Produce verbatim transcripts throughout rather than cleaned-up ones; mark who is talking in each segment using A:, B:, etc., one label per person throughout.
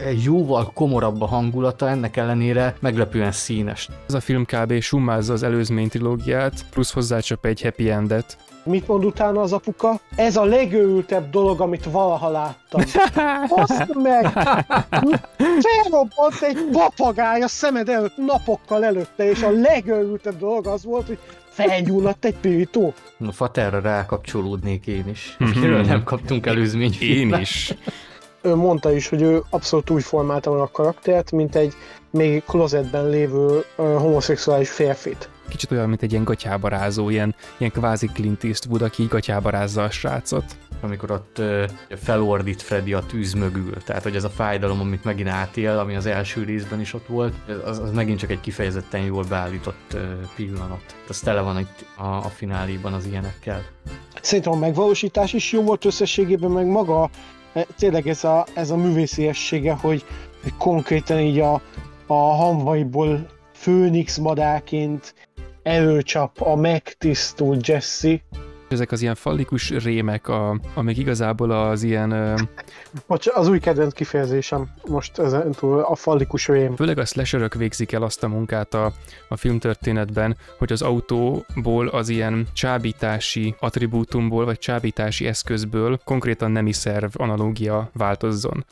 A: jóval komorabb a hangulata, ennek ellenére meglepően színes.
B: Ez a film kb. Summázza az előzmény trilógiát, plusz hozzácsap egy happy endet.
C: Mit mond utána az apuka? Ez a legőrültebb dolog, amit valaha láttam. Azt meg! Felrobbant egy papagáj a szemed előtt napokkal előtte, és a legőrültebb dolog az volt, hogy felgyulladt egy pirító.
A: A Faterra rákapcsolódnék én is. Akiről nem kaptunk előzményfilmet.
B: Én is.
C: Ő mondta is, hogy ő abszolút úgy formálta meg a karaktert, mint egy még klozetben lévő uh, homoszexuális férfit.
B: Kicsit olyan, mint egy ilyen gatyába rázó, ilyen, ilyen kvázi Clint Eastwood, aki így gatyába rázza a srácot.
A: Amikor ott uh, felordít Freddy a tűz mögül, tehát hogy ez a fájdalom, amit megint átél, ami az első részben is ott volt, az, az megint csak egy kifejezetten jól beállított uh, pillanat. Az tele van itt a, a fináléban az ilyenekkel.
C: Szerintem a megvalósítás is jó volt összességében, meg maga tényleg ez a, ez a művésziessége, hogy, hogy konkrétan így a, a hamvaiból főnix madárként előcsap a megtisztult Jesse.
B: Ezek az ilyen fallikus rémek, a, amik igazából az ilyen... Ö...
C: Bocs, az új kedvenc kifejezésem most ezen túl a fallikus rém.
B: Főleg a slasherök végzik el azt a munkát a, a filmtörténetben, hogy az autóból az ilyen csábítási attribútumból, vagy csábítási eszközből konkrétan nemi szerv analógia változzon.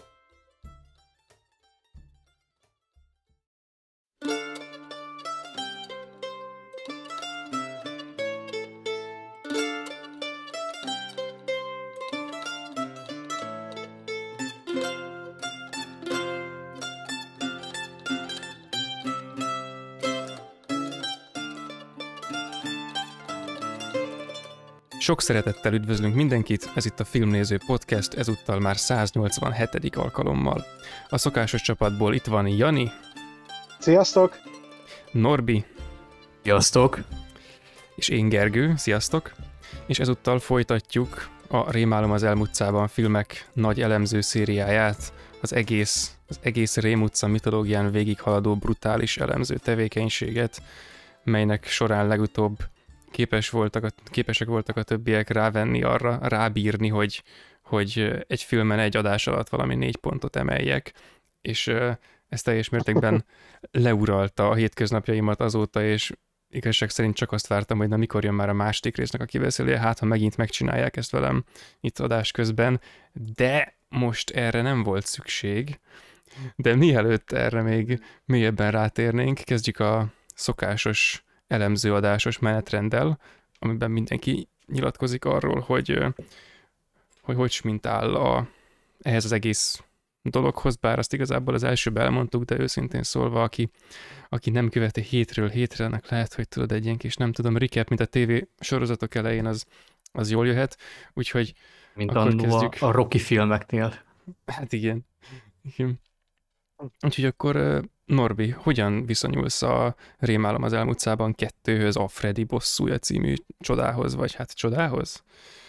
B: Sok szeretettel üdvözlünk mindenkit, ez itt a Filmnéző Podcast, ezúttal már száznyolcvanhetedik alkalommal. A szokásos csapatból itt van Jani.
C: Sziasztok!
B: Norbi.
A: Sziasztok!
B: És én Gergő, sziasztok! És ezúttal folytatjuk a Rémálom az Elm utcában filmek nagy elemző szériáját, az egész, az egész Rém utca mitológián végighaladó brutális elemző tevékenységet, melynek során legutóbb Képes voltak a, képesek voltak a többiek rávenni arra, rábírni, hogy, hogy egy filmen egy adás alatt valami négy pontot emeljek, és ez teljes mértékben leuralta a hétköznapjaimat azóta, és igazság szerint csak azt vártam, hogy na mikor jön már a második résznek a kibeszélője, hát ha megint megcsinálják ezt velem itt adás közben, de most erre nem volt szükség, de mielőtt erre még mélyebben rátérnénk, kezdjük a szokásos elemzőadásos menetrenddel, amiben mindenki nyilatkozik arról, hogy hogy, hogy mint áll a, ehhez az egész dologhoz, bár azt igazából az elsőben elmondtuk, de őszintén szólva, aki, aki nem követi hétről hétre, ennek lehet, hogy tudod, egy ilyen kis, nem tudom, recap, mint a tévé sorozatok elején, az, az jól jöhet, úgyhogy
A: mint
B: akkor
A: annó
B: kezdjük.
A: A, a Rocky filmeknél.
B: Hát igen. igen. Úgyhogy akkor Norbi, hogyan viszonyulsz a Rémálom az Elm utcában kettőhöz, a Freddy bosszúja című csodához, vagy hát csodához?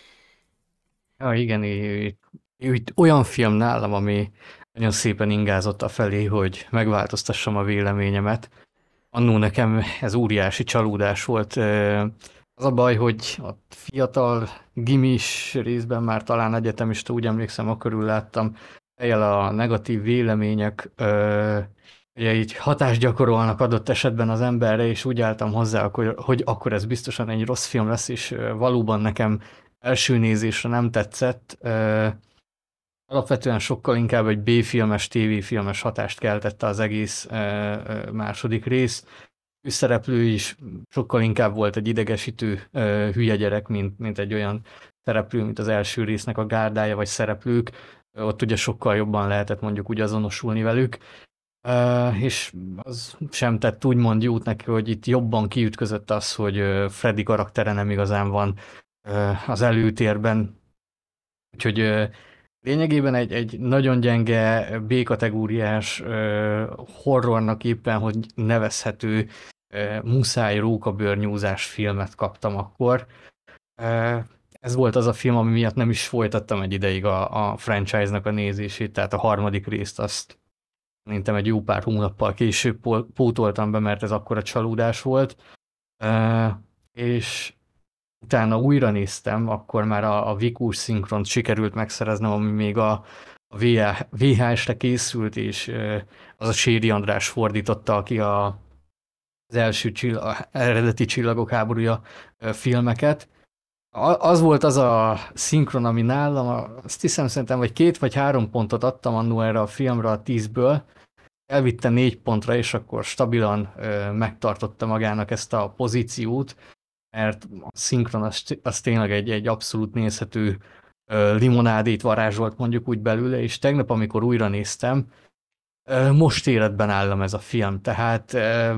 A: Ja, igen, itt olyan film nálam, ami nagyon szépen ingázott afelé, hogy megváltoztassam a véleményemet. Annó nekem ez óriási csalódás volt. Az a baj, hogy a fiatal gimis részben már talán egyetemista, úgy emlékszem, akkörül láttam, eljel a negatív vélemények ugye így hatást gyakorolnak adott esetben az emberre, és úgy álltam hozzá, hogy akkor ez biztosan egy rossz film lesz, és valóban nekem első nézésre nem tetszett. Alapvetően sokkal inkább egy B-filmes, tévéfilmes hatást keltette az egész második rész. Ő szereplő is sokkal inkább volt egy idegesítő hülye gyerek, mint, mint egy olyan szereplő, mint az első résznek a gárdája, vagy szereplők. Ott ugye sokkal jobban lehetett mondjuk úgy azonosulni velük. Uh, és az sem tett úgymond jót neki, hogy itt jobban kiütközött az, hogy uh, Freddy karaktere nem igazán van uh, az előtérben. Úgyhogy uh, lényegében egy, egy nagyon gyenge B-kategóriás uh, horrornak éppen, hogy nevezhető uh, muszáj rókabőrnyúzás filmet kaptam akkor. Uh, ez volt az a film, ami miatt nem is folytattam egy ideig a, a franchise-nak a nézését, tehát a harmadik részt azt szerintem egy jó pár hónappal később pótoltam be, mert ez akkora csalódás volt. Uh, és utána újra néztem, akkor már a, a Vikus szinkront sikerült megszereznem, ami még a, a vé há es-re készült, és ö, az a Séri András fordította, aki a, az első csillag, eredeti Csillagok háborúja ö, filmeket. A- Az volt az a szinkron, ami nálam, a- azt hiszem szerintem, vagy két vagy három pontot adtam annó erre a filmre a tízből, elvitte négy pontra, és akkor stabilan ö, megtartotta magának ezt a pozíciót, mert a szinkron az, az tényleg egy, egy abszolút nézhető ö, limonádét varázsolt mondjuk úgy belőle, és tegnap, amikor újra néztem, ö, most életben állam ez a film, tehát ö,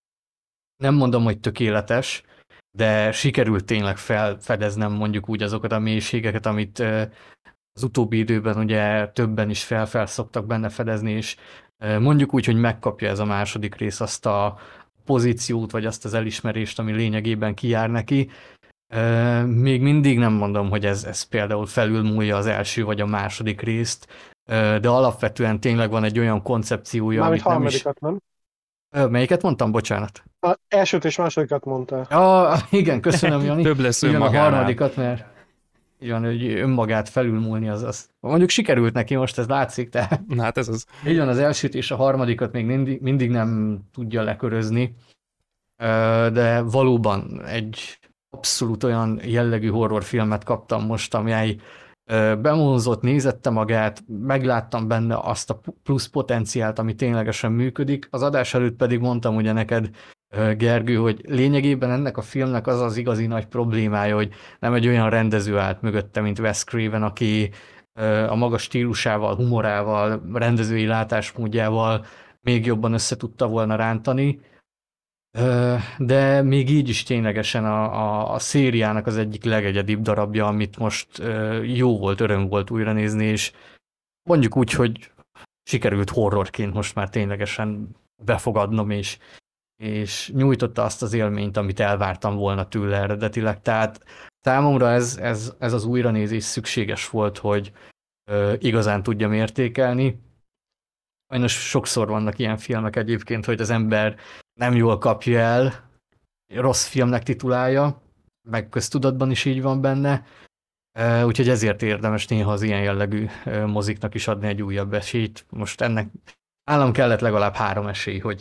A: nem mondom, hogy tökéletes, de sikerült tényleg felfedeznem mondjuk úgy azokat a mélységeket, amit ö, az utóbbi időben ugye többen is fel-fel szoktak benne fedezni, és ö, mondjuk úgy, hogy megkapja ez a második rész azt a pozíciót, vagy azt az elismerést, ami lényegében kijár neki. Ö, Még mindig nem mondom, hogy ez, ez például felülmúlja az első vagy a második részt, ö, de alapvetően tényleg van egy olyan koncepciója,
C: Mármint
A: amit nem is...
C: harmadikat, nem?
A: Ö, Melyiket mondtam? Bocsánat.
C: A elsőt és másodikat mondta.
A: Ja, igen, köszönöm, Jani.
B: Több lesz
A: Igen, a
B: önmagánál.
A: harmadikat, mert igen, hogy önmagát felülmúlni, az, az mondjuk sikerült neki most, ez látszik, de
B: Na hát ez az.
A: így van, az elsőt és a harmadikat még mindig, mindig nem tudja lekörözni, Ö, de valóban egy abszolút olyan jellegű horrorfilmet kaptam most, amely ö, bevonzott, nézette magát, megláttam benne azt a plusz potenciált, ami ténylegesen működik. Az adás előtt pedig mondtam ugye neked, ö, Gergő, hogy lényegében ennek a filmnek az az igazi nagy problémája, hogy nem egy olyan rendező állt mögötte, mint Wes Craven, aki ö, a maga stílusával, humorával, rendezői látásmódjával még jobban össze tudta volna rántani, Ö, de még így is ténylegesen a, a, a szériának az egyik legegyedibb darabja, amit most ö, jó volt, öröm volt újra nézni, és mondjuk úgy, hogy sikerült horrorként most már ténylegesen befogadnom, és, és nyújtotta azt az élményt, amit elvártam volna tőle eredetileg. Tehát számomra ez, ez, ez az újranézés szükséges volt, hogy ö, igazán tudjam értékelni. Sajnos sokszor vannak ilyen filmek egyébként, hogy az ember nem jól kapja el, rossz filmnek titulálja, meg köztudatban is így van benne, Ö, úgyhogy ezért érdemes néha az ilyen jellegű ö, moziknak is adni egy újabb esélyt. Most ennek állam kellett legalább három esély, hogy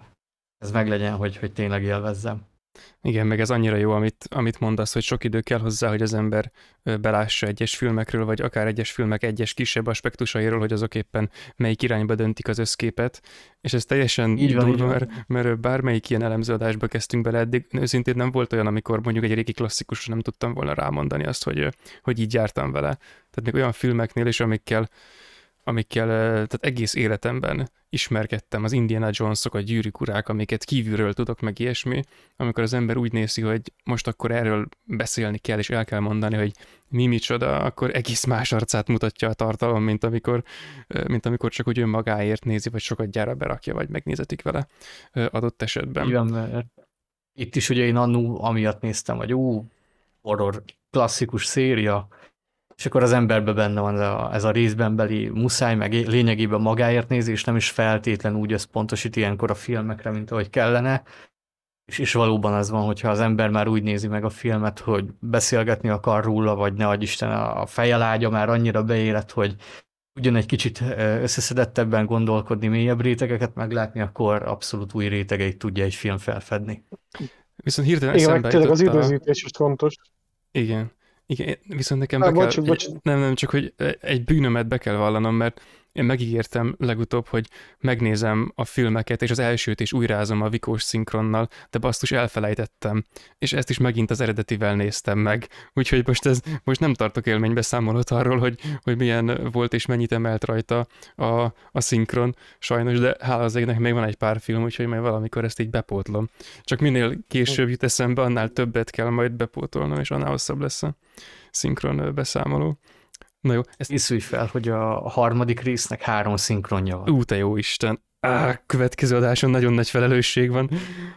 A: ez meglegyen, hogy, hogy tényleg élvezzem.
B: Igen, meg ez annyira jó, amit, amit mondasz, hogy sok idő kell hozzá, hogy az ember ö, belássa egyes filmekről, vagy akár egyes filmek egyes kisebb aspektusairól, hogy azok éppen melyik irányba döntik az összképet, és ez teljesen
A: Így van, így
B: durva,
A: van.
B: mert, mert bármelyik ilyen elemzőadásba kezdtünk bele eddig, őszintén nem volt olyan, amikor mondjuk egy régi klasszikusra nem tudtam volna rámondani azt, hogy, ö, hogy így jártam vele. Tehát még olyan filmeknél is, amikkel amikkel ö, tehát egész életemben ismerkedtem, az Indiana Jonesok, a Gyűrűk urák, amiket kívülről tudok, meg ilyesmi, amikor az ember úgy nézi, hogy most akkor erről beszélni kell, és el kell mondani, hogy mi micsoda, akkor egész más arcát mutatja a tartalom, mint amikor, ö, mint amikor csak úgy önmagáért nézi, vagy sokat gyára berakja, vagy megnézetik vele ö, adott esetben.
A: Így van, mert itt is ugye én annó amiatt néztem, hogy ú, horror klasszikus széria, és akkor az emberben benne van ez a, ez a részbenbeli muszáj, meg lényegében magáért nézi, és nem is feltétlenül úgy összpontosít ilyenkor a filmekre, mint ahogy kellene. És, és valóban az van, hogyha az ember már úgy nézi meg a filmet, hogy beszélgetni akar róla, vagy ne adj Isten, a fejelágya már annyira beérett, hogy ugyan egy kicsit összeszedettebben gondolkodni, mélyebb rétegeket meglátni, akkor abszolút új rétegeit tudja egy film felfedni.
B: Viszont hirtelen
C: Igen, meg
B: eszembe
C: tényleg az
B: jutott a...
C: időzítés is fontos.
B: Igen. Igen, viszont nekem
C: Há,
B: be kell...
C: bocs, bocs.
B: Nem, nem, csak hogy egy bűnömet be kell vallanom, mert én megígértem legutóbb, hogy megnézem a filmeket, és az elsőt is újrázom a vikós szinkronnal, de basszus elfelejtettem. És ezt is megint az eredetivel néztem meg. Úgyhogy most, ez, most nem tartok élménybeszámolót arról, hogy, hogy milyen volt és mennyit emelt rajta a, a szinkron, sajnos, de hála az égnek még van egy pár film, úgyhogy majd valamikor ezt így bepótlom. Csak minél később jut eszembe, annál többet kell majd bepótolnom, és annál hosszabb lesz a szinkron beszámoló. Na jó, ezt...
A: Készülj fel, hogy a harmadik résznek három szinkronja van.
B: Ú, te jó Isten! Á, következő adáson nagyon nagy felelősség van.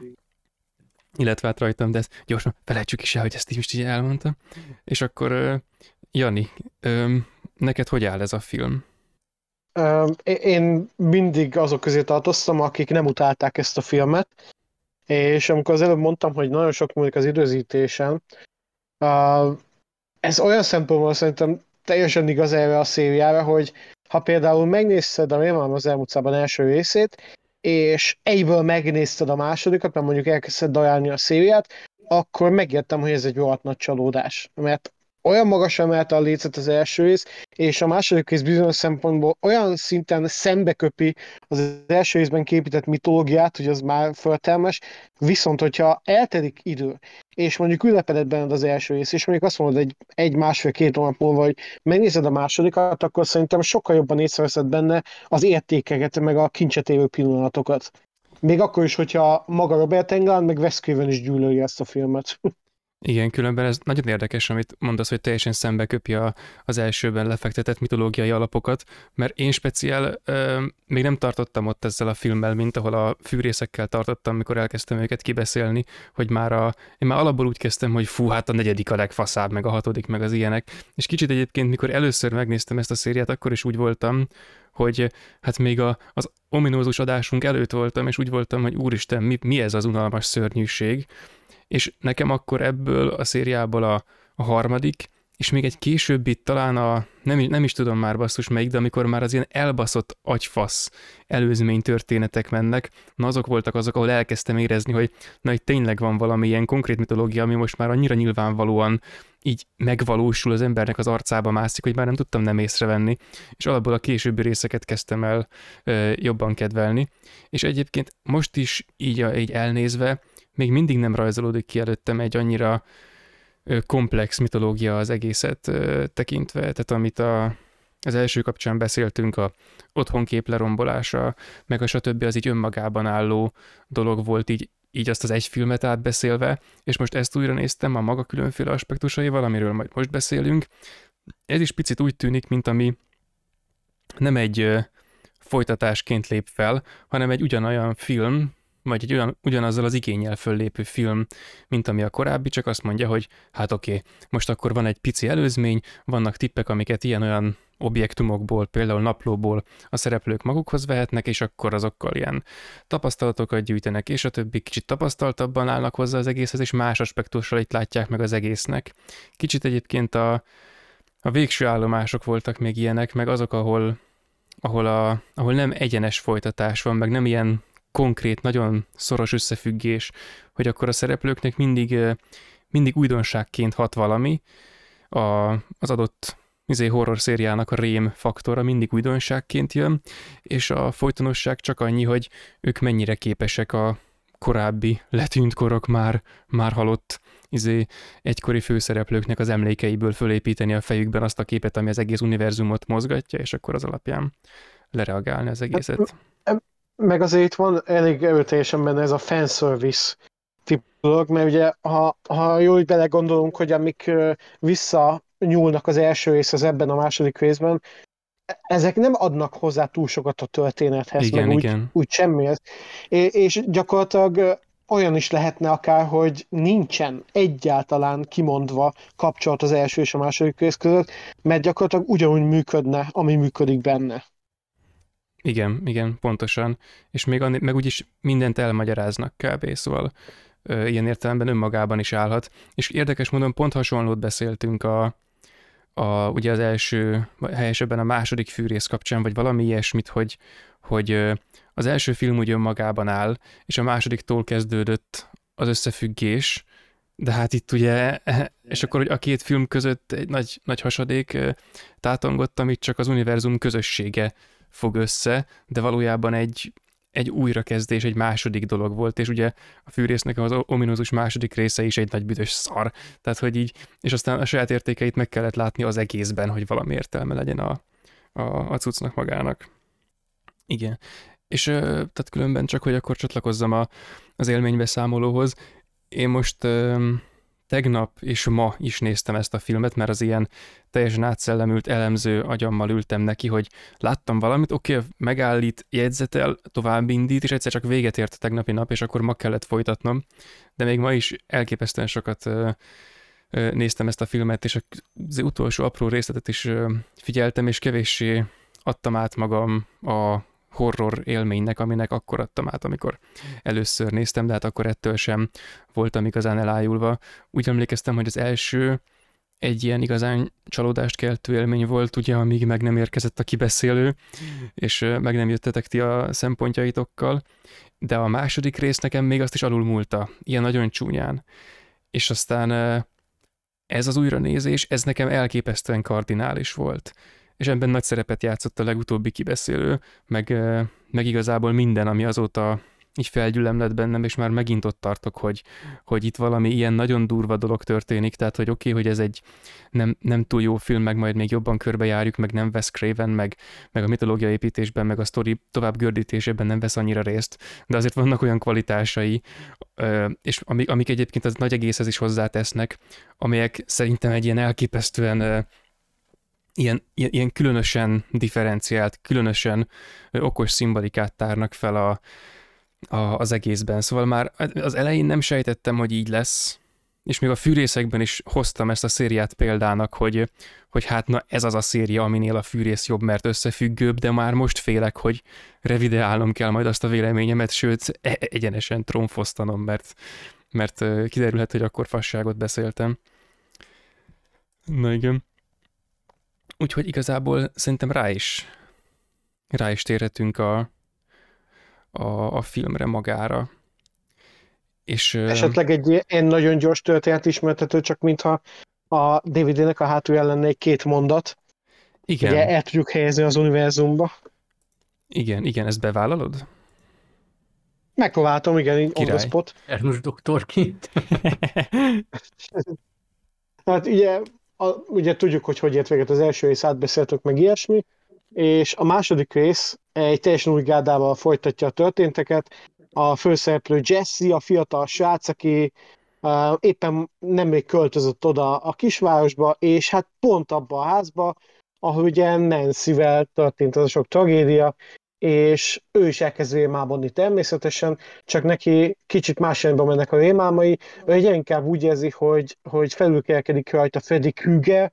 B: Illetve hát rajtam, de ezt gyorsan felejtsük is el, hogy ezt így most így elmondtam. És akkor, uh, Jani, um, neked hogy áll ez a film?
C: Uh, én mindig azok közé tartoztam, akik nem utálták ezt a filmet, és amikor az előbb mondtam, hogy nagyon sok múlik az időzítésen, uh, ez olyan szempontból szerintem teljesen igaz erre a szériára, hogy ha például megnézted a Rémálom az elmúlt szában első részét, és egyből megnézted a másodikat, mert mondjuk elkezdted dajálni a szériát, akkor megértem, hogy ez egy rohadt nagy csalódás. Mert olyan magasra emelte a lécet az első rész, és a második rész bizonyos szempontból olyan szinten szembeköpi az első részben képített mitológiát, hogy az már föltelmes, viszont hogyha eltelik idő, és mondjuk ünnepedett benned az első rész, és mondjuk azt mondod egy, egy másfél-két hónap múlva, hogy megnézed a másodikat, akkor szerintem sokkal jobban észreveszed benne az értékeket, meg a kincset érő pillanatokat. Még akkor is, hogyha maga Robert Englund, meg Wes Craven is gyűlöli ezt a filmet.
B: Igen, különben ez nagyon érdekes, amit mondasz, hogy teljesen szembe köpi a, az elsőben lefektetett mitológiai alapokat, mert én speciál ö, még nem tartottam ott ezzel a filmmel, mint ahol a fűrészekkel tartottam, mikor elkezdtem őket kibeszélni, hogy már a, én már alapból úgy kezdtem, hogy fú, hát a negyedik a legfaszább, meg a hatodik, meg az ilyenek, és kicsit egyébként, mikor először megnéztem ezt a szériát, akkor is úgy voltam, hogy hát még a, az ominózus adásunk előtt voltam, és úgy voltam, hogy úristen, mi, mi ez az unalmas szörnyűség, és nekem akkor ebből a szériából a, a harmadik, és még egy későbbi talán a, nem, nem is tudom már basszus melyik, de amikor már az ilyen elbaszott agyfasz előzmény történetek mennek, na azok voltak azok, ahol elkezdtem érezni, hogy na itt tényleg van valami ilyen konkrét mitológia, ami most már annyira nyilvánvalóan így megvalósul, az embernek az arcába mászik, hogy már nem tudtam nem észrevenni, és alapból a későbbi részeket kezdtem el ö, jobban kedvelni. És egyébként most is így, így elnézve, még mindig nem rajzolódik ki előttem egy annyira komplex mitológia az egészet tekintve, tehát amit a, az első kapcsán beszéltünk, a otthonkép lerombolása, meg a stb. Az így önmagában álló dolog volt így, így azt az egy filmet átbeszélve, és most ezt újra néztem a maga különféle aspektusaival, amiről majd most beszélünk. Ez is picit úgy tűnik, mint ami nem egy folytatásként lép fel, hanem egy ugyanolyan film, vagy egy olyan, ugyanazzal az igénnyel föllépő film, mint ami a korábbi, csak azt mondja, hogy hát oké, okay, most akkor van egy pici előzmény, vannak tippek, amiket ilyen-olyan objektumokból, például naplóból a szereplők magukhoz vehetnek, és akkor azokkal ilyen tapasztalatokat gyűjtenek, és a többi kicsit tapasztaltabban állnak hozzá az egészhez, és más aspektussal itt látják meg az egésznek. Kicsit egyébként a, a végső állomások voltak még ilyenek, meg azok, ahol, ahol, a, ahol nem egyenes folytatás van, meg nem ilyen konkrét, nagyon szoros összefüggés, hogy akkor a szereplőknek mindig, mindig újdonságként hat valami, a, az adott izé, horror szériának a rém faktora mindig újdonságként jön, és a folytonosság csak annyi, hogy ők mennyire képesek a korábbi letűnt korok már, már halott izé, egykori főszereplőknek az emlékeiből fölépíteni a fejükben azt a képet, ami az egész univerzumot mozgatja, és akkor az alapján lereagálni az egészet.
C: Meg azért itt van elég erőteljesen benne ez a fanservice típus dolog, mert ugye, ha, ha jól belegondolunk, hogy amik visszanyúlnak az első részhez ebben a második részben, ezek nem adnak hozzá túl sokat a történethez,
B: igen,
C: meg úgy,
B: igen.
C: úgy semmihez. És gyakorlatilag olyan is lehetne akár, hogy nincsen egyáltalán kimondva kapcsolat az első és a második rész között, mert gyakorlatilag ugyanúgy működne, ami működik benne.
B: Igen, igen, pontosan. És még anni, meg úgyis mindent elmagyaráznak kb. Szóval ö, ilyen értelemben önmagában is állhat. És érdekes módon pont hasonlót beszéltünk a, a ugye az első, helyesebben a második fűrész kapcsán, vagy valami ilyesmit, hogy, hogy ö, az első film úgy önmagában áll, és a másodiktól kezdődött az összefüggés, de hát itt ugye, és akkor, hogy a két film között egy nagy, nagy hasadék ö, tátongott, amit csak az univerzum közössége fog össze, de valójában egy, egy újrakezdés, egy második dolog volt, és ugye a fűrésznek az ominózus második része is egy nagy büdös szar, tehát hogy így, és aztán a saját értékeit meg kellett látni az egészben, hogy valami értelme legyen a, a, a cuccnak magának. Igen. És tehát különben csak, hogy akkor csatlakozzam a, az élménybeszámolóhoz, én most tegnap és ma is néztem ezt a filmet, mert az ilyen teljesen átszellemült elemző agyammal ültem neki, hogy láttam valamit, oké, okay, megállít, jegyzetel, tovább indít, és egyszer csak véget ért a tegnapi nap, és akkor ma kellett folytatnom. De még ma is elképesztően sokat ö, ö, néztem ezt a filmet, és az utolsó apró részletet is ö, figyeltem, és kevéssé adtam át magam a horror élménynek, aminek akkor adtam át, amikor először néztem, de hát akkor ettől sem voltam igazán elájulva. Úgy emlékeztem, hogy az első egy ilyen igazán csalódást keltő élmény volt, ugye, amíg meg nem érkezett a kibeszélő, és meg nem jöttetek ti a szempontjaitokkal, de a második rész nekem még azt is alulmúlta, ilyen nagyon csúnyán. És aztán ez az újranézés, ez nekem elképesztően kardinális volt. És ebben nagy szerepet játszott a legutóbbi kibeszélő, meg, meg igazából minden, ami azóta így felgyülemlett bennem, és már megint ott tartok, hogy, hogy itt valami ilyen nagyon durva dolog történik, tehát hogy oké, okay, hogy ez egy nem, nem túl jó film, meg majd még jobban körbejárjuk, meg nem vesz Craven, meg, meg a mitológia építésben, meg a sztori tovább gördítésében nem vesz annyira részt, de azért vannak olyan kvalitásai, és amik, amik egyébként az nagy egészhez is hozzátesznek, amelyek szerintem egy ilyen elképesztően Ilyen, ilyen, ilyen különösen differenciált, különösen okos szimbolikát tárnak fel a, a, az egészben. Szóval már az elején nem sejtettem, hogy így lesz, és még a fűrészekben is hoztam ezt a szériát példának, hogy, hogy hát na ez az a széria, aminél a fűrész jobb, mert összefüggőbb, de már most félek, hogy revideálnom kell majd azt a véleményemet, sőt, e- egyenesen trónfosztanom, mert, mert kiderülhet, hogy akkor fasságot beszéltem. Na igen. Úgyhogy igazából szerintem rá is, rá is térhetünk a, a, a filmre magára. És,
C: Esetleg egy ilyen nagyon gyors történet ismertető, csak mintha a dé vé dé-nek a hátulján lenne egy két mondat.
B: igen.
C: Ugye el tudjuk helyezni az univerzumba.
B: Igen, igen, ezt bevállalod?
C: Megpróbáltam, igen, így on the spot.
A: Ernus doktorként.
C: Hát ugye, a, ugye tudjuk, hogy hogy ért véget az első rész, átbeszéltük meg ilyesmi, és a második rész egy teljesen új gárdával folytatja a történteket. A főszereplő Jesse, a fiatal srác, aki uh, éppen nemrég költözött oda a kisvárosba, és hát pont abba a házba, ahol ugye Nancy-vel történt az a sok tragédia, és ő is elkezd rémálmodni természetesen, csak neki kicsit más irányba mennek a rémálmai, ő egyre inkább úgy érzi, hogy, hogy felülkelkedik rajta Freddy Krueger,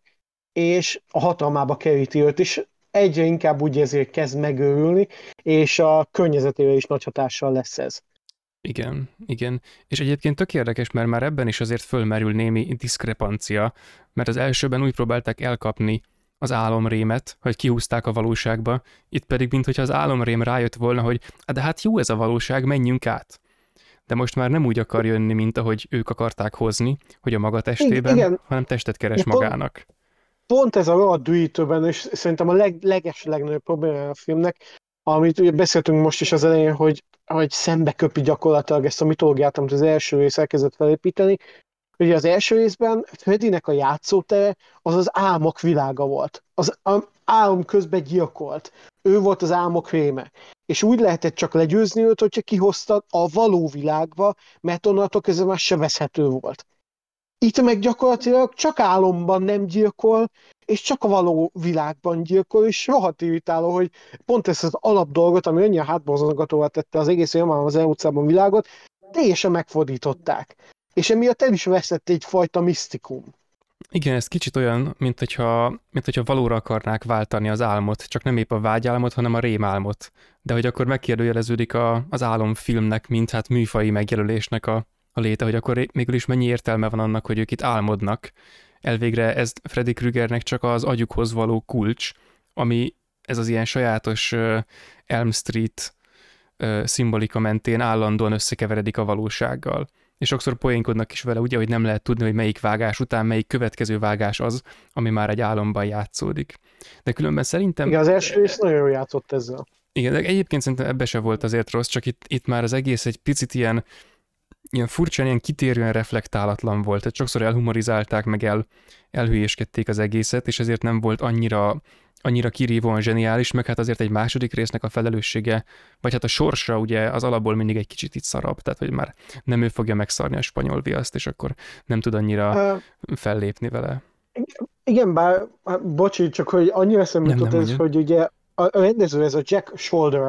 C: és a hatalmába keríti őt is, egyre inkább úgy érzi, hogy kezd megőrülni, és a környezetére is nagy hatással lesz ez.
B: Igen, igen. És egyébként tök érdekes, mert már ebben is azért fölmerül némi diszkrepancia, mert az elsőben úgy próbálták elkapni az álomrémet, hogy kihúzták a valóságba, itt pedig minthogyha az álomrém rájött volna, hogy de hát jó ez a valóság, menjünk át. De most már nem úgy akar jönni, mint ahogy ők akarták hozni, hogy a maga testében, igen, hanem testet keres de magának.
C: Pont, pont ez a rohadt dühítőben, és szerintem a leg, leges legnagyobb probléma a filmnek, amit ugye beszéltünk most is az elején, hogy, hogy szembe köpi gyakorlatilag ezt a mitológiát, amit az első rész elkezdett felépíteni. Ugye az első részben Freddynek a játszótere az az álmok világa volt. Az álom közben gyilkolt. Ő volt az álmok réme. És úgy lehetett csak legyőzni őt, hogyha kihoztad a való világba, mert onnantól kezdve már sebezhető volt. Itt meg gyakorlatilag csak álomban nem gyilkol, és csak a való világban gyilkol, és rohadt irritáló, hogy pont ezt az alapdolgot, ami annyira hátborzongatóvá tette az egész folyamán az elutcában világot, teljesen megfordították. És emiatt el is veszett egyfajta misztikum.
B: Igen, ez kicsit olyan, mint hogyha, mint hogyha valóra akarnák váltani az álmot, csak nem épp a vágyálmot, hanem a rémálmot. De hogy akkor megkérdőjeleződik a, az álomfilmnek, mint hát műfaji megjelölésnek a, a léte, hogy akkor mégis is mennyi értelme van annak, hogy ők itt álmodnak. Elvégre ez Freddy Kruegernek csak az agyukhoz való kulcs, ami ez az ilyen sajátos uh, Elm Street uh, szimbolika mentén állandóan összekeveredik a valósággal. És sokszor poénkodnak is vele, ugye, hogy nem lehet tudni, hogy melyik vágás után melyik következő vágás az, ami már egy álomban játszódik. De különben szerintem...
C: Igen, az első rész nagyon jól játszott ezzel.
B: Igen, de egyébként szerintem ebbe se volt azért rossz, csak itt, itt már az egész egy picit ilyen, ilyen furcsán, ilyen kitérően reflektálatlan volt. Tehát sokszor elhumorizálták, meg el, elhülyéskedték az egészet, és ezért nem volt annyira, annyira kirívóan zseniális, meg hát azért egy második résznek a felelőssége, vagy hát a sorsa ugye az alapból mindig egy kicsit itt szarab, tehát hogy már nem ő fogja megszarni a spanyol viaszt, és akkor nem tud annyira uh, fellépni vele.
C: Igen, bár, bocsi, csak hogy annyira eszembe jutott ez, mondja. Hogy ugye a rendező, ez a Jack Shoulder,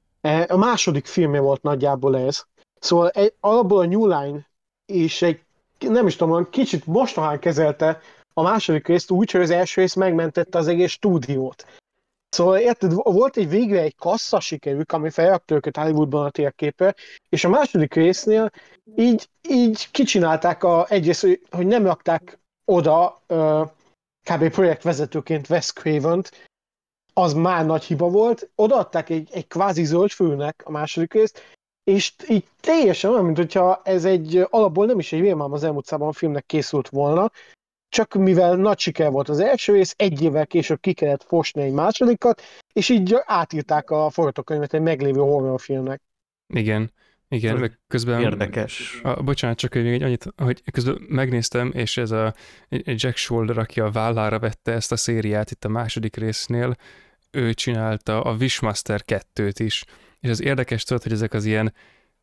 C: a második filmje volt nagyjából ez, szóval egy, alapból a New Line is egy, nem is tudom, kicsit mostohán kezelte a második részt úgy, hogy az első rész megmentette az egész stúdiót. Szóval érted, volt egy végre egy kassza sikerük, ami felrakta őket Hollywoodban a térképre, és a második résznél így, így kicsinálták a, egyrészt, hogy, hogy nem rakták oda ö, kb. Projektvezetőként Wes Cravent, az már nagy hiba volt. Odaadták egy, egy kvázi zöld főnek a második részt, és így teljesen olyan, mint hogyha ez egy alapból nem is egy Rémálom az elmúlt szában filmnek készült volna, csak mivel nagy siker volt az első rész, egy évvel később ki kellett fosni egy másodikat, és így átírták a forgatókönyvet egy meglévő horrorfilmnek.
B: Igen, igen, meg közben...
A: Érdekes.
B: A, bocsánat, csak még egy annyit, hogy közben megnéztem, és ez a Jack Shoulder, aki a vállára vette ezt a szériát itt a második résznél, ő csinálta a Wishmaster kettőt is, és az érdekes tudod, hogy ezek az ilyen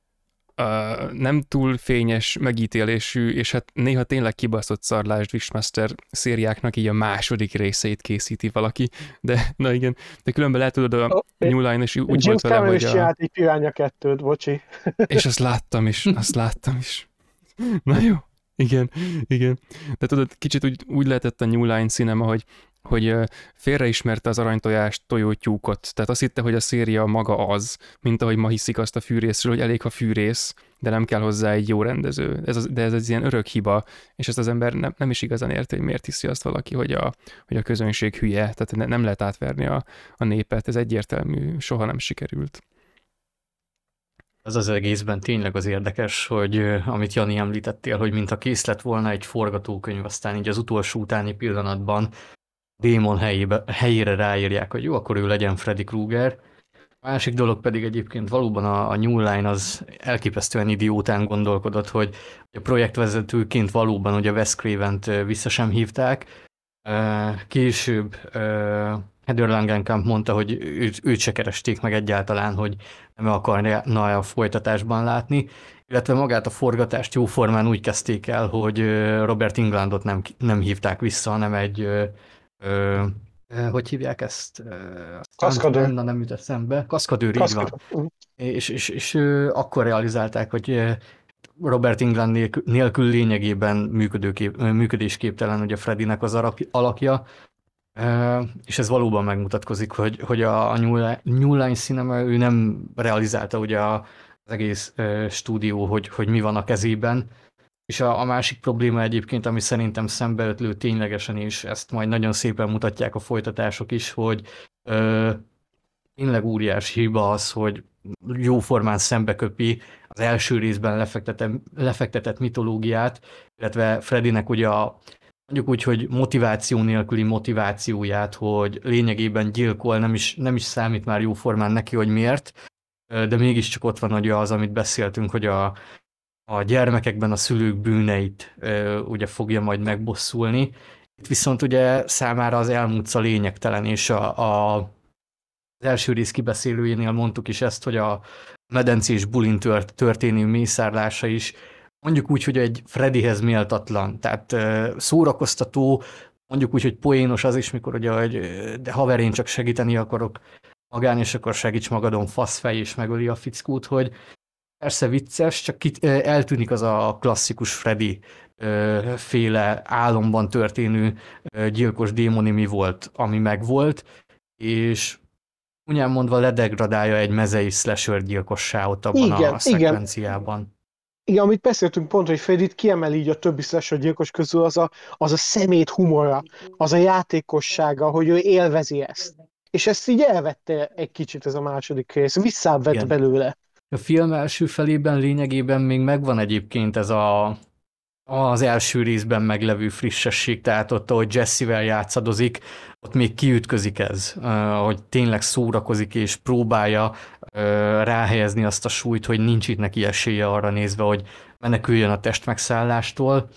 B: uh, nem túl fényes megítélésű, és hát néha tényleg kibaszott szarlásd Wishmaster szériáknak így a második részeit készíti valaki, de na igen, de különben lehet tudod, a New Line is úgy volt vele, hogy a...
C: csinált egy Piranha kettőt, bocsi.
B: És azt láttam is, azt láttam is. Na jó, igen, igen. De tudod, kicsit úgy, úgy lehetett a New Line Cinema, hogy hogy félreismerte az aranytojást tojótyúkot. Tehát azt hitte, hogy a széria maga az, mint ahogy ma hiszik azt a fűrészről, hogy elég, ha fűrész, de nem kell hozzá egy jó rendező. Ez az, de ez egy ilyen örök hiba, és ezt az ember nem, nem is igazán érti, hogy miért hiszi azt valaki, hogy a, hogy a közönség hülye, tehát ne, nem lehet átverni a, a népet, ez egyértelmű, soha nem sikerült.
A: Az az egészben tényleg az érdekes, hogy amit Jani említettél, hogy mintha kész lett volna egy forgatókönyv, aztán így az utolsó utáni pillanatban démon helyébe, helyére ráírják, hogy jó, akkor ő legyen Freddy Krueger. A másik dolog pedig egyébként valóban a, a New Line az elképesztően idiótán gondolkodott, hogy a projektvezetőként valóban ugye Wes Cravent vissza sem hívták. Később Heather Langenkamp mondta, hogy őt, őt se keresték meg egyáltalán, hogy nem akarná a folytatásban látni, illetve magát a forgatást jóformán úgy kezdték el, hogy Robert Englundot nem, nem hívták vissza, hanem egy Ö, hogy hívják ezt?
C: Kaszkadőr.
A: Na, nem jut eszembe. Kaszkadőr, így van. És, és, és akkor realizálták, hogy Robert Englund nélkül, nélkül lényegében működőkép, működésképtelen ugye Freddynek az alakja, és ez valóban megmutatkozik, hogy, hogy a New Line Cinema ő nem realizálta ugye az egész stúdió, hogy, hogy mi van a kezében. És a, a másik probléma egyébként, ami szerintem szembeötlő ténylegesen is, ezt majd nagyon szépen mutatják a folytatások is, hogy ö, tényleg óriási hiba az, hogy jóformán szembeköpi az első részben lefektetett, lefektetett mitológiát, illetve Freddynek ugye a, mondjuk úgy, hogy motiváció nélküli motivációját, hogy lényegében gyilkol, nem is, nem is számít már jóformán neki, hogy miért, de mégiscsak ott van ugye az, amit beszéltünk, hogy a a gyermekekben a szülők bűneit ö, ugye fogja majd megbosszulni. Itt viszont ugye számára az elmúca lényegtelen, és a, a, az első rész kibeszélőjénél mondtuk is ezt, hogy a medencés bulin tört, történő mészárlása is mondjuk úgy, hogy egy Freddyhez méltatlan, tehát ö, szórakoztató, mondjuk úgy, hogy poénos az is, mikor ugye, hogy de haver, én csak segíteni akarok magán, és akkor segíts magadon, faszfej, és megöli a fickót, hogy persze vicces, csak kit, eltűnik az a klasszikus Freddy féle álomban történő gyilkos démoni mi volt, ami megvolt, és ugyan mondva ledegradálja egy mezei slasher gyilkossá ott abban igen, a szekvenciában. Igen.
C: Igen, amit beszéltünk pont, hogy Freddyt kiemeli így a többi slasher gyilkos közül, az a, az a szemét humora, az a játékossága, hogy ő élvezi ezt. És ezt így elvette egy kicsit ez a második rész, visszávett igen. belőle.
A: A film első felében lényegében még megvan egyébként ez a, az első részben meglevő frissesség, tehát ott, ahogy Jesse-vel játszadozik, ott még kiütközik ez, hogy tényleg szórakozik és próbálja ráhelyezni azt a súlyt, hogy nincs itt neki esélye arra nézve, hogy meneküljön a testmegszállástól,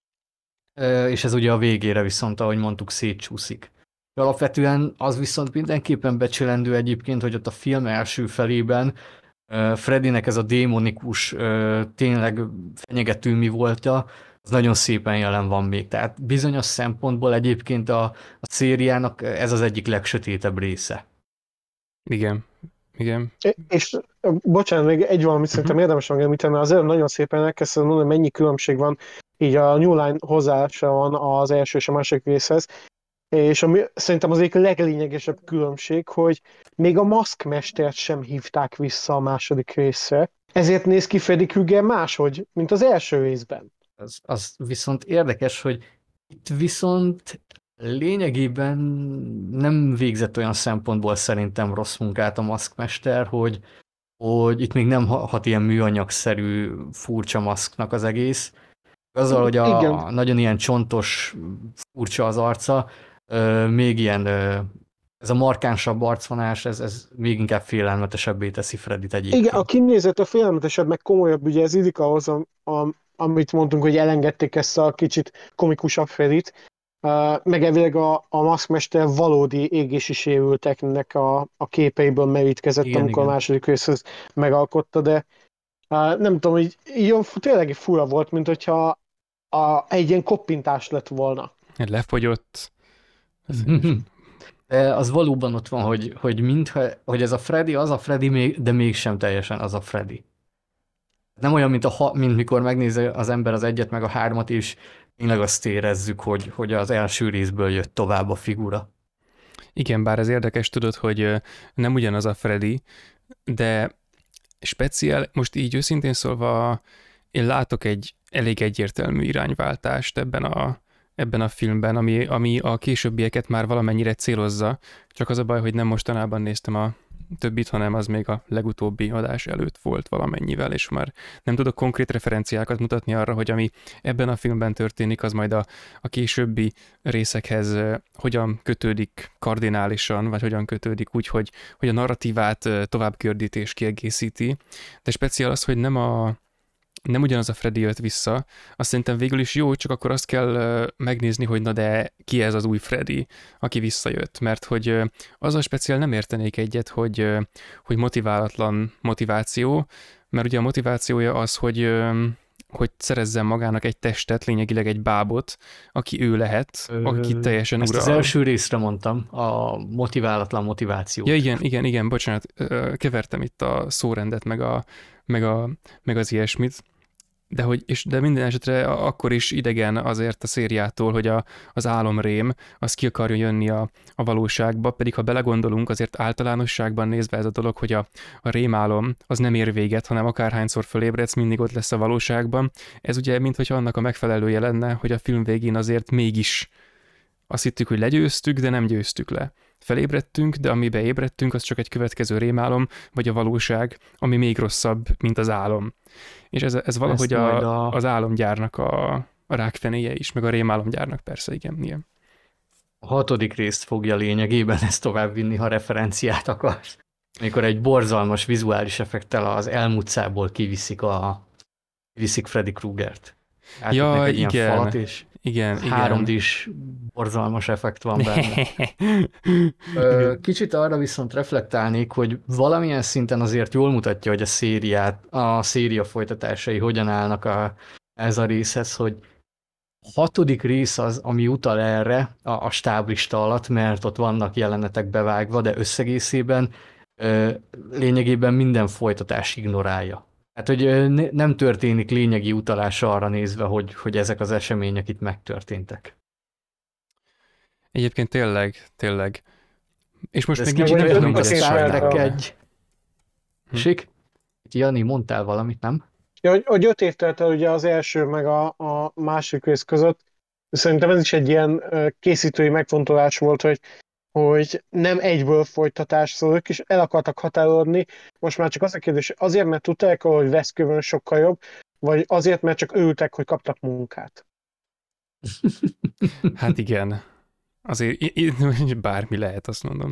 A: és ez ugye a végére viszont, ahogy mondtuk, szétcsúszik. Alapvetően az viszont mindenképpen becsülendő egyébként, hogy ott a film első felében Freddynek ez a démonikus, tényleg fenyegető mi volta, az nagyon szépen jelen van még. Tehát bizonyos szempontból egyébként a, a szériának ez az egyik legsötétebb része.
B: Igen, igen.
C: És bocsánat, még egy valamit uh-huh. szerintem érdemes megemlíteni, mert az előbb nagyon szépen elkezdtem mondani, mennyi különbség van így a New Line hozzáállása van az első és a második részhez. És ami szerintem az egyik leglényegesebb különbség, hogy még a maszkmestert sem hívták vissza a második részre. Ezért néz ki Freddy Krueger máshogy, mint az első részben.
A: Az, az viszont érdekes, hogy Itt viszont lényegében nem végzett olyan szempontból szerintem rossz munkát a maszkmester, hogy, hogy itt még nem hat ilyen műanyagszerű furcsa maszknak az egész. Azzal, hogy
C: Igen.
A: a nagyon ilyen csontos, furcsa az arca, még ilyen, ez a markánsabb arcvonás, ez, ez még inkább félelmetesebbé teszi Freddyt egyébként.
C: Igen, a kinézet a félelmetesebb, meg komolyabb, ugye ez illik ahhoz, a, a, amit mondtunk, hogy elengedték ezt a kicsit komikusabb Freddyt, uh, meg elvileg a, a maszkmester valódi égési sérülteknek a, a képeiből merítkezett,
A: Igen,
C: amikor
A: igen.
C: a második részhez megalkotta, de uh, nem tudom, így, így tényleg fura volt, mint hogyha a, egy ilyen koppintás lett volna.
B: Lefogyott.
A: De az valóban ott van, hogy, hogy, mintha, hogy ez a Freddy az a Freddy, de mégsem teljesen az a Freddy. Nem olyan, mint, a, mint mikor megnézi az ember az egyet meg a hármat, és tényleg azt érezzük, hogy, hogy az első részből jött tovább a figura.
B: Igen, bár ez érdekes, tudod, hogy nem ugyanaz a Freddy, de speciál, most így őszintén szólva, én látok egy elég egyértelmű irányváltást ebben a, ebben a filmben, ami, ami a későbbieket már valamennyire célozza, csak az a baj, hogy nem mostanában néztem a többit, hanem az még a legutóbbi adás előtt volt valamennyivel, és már nem tudok konkrét referenciákat mutatni arra, hogy ami ebben a filmben történik, az majd a, a későbbi részekhez uh, hogyan kötődik kardinálisan, vagy hogyan kötődik úgy, hogy, hogy a narratívát uh, tovább gördítés kiegészíti. De speciál az, hogy nem a nem ugyanaz a Freddy jött vissza, azt szerintem végül is jó, csak akkor azt kell uh, megnézni, hogy na de ki ez az új Freddy, aki visszajött, mert hogy uh, az a speciál nem értenék egyet, hogy, uh, hogy motiválatlan motiváció, mert ugye a motivációja az, hogy, uh, hogy szerezzen magának egy testet, lényegileg egy bábot, aki ő lehet,
A: Ö,
B: aki teljesen
A: Ezt
B: ura.
A: az első részre mondtam, a motiválatlan motiváció.
B: Ja igen, igen, igen, bocsánat, kevertem itt a szórendet, meg, a, meg, a, meg az ilyesmit. De, hogy, és, de minden esetre akkor is idegen azért a szériától, hogy a, az álomrém az ki akarja jönni a, a valóságba, pedig ha belegondolunk, azért általánosságban nézve ez a dolog, hogy a, a rémálom az nem ér véget, hanem akárhányszor fölébredsz, mindig ott lesz a valóságban. Ez ugye, minthogyha annak a megfelelője lenne, hogy a film végén azért mégis azt hittük, hogy legyőztük, de nem győztük le. Felébredtünk, de amibe ébredtünk, az csak egy következő rémálom, vagy a valóság, ami még rosszabb, mint az álom. És ez, ez valahogy a, a... az álomgyárnak a, a rákfenéje is, meg a rémálomgyárnak persze, igen, igen.
A: A hatodik részt fogja lényegében ezt továbbvinni, ha referenciát akarsz. Amikor egy borzalmas vizuális effekttel az elmúcából kiviszik, a, kiviszik Freddy Kruegert.
B: Ja,
A: egy
B: igen.
A: Ilyen falat, és
B: igen,
A: három dés borzalmas effekt van benne. Kicsit arra viszont reflektálnék, hogy valamilyen szinten azért jól mutatja, hogy a szériát, a széria folytatásai hogyan állnak a, ez a részhez, hogy a hatodik rész az, ami utal erre a, a stáblista alatt, mert ott vannak jelenetek bevágva, de összegészében ö, lényegében minden folytatás ignorálja. Hát, hogy ne, nem történik lényegi utalása arra nézve, hogy, hogy ezek az események itt megtörténtek.
B: Egyébként tényleg, tényleg. És most
A: ez
B: még kicsit nem tudom,
A: hogy
B: hogy
A: egy... Sik? Jani, mondtál valamit, nem?
C: Ja, hogy, hogy öt év telt el ugye az első meg a, a másik rész között. Szerintem ez is egy ilyen készítői megfontolás volt, hogy, hogy nem egyből folytatás, szóval ők is el akartak határolni. Most már csak az a kérdés, azért, mert tudták, hogy Veszkövön sokkal jobb, vagy azért, mert csak örültek, hogy kaptak munkát.
B: Hát igen. Azért bármi lehet, azt mondom.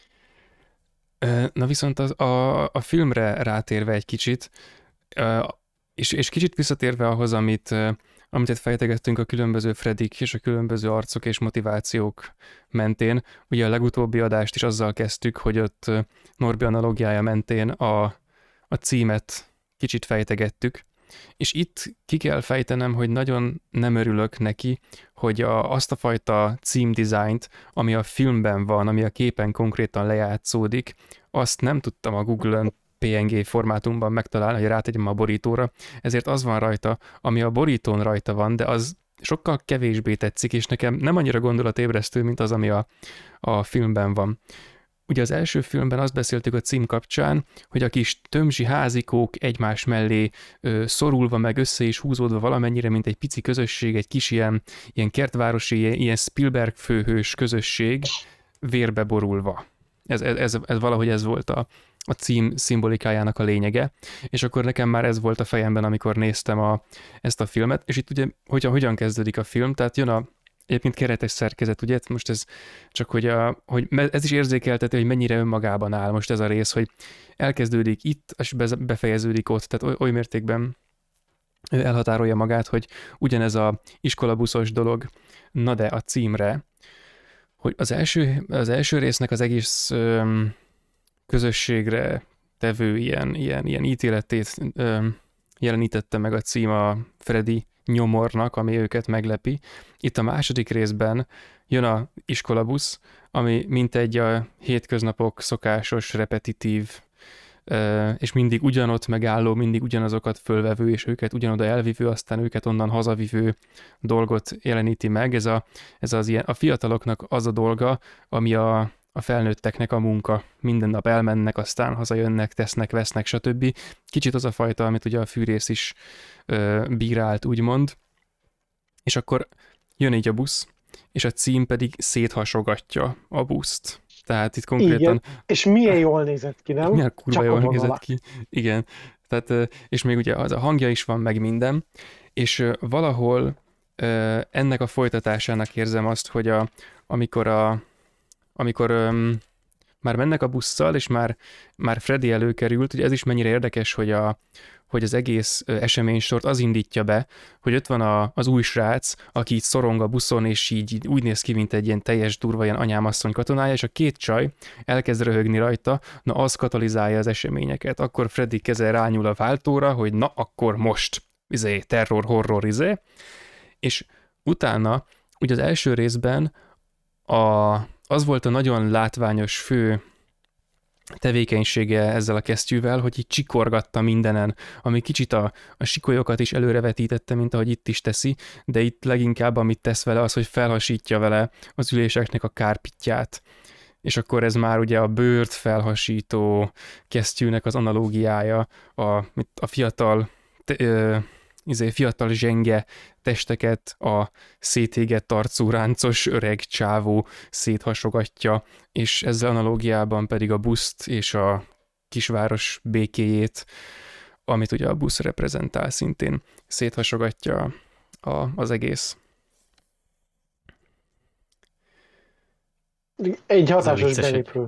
B: Na viszont az, a, a filmre rátérve egy kicsit, és, és kicsit visszatérve ahhoz, amit, amit fejtegettünk a különböző Freddyk és a különböző arcok és motivációk mentén, ugye a legutóbbi adást is azzal kezdtük, hogy ott Norbi analógiája mentén a, a címet kicsit fejtegettük, és itt ki kell fejtenem, hogy nagyon nem örülök neki, hogy a, azt a fajta címdizájnt, ami a filmben van, ami a képen konkrétan lejátszódik, azt nem tudtam a Google-ön pé en gé formátumban megtalálni, hogy rátegyem a borítóra, ezért az van rajta, ami a borítón rajta van, de az sokkal kevésbé tetszik, és nekem nem annyira gondolatébresztő, mint az, ami a, a filmben van. ugye az első filmben azt beszéltük a cím kapcsán, hogy a kis tömzsi házikók egymás mellé ö, szorulva, meg össze is húzódva valamennyire, mint egy pici közösség, egy kis ilyen, ilyen kertvárosi, ilyen, ilyen Spielberg főhős közösség, vérbe borulva. Ez, ez, ez, ez valahogy ez volt a, a cím szimbolikájának a lényege, és akkor nekem már ez volt a fejemben, amikor néztem a, ezt a filmet, és itt ugye hogyan, hogyan kezdődik a film, tehát jön a egyébként keretes szerkezet, ugye? Most ez csak, hogy, a, hogy ez is érzékelteti, hogy mennyire önmagában áll most ez a rész, hogy elkezdődik itt, és befejeződik ott, tehát oly mértékben elhatárolja magát, hogy ugyanez a iskolabuszos dolog, na de a címre, hogy az első, az első résznek az egész öm, közösségre tevő ilyen, ilyen, ilyen ítéletét öm, jelenítette meg a cím a Freddy nyomornak, ami őket meglepi. Itt a második részben jön a iskolabusz, ami mintegy a hétköznapok szokásos, repetitív, és mindig ugyanott megálló, mindig ugyanazokat fölvevő, és őket ugyanoda elvivő, aztán őket onnan hazavivő dolgot jeleníti meg. Ez, a, ez az ilyen, a fiataloknak az a dolga, ami a, a felnőtteknek a munka. Minden nap elmennek, aztán hazajönnek, tesznek, vesznek, stb. Kicsit az a fajta, amit ugye a fűrész is ö, bírált, úgymond. És akkor jön így a busz, és a cím pedig széthasogatja a buszt. Tehát itt konkrétan...
C: Igen, és milyen jól nézett ki, nem?
B: Milyen kurva
C: Csak
B: jól
C: a
B: nézett
C: vonala.
B: ki. Igen. Tehát, és még ugye az a hangja is van, meg minden. És valahol ennek a folytatásának érzem azt, hogy a, amikor a amikor um, már mennek a busszal, és már, már Freddy előkerült, ugye ez is mennyire érdekes, hogy, a, hogy az egész eseménysort az indítja be, hogy ott van a, az új srác, aki így szorong a buszon, és így úgy néz ki, mint egy ilyen teljes durva ilyen anyámasszony katonája, és a két csaj elkezd röhögni rajta, na az katalizálja az eseményeket. Akkor Freddy keze rányúl a váltóra, hogy na akkor most, izé, terror, horror, izé. És utána, ugye az első részben a az volt a nagyon látványos fő tevékenysége ezzel a kesztyűvel, hogy így csikorgatta mindenen, ami kicsit a, a sikolyokat is előrevetítette, mint ahogy itt is teszi, de itt leginkább amit tesz vele az, hogy felhasítja vele az üléseknek a kárpitját. És akkor ez már ugye a bőrt felhasító kesztyűnek az analógiája, a, a fiatal te, ö, izé, fiatal zsenge testeket a szétégett arcú ráncos öreg csávó széthasogatja, és ezzel analógiában pedig a buszt és a kisváros békéjét, amit ugye a busz reprezentál, szintén széthasogatja a, az egész.
C: Egy hatásos
A: vicces,
C: belépő.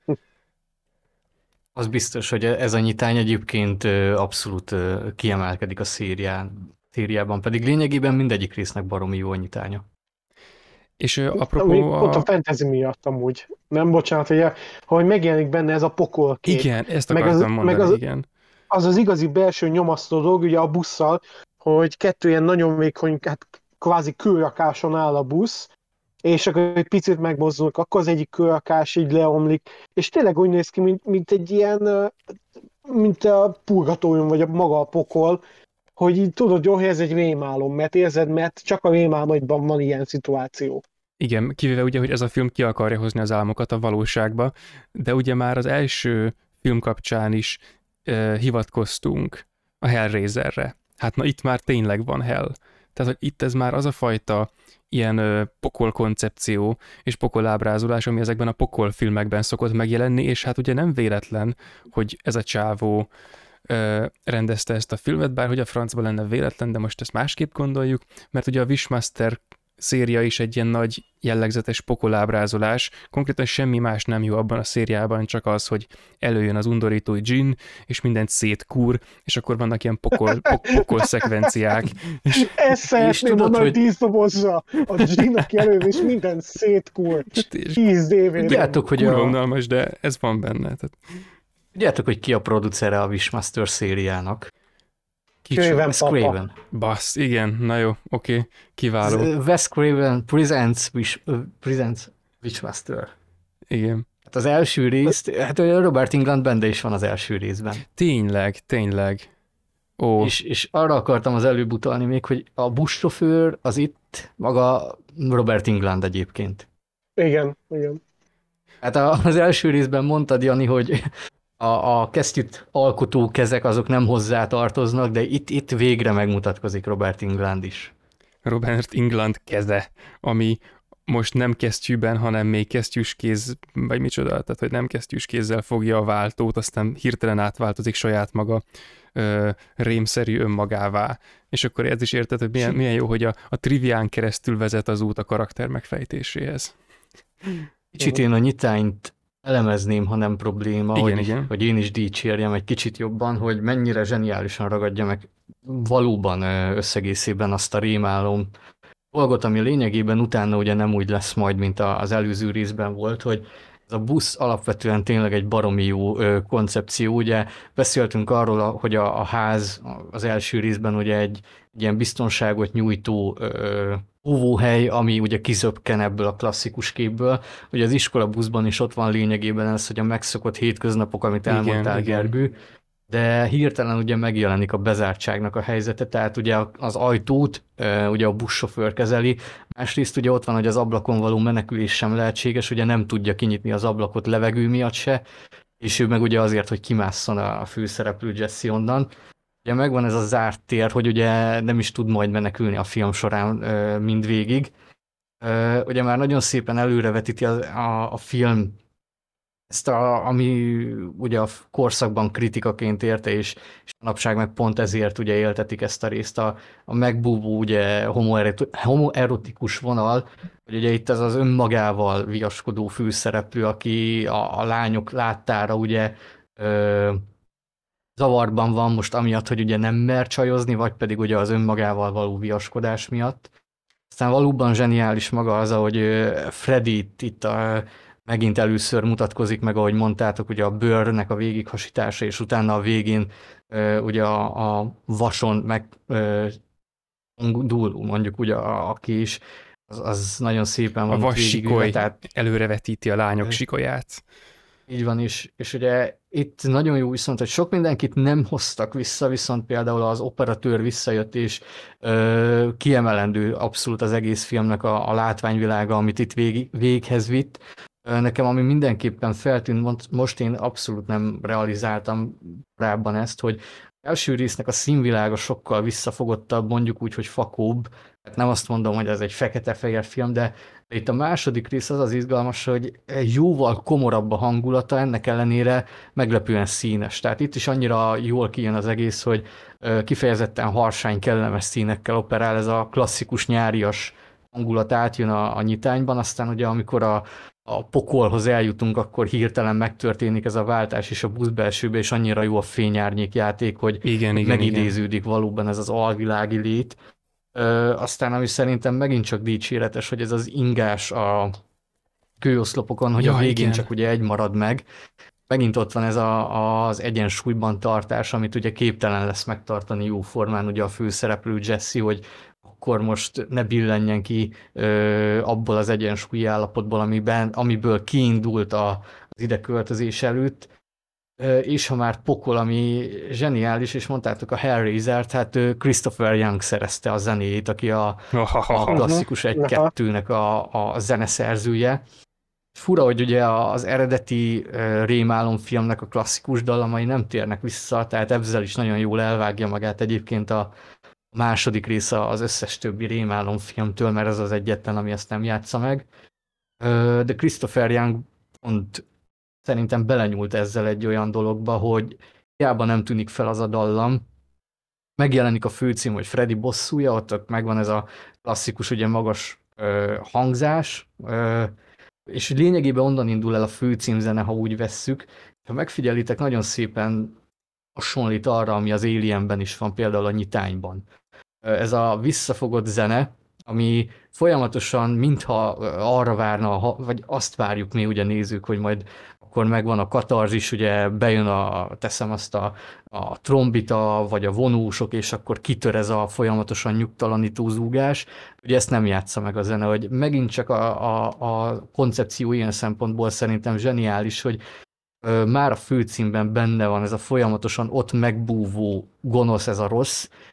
A: Az biztos, hogy ez a nyitány egyébként ö, abszolút ö, kiemelkedik a szérián, szériában, pedig lényegében mindegyik résznek baromi jó a nyitánya.
B: És ö,
C: Ami
B: apropó
C: Pont a
B: a...
C: fantasy miatt amúgy. Nem, bocsánat, hogy, hogy megjelenik benne ez a pokolkép.
B: Igen, ezt
C: Meg
B: akartam
C: az-
B: mondani,
C: meg az-
B: igen.
C: Az az igazi belső nyomasztó dolog, ugye a busszal, hogy kettő ilyen nagyon vékony, hát kvázi kőrakáson áll a busz, és akkor egy picit megmozdulnak, akkor az egyik kőrakás így leomlik, és tényleg úgy néz ki, mint, mint egy ilyen, ö, mint a purgatórium, vagy a maga a pokol, hogy így tudod jó, hogy ez egy rémálom, mert érzed, mert csak a rémálmaidban van ilyen szituáció.
B: Igen, kivéve ugye, hogy ez a film ki akarja hozni az álmokat a valóságba, de ugye már az első film kapcsán is uh, hivatkoztunk a Hellraiserre. Hát na itt már tényleg van Hell. Tehát, hogy itt ez már az a fajta ilyen uh, pokol koncepció és pokol ábrázolás, ami ezekben a pokol filmekben szokott megjelenni, és hát ugye nem véletlen, hogy ez a csávó uh, rendezte ezt a filmet, bár hogy a francban lenne véletlen, de most ezt másképp gondoljuk, mert ugye a Wishmaster széria is egy ilyen nagy jellegzetes pokolábrázolás. Konkrétan semmi más nem jó abban a szériában, csak az, hogy előjön az undorító dzsinn, és mindent szétkúr, és akkor vannak ilyen pokol, pok, pokol szekvenciák. És
C: Ezt szeretném
A: tudod,
C: mondani, hogy
A: hogy-
C: tíz dobozza a G-nak jelöl, és minden szétkúr.
B: és
C: tíz dé vé dé.
A: Tudjátok, hogy
B: kurva
A: a,
B: unalmas, de ez van benne. Tehát
A: tudjátok, hogy ki a producere a Wishmaster szériának?
B: kicsi.
C: Craven
A: Wes
C: papa.
A: Craven.
B: Bassz, igen, na jó, oké, kiváló.
A: Wes Craven presents, Wish, uh, presents Wishmaster.
B: Igen.
A: Hát az első részt, hát a Robert Englund benne is van az első részben.
B: Tényleg, tényleg. Ó,
A: És, és arra akartam az előbb utalni még, hogy a buszsofőr az itt maga Robert Englund egyébként.
C: Igen, igen.
A: Hát a- az első részben mondtad, Jani, hogy a, a kesztyűt alkotó kezek azok nem hozzá tartoznak, de itt, itt végre megmutatkozik Robert Englund is.
B: Robert England keze, ami most nem kesztyűben, hanem még kesztyűs kéz, vagy micsoda, tehát hogy nem kesztyűs kézzel fogja a váltót, aztán hirtelen átváltozik saját maga ö, rémszerű önmagává. És akkor ez is érted, hogy milyen, milyen jó, hogy a, a trivián keresztül vezet az út a karakter megfejtéséhez.
A: Kicsit én a nyitányt elemezném, ha nem probléma,
B: Igen,
A: hogy,
B: igen.
A: hogy én is dicsérjem egy kicsit jobban, hogy mennyire zseniálisan ragadja meg valóban ö, összegészében azt a rémálom dolgot, ami lényegében utána ugye nem úgy lesz majd, mint a- az előző részben volt, hogy ez a busz alapvetően tényleg egy baromi jó ö, koncepció. Ugye beszéltünk arról, a- hogy a, a ház az első részben ugye egy, egy ilyen biztonságot nyújtó ö, óvóhely, ami ugye kizökken ebből a klasszikus képből. Ugye az iskola buszban is ott van lényegében ez, hogy a megszokott hétköznapok, amit
B: Igen,
A: elmondtál,
B: igen.
A: Gergő, de hirtelen ugye megjelenik a bezártságnak a helyzete, tehát ugye az ajtót ö, ugye a buszsofőr kezeli, másrészt ugye ott van, hogy az ablakon való menekülés sem lehetséges, ugye nem tudja kinyitni az ablakot levegő miatt se, és ő meg ugye azért, hogy kimásszon a főszereplő Jesse onnan. Ugye megvan ez a zárt tér, hogy ugye nem is tud majd menekülni a film során ö, mindvégig. Ö, ugye már nagyon szépen előrevetíti a, a, a film ezt, a, ami ugye a korszakban kritikaként érte, és, és manapság meg pont ezért ugye éltetik ezt a részt, a, a megbúvó ugye homoerot- homoerotikus vonal, hogy ugye itt ez az önmagával viaskodó főszereplő, aki a, a lányok láttára ugye ö, zavarban van most amiatt, hogy ugye nem mer csajozni, vagy pedig ugye az önmagával való viaskodás miatt. Aztán valóban zseniális maga az, ahogy ö, Freddy itt, itt a, megint először mutatkozik meg, ahogy mondtátok, ugye a bőrnek a végighasítása, és utána a végén ö, ugye a, a vason meg ö, dúl, mondjuk ugye a, aki is, az, az nagyon szépen
B: A
A: van itt
B: vas
A: végigülve,
B: sikoly
A: tehát
B: előrevetíti a lányok sikolyát.
A: így van is, és ugye itt nagyon jó viszont, hogy sok mindenkit nem hoztak vissza, viszont például az operatőr visszajött, és ö, kiemelendő abszolút az egész filmnek a, a látványvilága, amit itt vég, véghez vitt. Ö, nekem ami mindenképpen feltűnt, most én abszolút nem realizáltam korábban ezt, hogy első résznek a színvilága sokkal visszafogottabb, mondjuk úgy, hogy fakóbb. Hát nem azt mondom, hogy ez egy fekete-fehér film, de itt a második rész az az izgalmas, hogy jóval komorabb a hangulata, ennek ellenére meglepően színes. Tehát itt is annyira jól kijön az egész, hogy kifejezetten harsány, kellemes színekkel operál, ez a klasszikus nyárias hangulat átjön a, a nyitányban, aztán ugye amikor a, a pokolhoz eljutunk, akkor hirtelen megtörténik ez a váltás is a busz belsőbe, és annyira jó a fényárnyék játék, hogy
B: Igen, igen,
A: megidéződik igen. valóban ez az alvilági lét. Ö, aztán ami szerintem megint csak dicséretes, hogy ez az ingás a kőoszlopokon, hogy
B: Ja,
A: a végén
B: igen.
A: csak ugye egy marad meg. Megint ott van ez a, az egyensúlyban tartás, amit ugye képtelen lesz megtartani jó formán ugye a főszereplő Jesse, hogy akkor most ne billenjen ki ö, abból az egyensúlyi állapotból, amiben, amiből kiindult a, az ide költözés előtt. És ha már pokol, ami zseniális, és mondtátok a Hellraiser-t, hát Christopher Young szerezte a zenéjét, aki a, a klasszikus egy-kettőnek a, a zeneszerzője. Fura, hogy ugye az eredeti rémálom filmnek a klasszikus dallamai nem térnek vissza, tehát ezzel is nagyon jól elvágja magát egyébként a második része az összes többi rémálom filmtől, mert ez az egyetlen, ami ezt nem játsza meg. De Christopher Young pont szerintem belenyúlt ezzel egy olyan dologba, hogy hiába nem tűnik fel az a dallam, megjelenik a főcím, hogy Freddy bosszúja, ott megvan ez a klasszikus, ugye magas ö, hangzás, ö, és lényegében onnan indul el a főcímzene, ha úgy vesszük. Ha megfigyelitek, nagyon szépen hasonlít arra, ami az Alienben is van, például a nyitányban. Ez a visszafogott zene, ami folyamatosan mintha arra várna, vagy azt várjuk mi ugye nézők, hogy majd akkor megvan a katarzis, ugye bejön a, teszem azt a, a trombita, vagy a vonósok, és akkor kitör ez a folyamatosan nyugtalanító zúgás. Ugye ezt nem játsza meg a zene, hogy megint csak a, a, a koncepció ilyen szempontból szerintem zseniális, hogy ö, már a főcímben benne van ez a folyamatosan ott megbúvó gonosz, ez a rossz,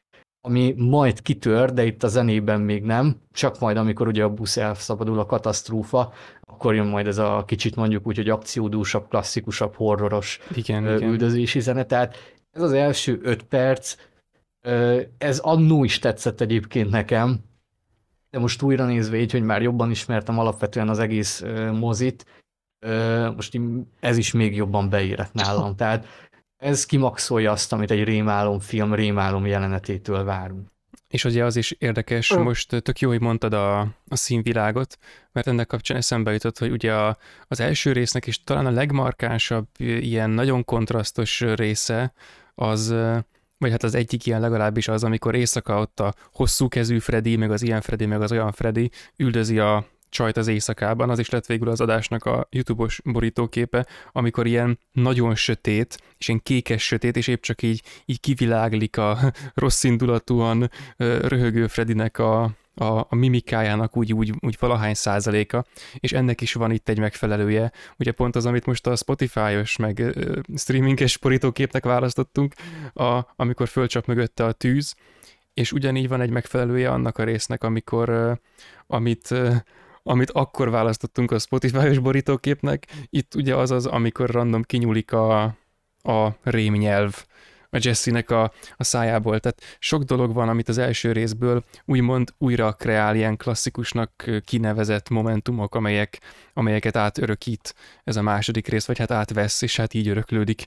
A: ami majd kitör, de itt a zenében még nem, csak majd amikor ugye a busz elszabadul, a katasztrófa, akkor jön majd ez a kicsit mondjuk úgy, hogy akciódúsabb, klasszikusabb, horroros
B: Igen,
A: ö,
B: igen.
A: üldözési zene. Tehát ez az első öt perc, ö, ez annó is tetszett egyébként nekem, de most újra nézve így, hogy már jobban ismertem alapvetően az egész ö, mozit, ö, most így ez is még jobban beérett nálam. Tehát ez kimaxolja azt, amit egy rémálom film, rémálom jelenetétől várunk.
B: És ugye az is érdekes,
C: Ö.
B: most tök jó, hogy mondtad a, a színvilágot, mert ennek kapcsán eszembe jutott, hogy ugye a, az első résznek is talán a legmarkánsabb ilyen nagyon kontrasztos része az, vagy hát az egyik ilyen legalábbis az, amikor éjszaka ott a hosszú kezű Freddy, meg az ilyen Freddy, meg az olyan Freddy üldözi a csajt az éjszakában, az is lett végül az adásnak a YouTube-os borítóképe, amikor ilyen nagyon sötét, és ilyen kékes sötét, és épp csak így, így kiviláglik a rossz indulatúan röhögő Freddynek a, a, a mimikájának úgy, úgy, úgy valahány százaléka, és ennek is van itt egy megfelelője. Ugye pont az, amit most a Spotify-os, meg uh, streaminges borítóképnek választottunk, a, amikor fölcsap mögötte a tűz, és ugyanígy van egy megfelelője annak a résznek, amikor, uh, amit... Uh, amit akkor választottunk a Spotify-os borítóképnek, itt ugye az az, amikor random kinyúlik a, a rémnyelv a Jesse-nek a, a szájából. Tehát sok dolog van, amit az első részből úgymond újra kreál ilyen klasszikusnak kinevezett momentumok, amelyek, amelyeket átörökít ez a második rész, vagy hát átvesz, és hát így öröklődik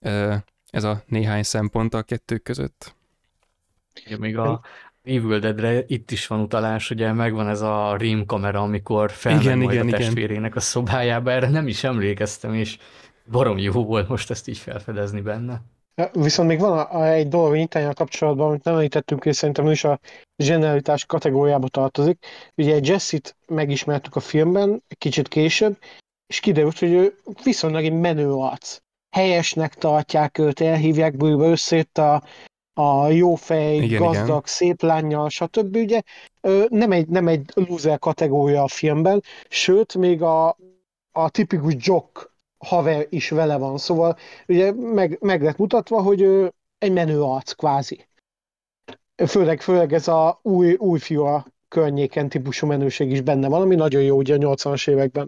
B: ez a néhány szempont a kettő között.
A: Ja, még a Evil Deadre itt is van utalás, ugye megvan ez a rém kamera, amikor felmegy
B: Igen,
A: majd
B: igen,
A: a
B: igen.
A: testvérének a szobájába, erre nem is emlékeztem, és barom jó volt most ezt így felfedezni benne.
C: Viszont még van a, a, egy dolog nyitánya kapcsolatban, amit nem említettünk, és szerintem ő is a zsenialitás kategóriába tartozik. Ugye Jesse-t megismertük a filmben, kicsit később, és kiderült, hogy ő viszonylag egy menő arc. Helyesnek tartják őt, elhívják bőrbe összét a, a jófej,
B: Igen,
C: gazdag,
B: igen.
C: szép lánnyal, stb. Ugye ö, nem egy, nem egy loser kategória a filmben, sőt, még a, a tipikus jock haver is vele van, szóval ugye meg, meg lett mutatva, hogy ő egy menő arc kvázi. Főleg, főleg ez a új, új fiú a környéken típusú menőség is benne van, ami nagyon jó ugye a nyolcvanas években.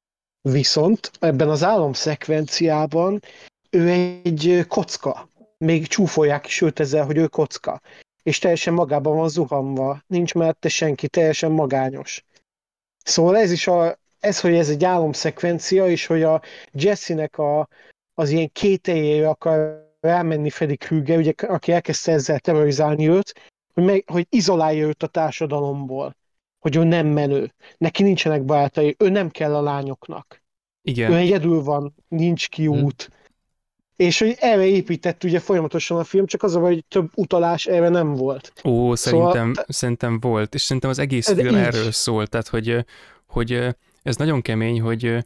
C: Viszont ebben az álomszekvenciában ő egy kocka. Még csúfolják is őt ezzel, hogy ő kocka. És teljesen magában van zuhanva. Nincs mellette senki, teljesen magányos. Szóval ez is a, ez, hogy ez egy álomszekvencia, és hogy a Jesse-nek a, az ilyen kételjére akar elmenni Freddy Krueger, ugye, aki elkezdte ezzel terrorizálni őt, hogy, meg, hogy izolálja őt a társadalomból. Hogy ő nem menő. Neki nincsenek barátai, ő nem kell a lányoknak.
B: Igen.
C: Ő egyedül van, nincs kiút. Hm. És hogy erre épített ugye folyamatosan a film, csak az a, hogy több utalás erre nem volt.
B: Ó, szerintem,
C: Szóval-
B: szerintem volt, és szerintem az egész
C: Ez
B: film
C: így.
B: erről szól, tehát hogy, hogy ez nagyon kemény, hogy,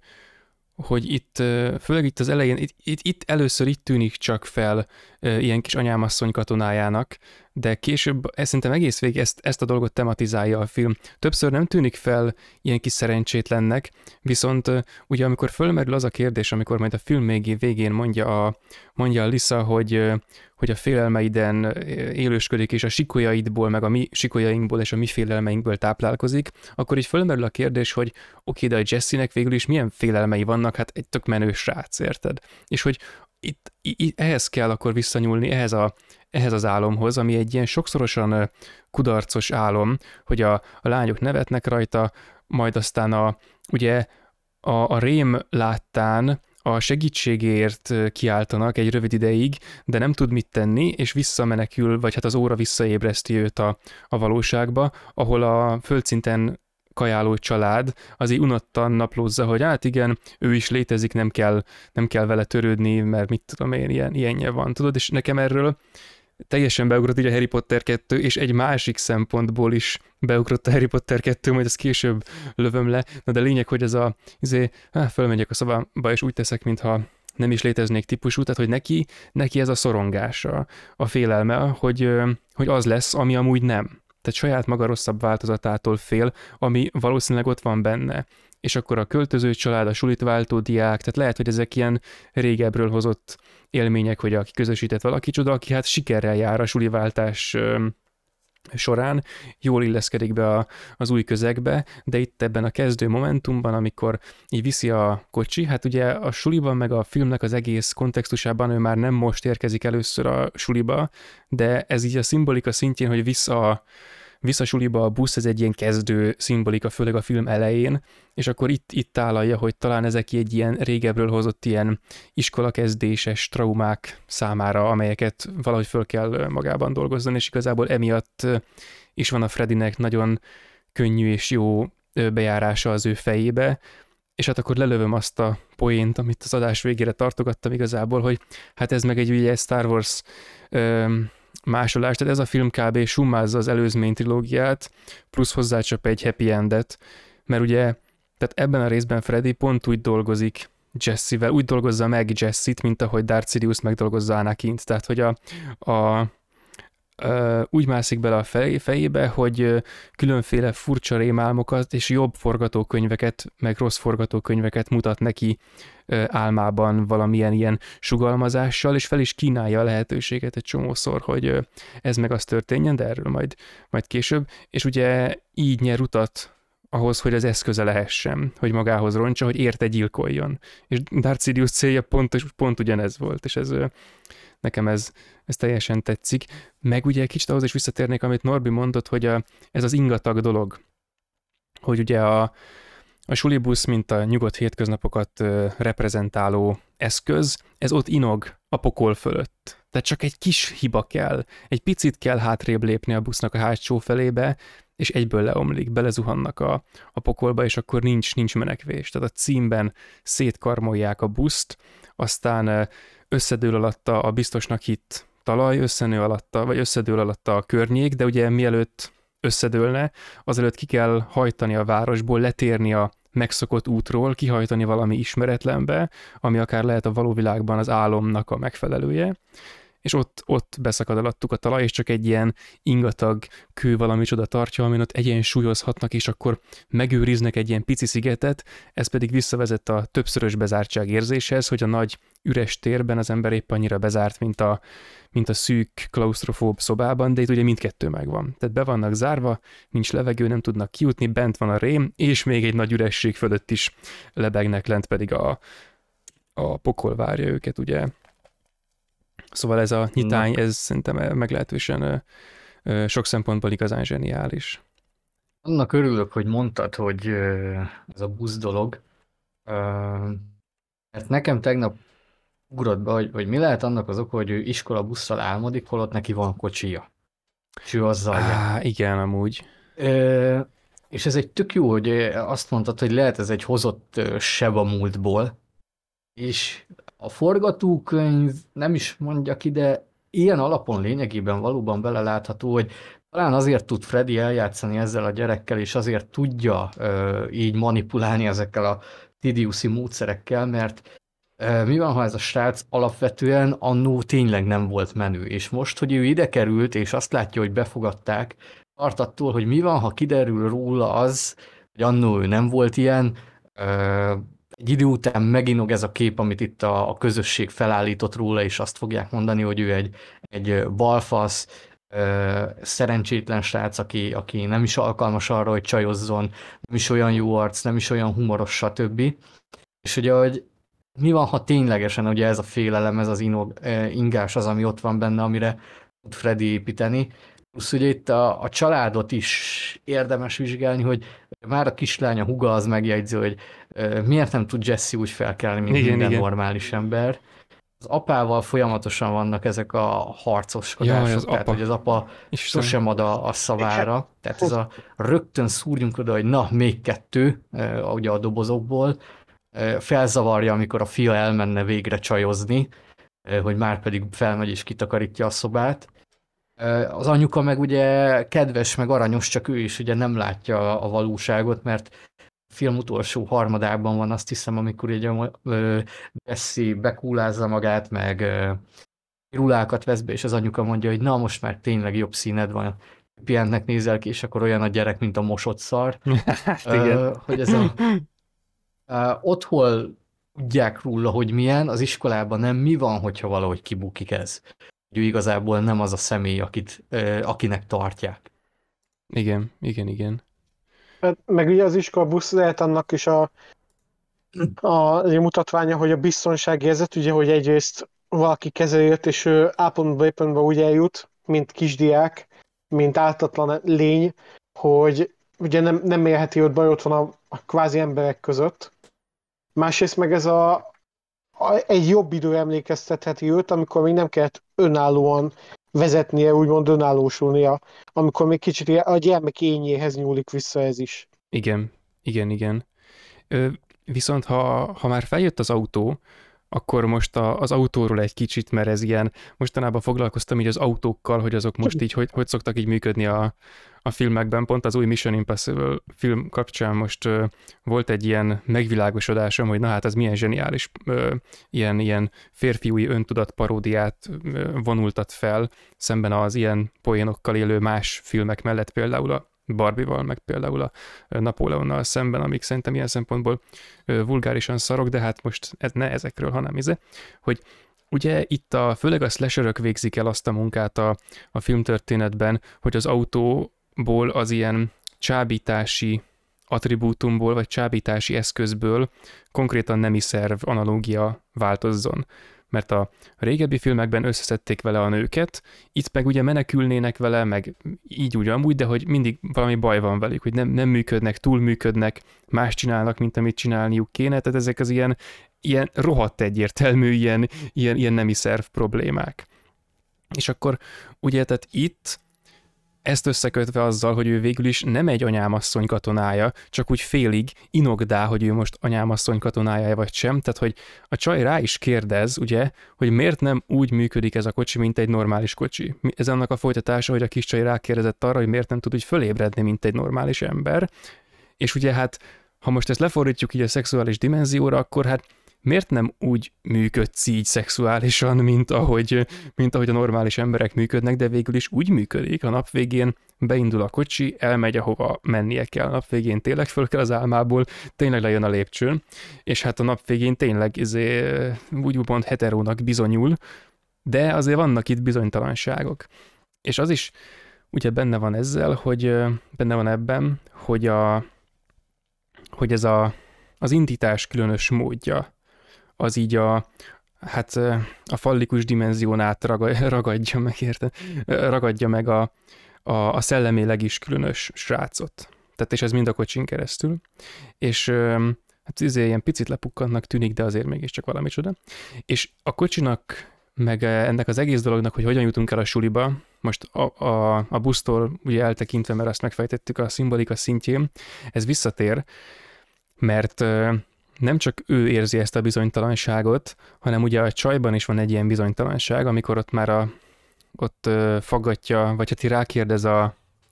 B: hogy itt, főleg itt az elején, itt, itt, itt először itt tűnik csak fel ilyen kis anyámasszony katonájának, de később szerintem egész végig ezt, ezt a dolgot tematizálja a film. Többször nem tűnik fel ilyen kis szerencsétlennek, viszont ugye amikor fölmerül az a kérdés, amikor majd a film végén mondja a, mondja a Lisa, hogy, hogy a félelmeiden élősködik, és a sikolyaidból, meg a mi sikolyainkból és a mi félelmeinkből táplálkozik, akkor így fölmerül a kérdés, hogy oké, de a Jesse-nek végül is milyen félelmei vannak, hát egy tök menő srác, érted? És hogy itt, itt ehhez kell akkor visszanyúlni, ehhez, a, ehhez az álomhoz, ami egy ilyen sokszorosan kudarcos álom, hogy a, a lányok nevetnek rajta, majd aztán a, ugye a, a rém láttán a segítségért kiáltanak egy rövid ideig, de nem tud mit tenni, és visszamenekül, vagy hát az óra visszaébreszti őt a, a valóságba, ahol a földszinten kajáló család az így unottan naplózza, hogy hát igen, ő is létezik, nem kell, nem kell vele törődni, mert mit tudom én, ilyen, ilyenje van, tudod, és nekem erről teljesen beugrott így a Harry Potter kettő, és egy másik szempontból is beugrott a Harry Potter kettő, majd ezt később lövöm le, na de lényeg, hogy ez a, izé, há, fölmegyek a szobába, és úgy teszek, mintha nem is léteznék típusú, tehát hogy neki, neki ez a szorongása, a félelme, hogy, hogy az lesz, ami amúgy nem. Tehát saját maga rosszabb változatától fél, ami valószínűleg ott van benne. És akkor a költöző család, a sulit váltó diák, tehát lehet, hogy ezek ilyen régebről hozott élmények, hogy aki közösített valaki csoda, aki hát sikerrel jár a suliváltás során jól illeszkedik be a, az új közegbe, de itt ebben a kezdő momentumban, amikor így viszi a kocsi, hát ugye a suliban meg a filmnek az egész kontextusában ő már nem most érkezik először a suliba, de ez így a szimbolika szintjén, hogy vissza vissza suliba a busz, ez egy ilyen kezdő szimbolika, főleg a film elején, és akkor itt, itt tálalja, hogy talán ezek egy ilyen régebről hozott ilyen iskolakezdéses traumák számára, amelyeket valahogy föl kell magában dolgozni, és igazából emiatt is van a Freddynek nagyon könnyű és jó bejárása az ő fejébe, és hát akkor lelövöm azt a poént, amit az adás végére tartogattam igazából, hogy hát ez meg egy ugye Star Wars öm, másolás, tehát ez a film kb. Summázza az előzmény trilógiát, plusz hozzácsap egy happy endet, mert ugye, tehát ebben a részben Freddy pont úgy dolgozik Jesse-vel, úgy dolgozza meg Jesse-t, mint ahogy Darth Sidious megdolgozza Anakint, tehát hogy a, a Uh, úgy mászik bele a fej, fejébe, hogy uh, különféle furcsa rémálmokat és jobb forgatókönyveket, meg rossz forgatókönyveket mutat neki uh, álmában valamilyen ilyen sugalmazással, és fel is kínálja a lehetőséget egy csomószor, hogy uh, ez meg az történjen, de erről majd, majd később, és ugye így nyer utat ahhoz, hogy az eszköze lehessen, hogy magához roncsa, hogy érte gyilkoljon. És Darth Sidious célja pont, pont ugyanez volt, és ez... Uh, Nekem ez, ez teljesen tetszik. Meg ugye kicsit ahhoz is visszatérnék, amit Norbi mondott, hogy a, ez az ingatag dolog, hogy ugye a, a sulibusz, mint a nyugodt hétköznapokat ö, reprezentáló eszköz, ez ott inog a pokol fölött. Tehát csak egy kis hiba kell, egy picit kell hátrébb lépni a busznak a hátsó felébe, és egyből leomlik, belezuhannak a, a pokolba, és akkor nincs, nincs menekvés. Tehát a címben szétkarmolják a buszt, aztán összedől alatta a biztosnak hitt talaj, összenő alatta, vagy összedől alatta a környék, de ugye mielőtt összedőlne, azelőtt ki kell hajtani a városból, letérni a megszokott útról, kihajtani valami ismeretlenbe, ami akár lehet a való világban az álomnak a megfelelője, és ott, ott beszakad alattuk a talaj, és csak egy ilyen ingatag kő valami csoda tartja, amin ott egyensúlyozhatnak, és akkor megőriznek egy ilyen pici szigetet, ez pedig visszavezet a többszörös bezártság érzéshez, hogy a nagy üres térben az ember épp annyira bezárt, mint a, mint a szűk, klaustrofób szobában, de itt ugye mindkettő megvan. Tehát be vannak zárva, nincs levegő, nem tudnak kijutni, bent van a rém, és még egy nagy üresség fölött is lebegnek, lent pedig a, a pokol várja őket, ugye. Szóval ez a nyitány, ez szerintem meglehetősen ö, ö, sok szempontból igazán zseniális.
A: Annak örülök, hogy mondtad, hogy ö, ez a busz dolog, ö, mert nekem tegnap ugrott be, hogy, hogy mi lehet annak az oka, hogy ő iskola busszal álmodik, holott neki van kocsija. És ő azzal jár.
B: Á, igen, amúgy.
A: Ö, és ez egy tök jó, hogy azt mondtad, hogy lehet ez egy hozott ö, seb a múltból, és a forgatókönyv nem is mondja ki, de ilyen alapon lényegében valóban belelátható, hogy talán azért tud Freddy eljátszani ezzel a gyerekkel, és azért tudja ö, így manipulálni ezekkel a Sidious-i módszerekkel, mert ö, mi van, ha ez a srác alapvetően annó tényleg nem volt menő, és most, hogy ő ide került, és azt látja, hogy befogadták, tart attól, hogy mi van, ha kiderül róla az, hogy annó ő nem volt ilyen, ö, egy idő után meginog ez a kép, amit itt a, a közösség felállított róla, és azt fogják mondani, hogy ő egy, egy balfasz, ö, szerencsétlen srác, aki, aki nem is alkalmas arra, hogy csajozzon, nem is olyan jó arc, nem is olyan humoros, stb. És ugye, hogy mi van, ha ténylegesen ugye ez a félelem, ez az inog, ingás az, ami ott van benne, amire tud Freddy építeni. Plusz ugye itt a, a családot is érdemes vizsgálni, hogy már a kislánya húga az megjegyzi, hogy uh, miért nem tud Jesse úgy felkelni, mint
B: igen,
A: minden
B: igen.
A: normális ember. Az apával folyamatosan vannak ezek a harcoskodások,
B: Jaj, az
A: tehát
B: apa.
A: hogy az apa
B: Isten.
A: sosem ad a, a szavára. Tehát ez a rögtön szúrjunk oda, hogy na, még kettő, uh, ugye a dobozokból. Uh, felzavarja, amikor a fia elmenne végre csajozni, uh, hogy már pedig felmegy és kitakarítja a szobát. Az anyuka meg ugye kedves, meg aranyos, csak ő is ugye nem látja a valóságot, mert a film utolsó harmadában van, azt hiszem, amikor ugye Jesse bekúlázza magát, meg rulákat vesz be, és az anyuka mondja, hogy na most már tényleg jobb színed van, pihentnek nézel ki, és akkor olyan a gyerek, mint a mosott szar.
B: Hát igen.
A: Uh, hogy ez a... Uh, ott hol tudják róla, hogy milyen, az iskolában nem, mi van, hogyha valahogy kibukik ez. Ő igazából nem az a személy, akit, akinek tartják.
B: Igen, igen, igen.
C: Hát, meg ugye az iskolabusz lehet annak is a, a mutatványa, hogy a biztonságérzet, ugye, hogy egyrészt valaki kezeli és ő A pontba B pontba úgy eljut, mint kisdiák, mint ártatlan lény, hogy ugye nem, nem élheti, hogy baj ott van a, a kvázi emberek között. Másrészt meg ez a, a egy jobb idő emlékeztetheti őt, amikor még nem kellett önállóan vezetnie, úgymond önállósulnia, amikor még kicsit a gyermek ényéhez nyúlik vissza ez is.
B: Igen, igen, igen. Ö, viszont ha, ha már feljött az autó, akkor most a, az autóról egy kicsit, mert ez ilyen, mostanában foglalkoztam így az autókkal, hogy azok most így, hogy, hogy szoktak így működni a, a filmekben. Pont az új Mission Impossible film kapcsán most ö, volt egy ilyen megvilágosodásom, hogy na hát ez milyen zseniális, ö, ilyen, ilyen férfiúi öntudat paródiát ö, vonultat fel, szemben az ilyen poénokkal élő más filmek mellett, például a Barbie-val, meg például a Napóleonnal szemben, amik szerintem ilyen szempontból vulgárisan szarok, de hát most ne ezekről, hanem ize, hogy ugye itt a, főleg a slasherök végzik el azt a munkát a, a filmtörténetben, hogy az autóból az ilyen csábítási attribútumból, vagy csábítási eszközből konkrétan nemi szerv analógia változzon. Mert a régebbi filmekben összeszedték vele a nőket, itt meg ugye menekülnének vele, meg így úgy amúgy, de hogy mindig valami baj van velük, hogy nem, nem működnek, túlműködnek, más csinálnak, mint amit csinálniuk kéne, tehát ezek az ilyen, ilyen rohadt egyértelmű, ilyen, ilyen, ilyen nemi szerv problémák. És akkor ugye, tehát itt ezt összekötve azzal, hogy ő végül is nem egy anyámasszony katonája, csak úgy félig inogdál, hogy ő most anyámasszony katonája vagy sem, tehát hogy a csaj rá is kérdez, ugye, hogy miért nem úgy működik ez a kocsi, mint egy normális kocsi. Ez annak a folytatása, hogy a kis csaj rákérdezett arra, hogy miért nem tud úgy fölébredni, mint egy normális ember. És ugye hát, ha most ezt lefordítjuk így a szexuális dimenzióra, akkor hát miért nem úgy működsz így szexuálisan, mint ahogy, mint ahogy a normális emberek működnek, de végül is úgy működik, a nap végén beindul a kocsi, elmegy, ahova mennie kell, a nap végén tényleg föl kell az álmából, tényleg lejön a lépcsőn, és hát a nap végén tényleg izé, úgymond heterónak bizonyul, de azért vannak itt bizonytalanságok. És az is ugye benne van ezzel, hogy benne van ebben, hogy, a, hogy ez a, az intitás különös módja, az így a, hát a fallikus dimenzión át ragadja meg, érte? ragadja meg a, a, a szelleméleg is különös srácot. Tehát és ez mind a kocsin keresztül. És hát izé ilyen picit lepukkannak tűnik, de azért mégiscsak valami csoda. És a kocsinak, meg ennek az egész dolognak, hogy hogyan jutunk el a suliba, most a, a, a busztól ugye eltekintve, mert azt megfejtettük a szimbolika szintjén, ez visszatér, mert nem csak ő érzi ezt a bizonytalanságot, hanem ugye a csajban is van egy ilyen bizonytalanság, amikor ott már a, ott ö, faggatja, vagy hát rákérdez a,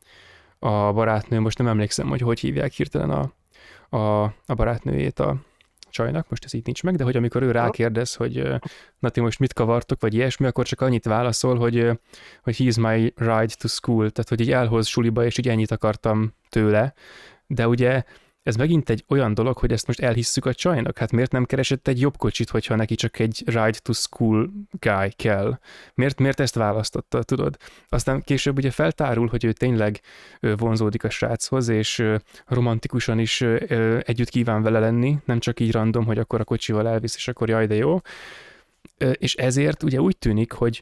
B: a barátnő, most nem emlékszem, hogy hogy hívják hirtelen a, a, a barátnőjét a csajnak, most ez így nincs meg, de hogy amikor ő rákérdez, hogy na ti most mit kavartok, vagy ilyesmi, akkor csak annyit válaszol, hogy, hogy he's my ride to school, tehát hogy így elhoz suliba, és így ennyit akartam tőle, de ugye ez megint egy olyan dolog, hogy ezt most elhisszük a csajnak. Hát miért nem keresett egy jobb kocsit, hogyha neki csak egy ride to school guy kell? Miért, miért ezt választotta, tudod? Aztán később ugye feltárul, hogy ő tényleg vonzódik a sráchoz, és romantikusan is együtt kíván vele lenni, nem csak így random, hogy akkor a kocsival elvisz, és akkor jaj, de jó. És ezért ugye úgy tűnik, hogy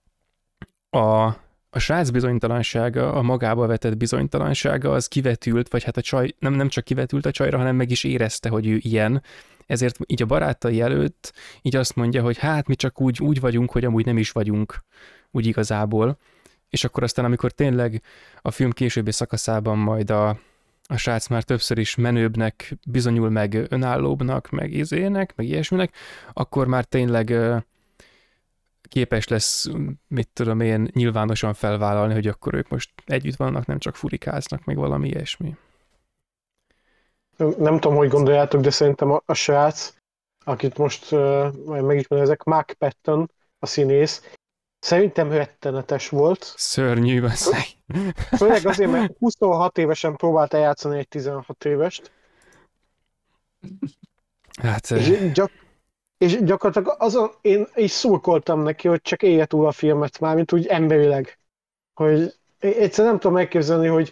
B: a A srác bizonytalansága, a magába vetett bizonytalansága az kivetült, vagy hát a csaj nem, nem csak kivetült a csajra, hanem meg is érezte, hogy ő ilyen. Ezért így a barátai előtt így azt mondja, hogy hát mi csak úgy, úgy vagyunk, hogy amúgy nem is vagyunk úgy igazából. És akkor aztán, amikor tényleg a film későbbi szakaszában majd a, a srác már többször is menőbbnek bizonyul, meg önállóbbnak, meg izének, meg ilyesminek, akkor már tényleg képes lesz, mit tudom én, nyilvánosan felvállalni, hogy akkor ők most együtt vannak, nem csak furikáznak, meg valami ilyesmi.
C: Nem tudom, hogy gondoljátok, de szerintem a, a srác, akit most uh, majd megismerezek, Mark Patton, a színész, szerintem rettenetes volt.
B: Szörnyű, basszeg.
C: Főleg azért, mert huszonhat évesen próbált eljátszani egy tizenhat évest.
B: Hát...
C: És, gyak, és gyakorlatilag azon én is szurkoltam neki, hogy csak élje túl a filmet már, mint úgy emberileg. Hogy egyszer nem tudom elképzelni, hogy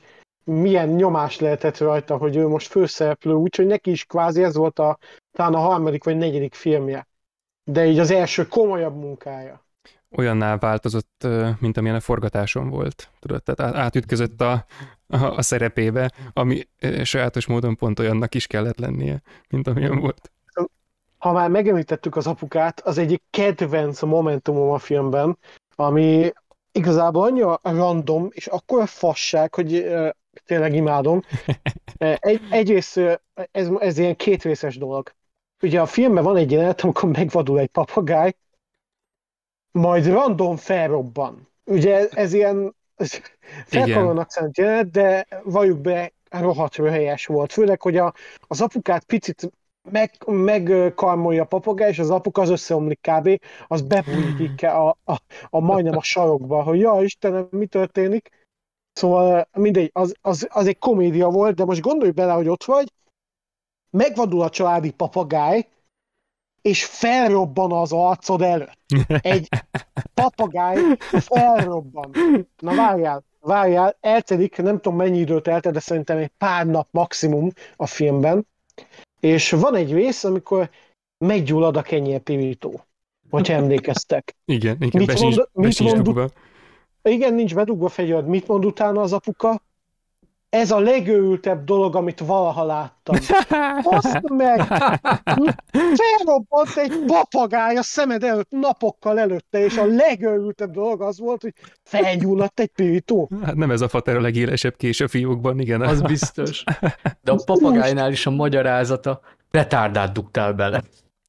C: milyen nyomás lehetett rajta, hogy ő most főszereplő, úgyhogy neki is kvázi ez volt a, talán a harmadik vagy negyedik filmje. De így az első komolyabb munkája.
B: Olyanná változott, mint amilyen a forgatáson volt. Tudod, tehát átütközött a, a, a szerepébe, ami sajátos módon pont olyannak is kellett lennie, mint amilyen volt.
C: Ha már megemlítettük az apukát, az egyik kedvenc momentumom a filmben, ami igazából annyira random, és akkora fasság, hogy uh, tényleg imádom. Egy, egyrészt ez, ez ilyen kétrészes dolog. Ugye a filmben van egy jelenet, amikor megvadul egy papagáj, majd random felrobban. Ugye ez ilyen felkarolnak szent jelenet, de valljuk be, rohadt röhelyes volt. Főleg, hogy a, az apukát picit meg, megkarmolja a papagáj, és az apuka az összeomlik kb. Az bebújik a, a, a majdnem a sarokba, hogy ja Istenem, mi történik? Szóval mindegy, az, az, az egy komédia volt, de most gondolj bele, hogy ott vagy, megvadul a családi papagáj, és felrobban az arcod előtt. Egy papagáj felrobban. Na várjál, várjál, eltelik, nem tudom mennyi időt eltel, de szerintem egy pár nap maximum a filmben, és van egy rész, amikor meggyullad a kenyérpirító, hogyha emlékeztek.
B: Igen, igen,
C: mit
B: be
C: mond,
B: sincs,
C: mit
B: be sincs
C: mond,
B: dugva.
C: Igen, nincs bedugva fegyvered. Mit mond utána az apuka? Ez a legőültebb dolog, amit valaha láttam. Azt meg! Felrobbant egy papagáj a szemed előtt napokkal előtte, és a legőültebb dolog az volt, hogy felgyulladt egy pirító.
B: Hát nem ez a fater a legélesebb kés a fiókban, igen.
A: Az biztos. De a papagájnál is a magyarázata, petárdát dugtál bele.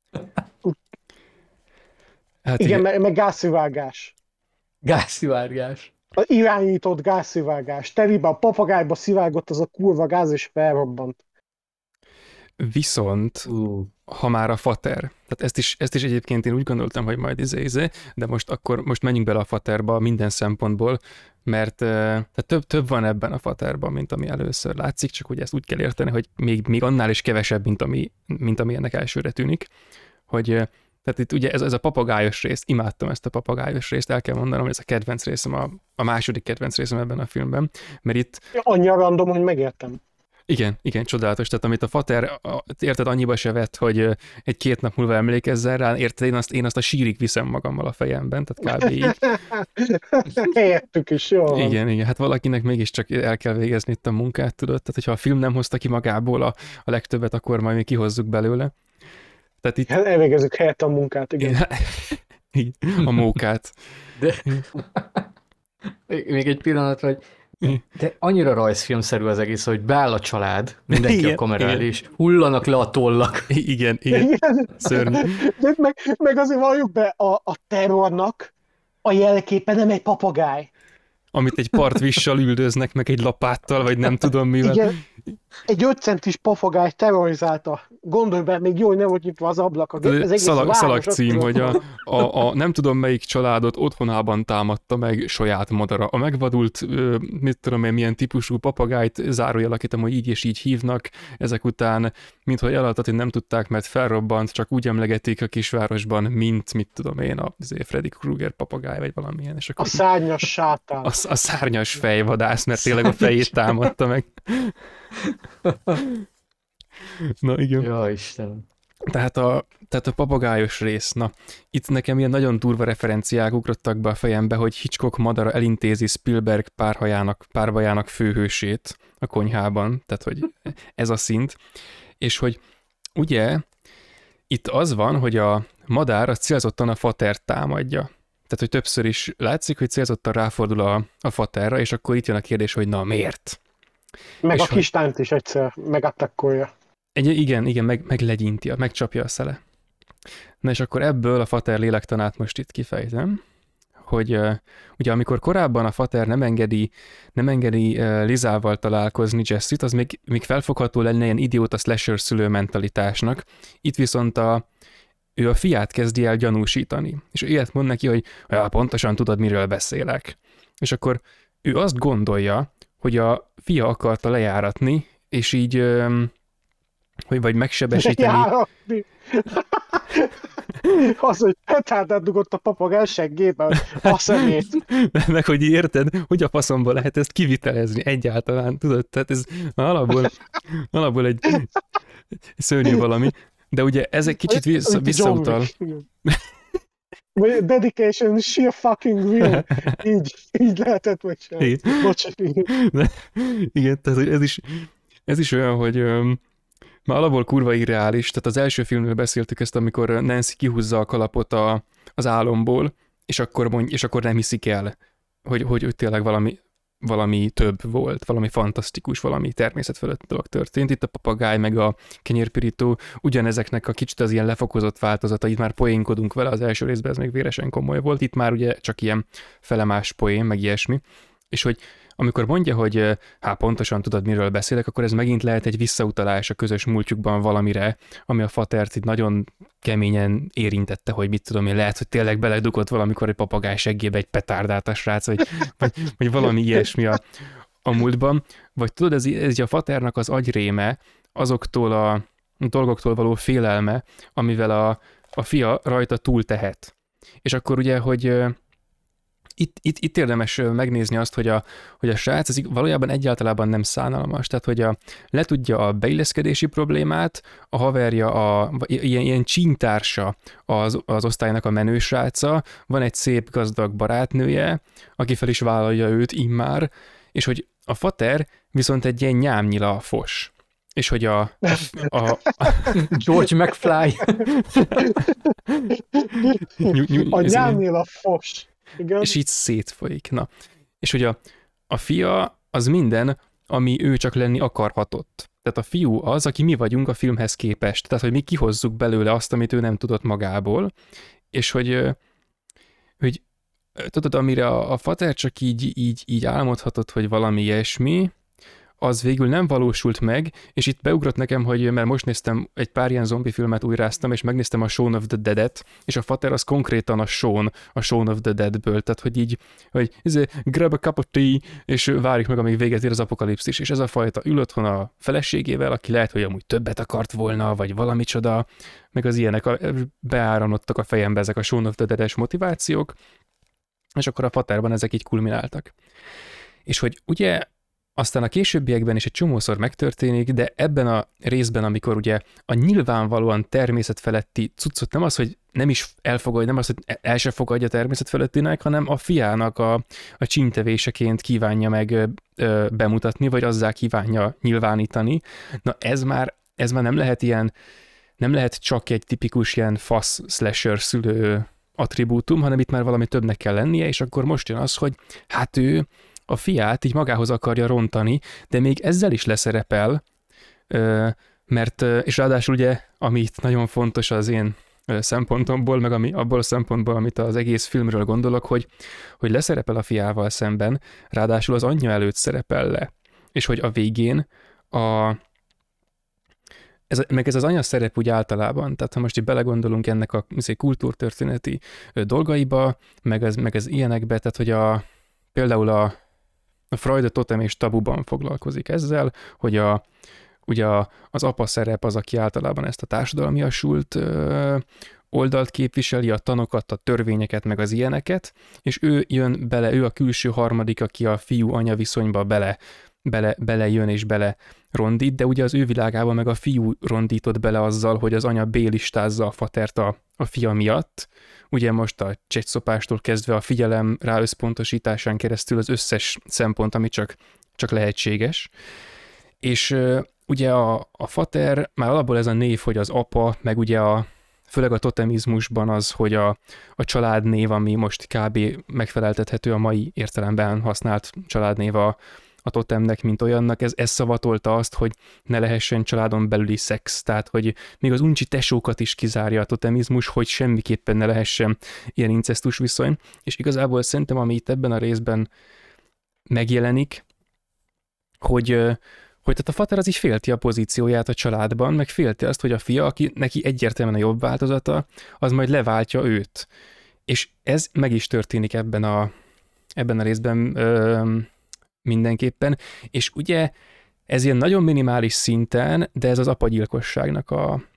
C: Hát igen, igen. Meg, meg gázszivárgás.
A: Gázszivárgás.
C: A irányított gázszivárgás. Telibe a papagájba szivárgott az a kurva gáz, és felrobbant.
B: Viszont, uh. ha már a fater, tehát ezt is, ezt is egyébként én úgy gondoltam, hogy majd izé-izé, de most akkor most menjünk bele a faterba minden szempontból, mert tehát több, több van ebben a faterban, mint ami először látszik, csak ugye ezt úgy kell érteni, hogy még, még annál is kevesebb, mint ami, mint ami ennek elsőre tűnik, hogy tehát itt ugye ez, ez a papagájos rész, imádtam ezt a papagájos részt, el kell mondanom, hogy ez a kedvenc részem, a, a második kedvenc részem ebben a filmben, mert itt...
C: Annyira random, hogy megértem.
B: Igen, igen, csodálatos. Tehát amit a fater, a, érted, annyiba se vett, hogy egy két nap múlva emlékezzel rá, érted, én azt, én azt a sírig viszem magammal a fejemben, tehát kb. Így.
C: Értük is, jó.
B: Igen, igen, hát valakinek mégiscsak el kell végezni itt a munkát, tudod, tehát hogyha a film nem hozta ki magából a, a legtöbbet, akkor majd mi kihozzuk belőle. Tehát itt...
C: Hát elvégezzük helyett a munkát, igen.
B: igen. A mókát.
A: De... Még egy pillanat, hogy de annyira rajzfilmszerű az egész, hogy beáll a család, mindenki igen, a kamerál, és hullanak le a tollak.
B: Igen, igen. igen. Szörnyű.
C: De meg, meg azért valljuk be, a, a terrornak a jelképe nem egy papagáj.
B: Amit egy partvissal üldöznek, meg egy lapáttal, vagy nem tudom mivel.
C: Igen. Egy öt centis papagáj terrorizálta. Gondolj be, még jó, hogy nem volt nyitva az ablak. Az egész
B: szalag, szalagcím, hogy a, a, a nem tudom melyik családot otthonában támadta meg saját madara. A megvadult, mit tudom én, milyen típusú papagájt zárójelakítom, hogy így és így hívnak. Ezek után, mintha elaltatni nem tudták, mert felrobbant, csak úgy emlegetik a kisvárosban, mint, mit tudom én, a Freddy Krueger papagáj, vagy valamilyen. És akkor
C: a szárnyas sátán.
B: A, a szárnyas fejvadász, mert tényleg a fejét támadta meg. Na igen.
A: Ja, Istenem.
B: Tehát a, tehát a papagájos rész, na, itt nekem ilyen nagyon durva referenciák ugrottak be a fejembe, hogy Hitchcock madara elintézi Spielberg párhajának, párbajának főhősét a konyhában, tehát hogy ez a szint, és hogy ugye itt az van, hogy a madár az célzottan a fatert támadja. Tehát, hogy többször is látszik, hogy célzottan ráfordul a, a faterra, és akkor itt jön a kérdés, hogy na miért?
C: Meg
B: és
C: a kislányt is egyszer megattakkolja.
B: Egy, igen, igen, meg, meglegyinti, megcsapja a szele. Na és akkor ebből a fater lélektanát most itt kifejtem, hogy uh, ugye amikor korábban a fater nem engedi, nem engedi uh, Lizával találkozni Jessit, az még, még felfogható lenne ilyen idióta slasher szülő mentalitásnak. Itt viszont a, ő a fiát kezdi el gyanúsítani. És ilyet mond neki, hogy ja, pontosan tudod, miről beszélek. És akkor ő azt gondolja, hogy a fia akarta lejáratni, és így, um, hogy vagy megsebesíteni.
C: Az, hogy petárdát dugott a papagáj seggébe, a szemét.
B: Meg hogy érted, hogy a faszomból lehet ezt kivitelezni egyáltalán, tudod? Tehát ez alapból, alapból egy szörnyű valami. De ugye ez egy kicsit vissza, visszautal.
C: Vagy dedication, sheer fucking will. Így, így lehetett megcsinálni.
B: De, igen, tehát hogy ez is, ez is olyan, hogy um, már alapból kurva irreális, tehát az első filmről beszéltük ezt, amikor Nancy kihúzza a kalapot a, az álomból, és akkor, mondj, és akkor nem hiszik el, hogy, hogy, hogy tényleg valami, valami több volt, valami fantasztikus, valami természet fölött dolog történt. Itt a papagáj meg a kenyérpirító ugyanezeknek a kicsit az ilyen lefokozott változata, itt már poénkodunk vele, az első részben ez még véresen komoly volt, itt már ugye csak ilyen felemás poén, meg ilyesmi, és hogy amikor mondja, hogy hát pontosan tudod, miről beszélek, akkor ez megint lehet egy visszautalás a közös múltjukban valamire, ami a fatert itt nagyon keményen érintette, hogy mit tudom én, lehet, hogy tényleg beledugott valamikor egy papagáj seggébe egy petárdát a srác, vagy, vagy, vagy valami ilyesmi a, a múltban. Vagy tudod, ez, ez a faternak az agyréme azoktól a dolgoktól való félelme, amivel a, a fia rajta túl tehet. És akkor ugye, hogy Itt, itt, itt érdemes megnézni azt, hogy a, hogy a srác ez valójában egyáltalán nem szánalmas, tehát hogy a, letudja a beilleszkedési problémát, a haverja, a, ilyen, ilyen csíntársa az, az osztálynak a menő sráca, van egy szép gazdag barátnője, aki fel is vállalja őt immár, és hogy a fater viszont egy ilyen nyámnyila fos. És hogy a... a, a
A: George McFly.
C: ny, ny, a nyámnyila fos. Igen.
B: És így szétfolyik. Na. És hogy a, a fia az minden, ami ő csak lenni akarhatott. Tehát a fiú az, aki mi vagyunk a filmhez képest. Tehát, hogy mi kihozzuk belőle azt, amit ő nem tudott magából. És hogy, hogy tudod, amire a, a fater csak így, így, így álmodhatott, hogy valami ilyesmi, az végül nem valósult meg, és itt beugrott nekem, hogy mert most néztem egy pár ilyen zombi filmet, újráztam, és megnéztem a Shaun of the Dead-et, és a fater az konkrétan a Shaun, a Shaun of the Dead-ből, tehát hogy így, hogy izé, grab a cup of tea, és várjuk meg, amíg véget ér az apokalipszis, és ez a fajta ül otthon a feleségével, aki lehet, hogy amúgy többet akart volna, vagy valami csoda, meg az ilyenek, a, beáramlottak a fejembe ezek a Shaun of the Dead-es motivációk, és akkor a faterban ezek így kulmináltak. És hogy ugye aztán a későbbiekben is egy csomószor megtörténik, de ebben a részben, amikor ugye a nyilvánvalóan természetfeletti cuccot nem az, hogy nem is elfogadja, nem az, hogy el se fogadja természetfelettinek, hanem a fiának a, a csíntevéseként kívánja meg ö, bemutatni, vagy azzá kívánja nyilvánítani. Na ez már, ez már nem lehet ilyen, nem lehet csak egy tipikus ilyen fasz slasher szülő attribútum, hanem itt már valami többnek kell lennie, és akkor most jön az, hogy hát ő a fiát így magához akarja rontani, de még ezzel is leszerepel, mert, és ráadásul ugye, ami itt nagyon fontos az én szempontomból, meg ami, abból a szempontból, amit az egész filmről gondolok, hogy, hogy leszerepel a fiával szemben, ráadásul az anyja előtt szerepel le. És hogy a végén a Ez, meg ez az anya szerep úgy általában, tehát ha most így belegondolunk ennek a kultúrtörténeti dolgaiba, meg ez, meg ez ilyenekbe, tehát hogy a, például a, a Freud a Totem és Tabuban foglalkozik ezzel, hogy a, ugye a, az apa szerep az, aki általában ezt a társadalmiasult ö, oldalt képviseli, a tanokat, a törvényeket, meg az ilyeneket, és ő jön bele, ő a külső harmadik, aki a fiú-anya viszonyba bele, bele, belejön és bele rondít, de ugye az ő világában meg a fiú rondított bele azzal, hogy az anya bélistázza a fatert a, a fia miatt. Ugye most a csecsszopástól kezdve a figyelem ráösszpontosításán keresztül az összes szempont, ami csak, csak lehetséges. És uh, ugye a, a fater, már alapból ez a név, hogy az apa, meg ugye a főleg a totemizmusban az, hogy a, a családnév, ami most kb. Megfeleltethető a mai értelemben használt családnév a, a totemnek, mint olyannak, ez, ez szavatolta azt, hogy ne lehessen családon belüli szex, tehát hogy még az uncsi tesókat is kizárja a totemizmus, hogy semmiképpen ne lehessen ilyen incesztus viszony, és igazából szerintem, ami itt ebben a részben megjelenik, hogy, hogy tehát a fater az is félti a pozícióját a családban, meg félti azt, hogy a fia, aki neki egyértelműen a jobb változata, az majd leváltja őt. És ez meg is történik ebben a, ebben a részben ö, mindenképpen, és ugye ez ilyen nagyon minimális szinten, de ez az apagyilkosságnak a,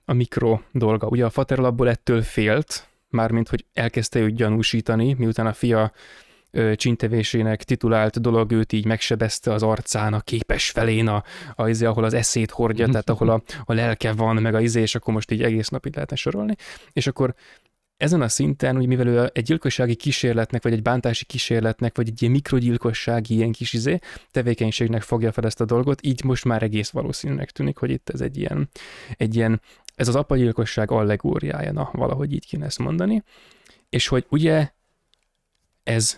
B: a mikro dolga. Ugye a fater alapból ettől félt, mármint hogy elkezdte őt gyanúsítani, miután a fia ö, csintevésének titulált dolog őt így megsebezte az arcán, a képes felén, a, a, izé, ahol az eszét hordja, tehát ahol a, a lelke van, meg a izé, és akkor most így egész napig lehetne sorolni. És akkor ezen a szinten, hogy mivel ő egy gyilkossági kísérletnek, vagy egy bántási kísérletnek, vagy egy ilyen mikrogyilkossági ilyen kis izé, tevékenységnek fogja fel ezt a dolgot, így most már egész valószínűnek tűnik, hogy itt ez egy ilyen, egy ilyen ez az apagyilkosság allegóriája, na, valahogy így kéne ezt mondani. És hogy ugye ez,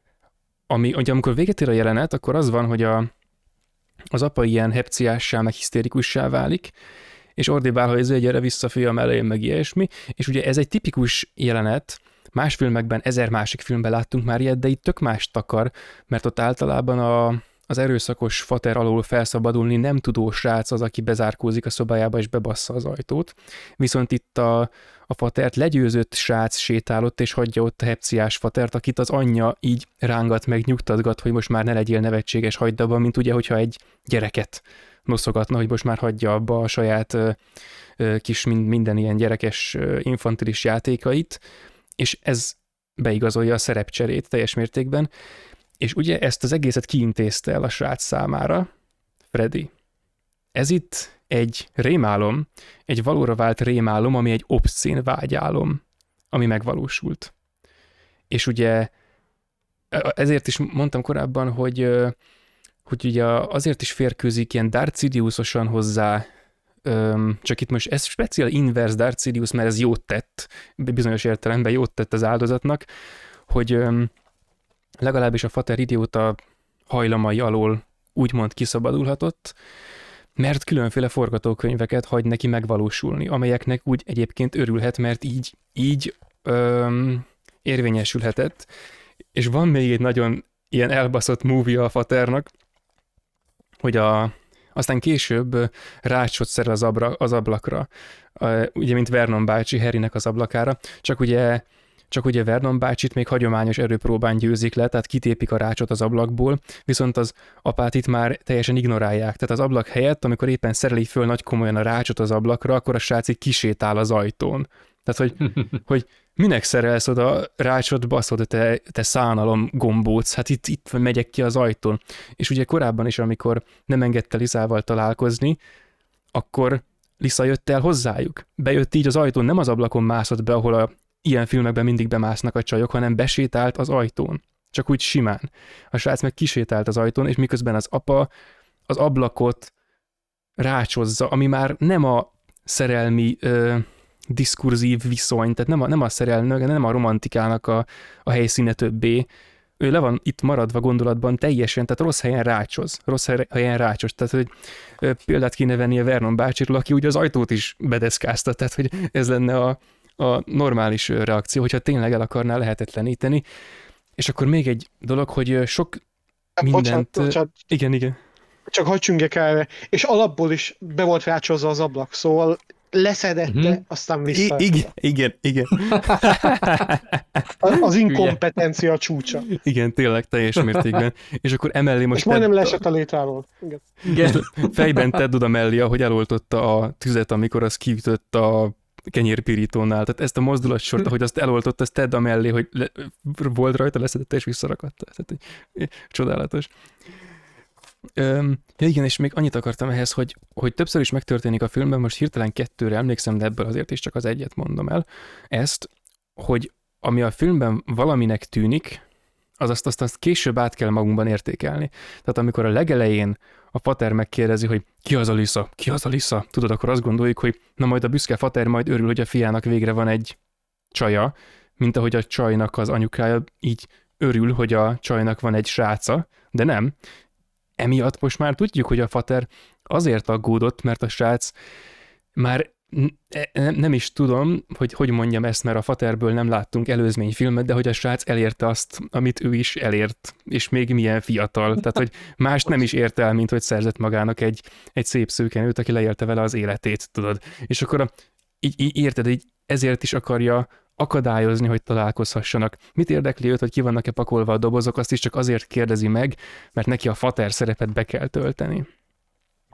B: ami, ugye amikor véget ér a jelenet, akkor az van, hogy a, az apa ilyen hepciássá, meg hisztérikussá válik, és ordibál, hogy ez gyere vissza, fiam, elején, meg ilyesmi, és ugye ez egy tipikus jelenet, más filmekben, ezer másik filmben láttunk már ilyet, de itt tök más takar, mert ott általában a, az erőszakos fater alól felszabadulni nem tudó srác az, aki bezárkózik a szobájába és bebassza az ajtót, viszont itt a, a fatert legyőzött srác sétálott, és hagyja ott a hepciás fatert, akit az anyja így rángat meg, nyugtatgat, hogy most már ne legyél nevetséges, hagyd abba, mint ugye, hogyha egy gyereket noszogatna, hogy most már hagyja abba a saját ö, ö, kis minden ilyen gyerekes ö, infantilis játékait, és ez beigazolja a szerepcserét teljes mértékben, és ugye ezt az egészet kiintézte el a srác számára, Freddy. Ez itt egy rémálom, egy valóra vált rémálom, ami egy obszcén vágyálom, ami megvalósult. És ugye ezért is mondtam korábban, hogy hogy ugye azért is férkőzik ilyen Darth Sidiouszosan hozzá, csak itt most ez speciál inverse Darth Sidious, mert ez jót tett, bizonyos értelemben jót tett az áldozatnak, hogy legalábbis a fater idióta hajlamai alól úgymond kiszabadulhatott, mert különféle forgatókönyveket hagy neki megvalósulni, amelyeknek úgy egyébként örülhet, mert így, így öm, érvényesülhetett. És van még egy nagyon ilyen elbaszott movie a faternak, hogy a, aztán később rácsot szerel az, abra, az ablakra, ugye, mint Vernon bácsi Harrynek az ablakára, csak ugye, csak ugye Vernon bácsit még hagyományos erőpróbán győzik le, tehát kitépik a rácsot az ablakból, viszont az apát itt már teljesen ignorálják. Tehát az ablak helyett, amikor éppen szereli föl nagy komolyan a rácsot az ablakra, akkor a srác így kisétál az ajtón. Tehát, hogy, hogy minek szerelsz oda rácsot, baszod, te, te szánalom gombóc, hát itt, itt megyek ki az ajtón. És ugye korábban is, amikor nem engedte Lisával találkozni, akkor Lisa jött el hozzájuk. Bejött így az ajtón, nem az ablakon mászott be, ahol a ilyen filmekben mindig bemásznak a csajok, hanem besétált az ajtón. Csak úgy simán. A srác meg kisétált az ajtón, és miközben az apa az ablakot rácsozza, ami már nem a szerelmi ö, diszkurzív viszony, tehát nem a, nem a szerelmi, nem a romantikának a, a helyszíne többé. Ő le van itt maradva gondolatban teljesen, tehát rossz helyen rácsoz, rossz helyen rácsoz. Tehát, hogy ö, példát kéne venni a Vernon bácsiról, aki ugye az ajtót is bedeszkázta, tehát, hogy ez lenne a a normális reakció, hogyha tényleg el akarná lehetetleníteni. És akkor még egy dolog, hogy sok mindent...
C: Bocsánat, bocsánat.
B: Igen, igen.
C: Csak hadd csüngek el, és alapból is be volt rácsozva az ablak, szóval leszedette, mm-hmm. aztán vissza.
B: I- igen, igen, igen.
C: Az inkompetencia csúcsa.
B: Igen, tényleg, teljes mértékben. És akkor emellé most...
C: És majdnem Ted... leesett a létráról. Igen.
B: Igen. Fejben Ted oda mellé, ahogy eloltotta a tüzet, amikor az kiütött a kenyérpirítónál. Tehát ezt a mozdulatsort, ahogy azt eloltott, ezt tedd a mellé, hogy le, volt rajta, leszedette és visszarakatta. Tehát, csodálatos. Öm, ja igen, és még annyit akartam ehhez, hogy, hogy többször is megtörténik a filmben, most hirtelen kettőre emlékszem, de ebből azért is csak az egyet mondom el, ezt, hogy ami a filmben valaminek tűnik, az azt, azt, azt később át kell magunkban értékelni. Tehát amikor a legelején a fater megkérdezi, hogy ki az a Lisa, ki az a Lisa, tudod, akkor azt gondoljuk, hogy na majd a büszke fater majd örül, hogy a fiának végre van egy csaja, mint ahogy a csajnak az anyukája így örül, hogy a csajnak van egy sráca, de nem. Emiatt most már tudjuk, hogy a fater azért aggódott, mert a srác már nem, nem is tudom, hogy hogy mondjam ezt, mert a faterből nem láttunk előzményfilmet, de hogy a srác elérte azt, amit ő is elért, és még milyen fiatal. Tehát, hogy mást nem is ért el, mint hogy szerzett magának egy, egy szép szőkenőt, aki leélte vele az életét, tudod. És akkor a, így, így érted, így ezért is akarja akadályozni, hogy találkozhassanak. Mit érdekli őt, hogy ki vannak-e pakolva a dobozok, azt is csak azért kérdezi meg, mert neki a fater szerepet be kell tölteni.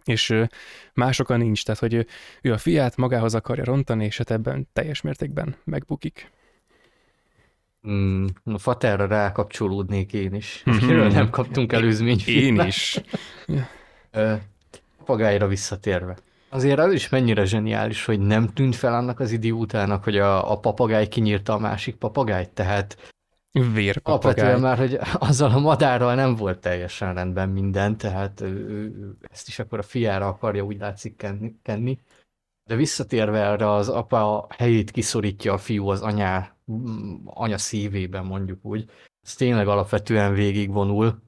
B: és ö, másokan nincs, tehát hogy ő, ő a fiát magához akarja rontani, és hát ebben teljes mértékben megbukik.
A: Hmm, a Faterra rákapcsolódnék én is, akiről nem kaptunk előzményfilmet.
B: Én is.
A: Ö, Papagájra visszatérve. Azért az is mennyire zseniális, hogy nem tűnt fel annak az idiótának, hogy a, a papagáj kinyírta a másik papagájt, tehát alapvetően
B: Vérpapagáj.
A: már, hogy azzal a madárral nem volt teljesen rendben minden, tehát ő, ő ezt is akkor a fiára akarja úgy látszik kenni. kenni. De visszatérve erre, az apa helyét kiszorítja a fiú az anyá, anya szívében, mondjuk úgy. Ez tényleg alapvetően végigvonul.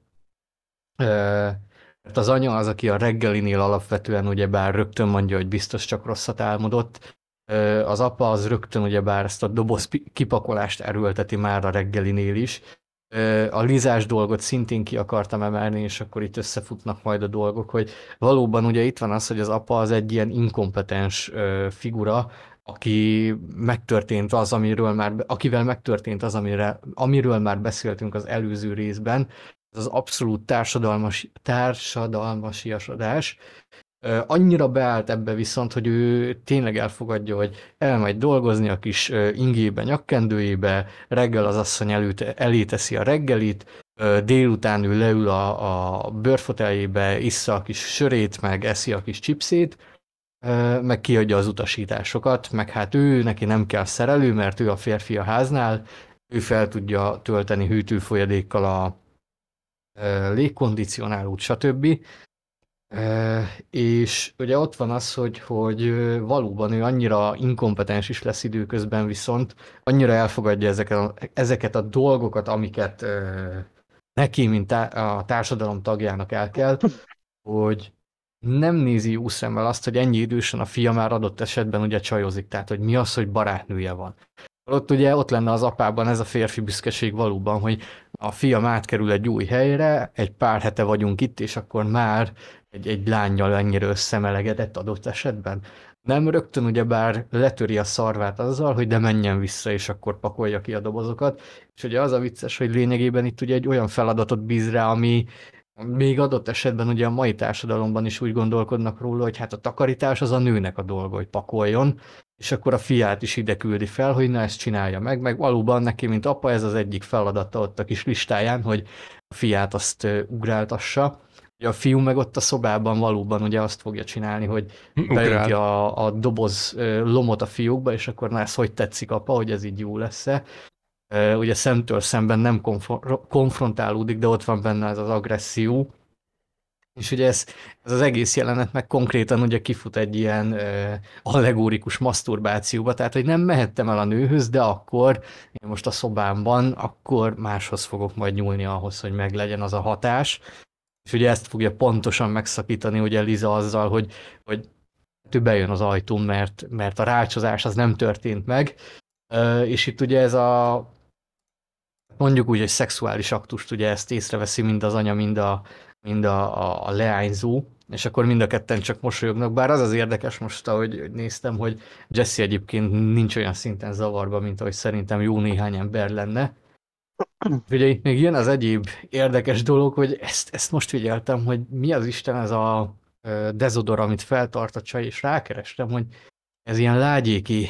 A: Mert az anya az, aki a reggelinél alapvetően ugyebár rögtön mondja, hogy biztos csak rosszat álmodott. Az apa az rögtön ugyebár ezt a doboz kipakolást erőlteti már a reggelinél is. A Lizás dolgot szintén ki akartam emelni, és akkor itt összefutnak majd a dolgok, hogy valóban ugye itt van az, hogy az apa az egy ilyen inkompetens figura, aki megtörtént az, amiről már, akivel megtörtént az, amire, amiről már beszéltünk az előző részben, ez az abszolút társadalmas, társadalmasiasodás. Annyira beállt ebbe viszont, hogy ő tényleg elfogadja, hogy elmegy dolgozni a kis ingébe, nyakkendőjébe, reggel az asszony előte, elé teszi a reggelit, délután ő leül a, a bőrfoteljébe, issza a kis sörét, meg eszi a kis chipsét, meg kiadja az utasításokat, meg hát ő, neki nem kell szerelő, mert ő a férfi a háznál, ő fel tudja tölteni hűtőfolyadékkal a légkondicionálót, stb. És ugye ott van az, hogy, hogy valóban ő annyira inkompetens is lesz időközben, viszont annyira elfogadja ezeket a, ezeket a dolgokat, amiket neki, mint a társadalom tagjának el kell, hogy nem nézi jó szemmel azt, hogy ennyi idősen a fia már adott esetben ugye csajozik, tehát hogy mi az, hogy barátnője van. Ott ugye ott lenne az apában ez a férfi büszkeség valóban, hogy a fiam átkerül egy új helyre, egy pár hete vagyunk itt, és akkor már egy, egy lánnyal ennyire összemelegedett adott esetben. Nem rögtön ugyebár letöri a szarvát azzal, hogy de menjen vissza, és akkor pakolja ki a dobozokat. És ugye az a vicces, hogy lényegében itt ugye egy olyan feladatot bíz rá, ami még adott esetben ugye a mai társadalomban is úgy gondolkodnak róla, hogy hát a takarítás az a nőnek a dolga, hogy pakoljon, és akkor a fiát is ide küldi fel, hogy na ezt csinálja meg, meg valóban neki, mint apa, ez az egyik feladata ott a kis listáján, hogy a fiát azt ugráltassa. Ugye a fiú meg ott a szobában valóban ugye azt fogja csinálni, hogy beönti a, a doboz lomot a fiúkba, és akkor na ez hogy tetszik apa, hogy ez így jó lesz-e. Ugye szemtől szemben nem konfro- konfrontálódik, de ott van benne ez az agresszió. És ugye ez, ez az egész jelenet meg konkrétan ugye kifut egy ilyen uh, allegórikus maszturbációba, tehát hogy nem mehettem el a nőhöz, de akkor én most a szobámban, akkor máshoz fogok majd nyúlni ahhoz, hogy meglegyen az a hatás. És ugye ezt fogja pontosan megszakítani ugye Liza azzal, hogy, hogy ő bejön az ajtón, mert, mert a rácsozás az nem történt meg. Uh, és itt ugye ez a mondjuk úgy, hogy szexuális aktust, ugye ezt észreveszi mind az anya, mind a, mind a, a, a leányzó, és akkor mind a ketten csak mosolyognak, bár az az érdekes most, ahogy néztem, hogy Jesse egyébként nincs olyan szinten zavarba, mint ahogy szerintem jó néhány ember lenne. Ugye itt még jön az egyéb érdekes dolog, hogy ezt, ezt most figyeltem, hogy mi az Isten ez a dezodor, amit feltart a csaj, és rákerestem, hogy ez ilyen lágyéki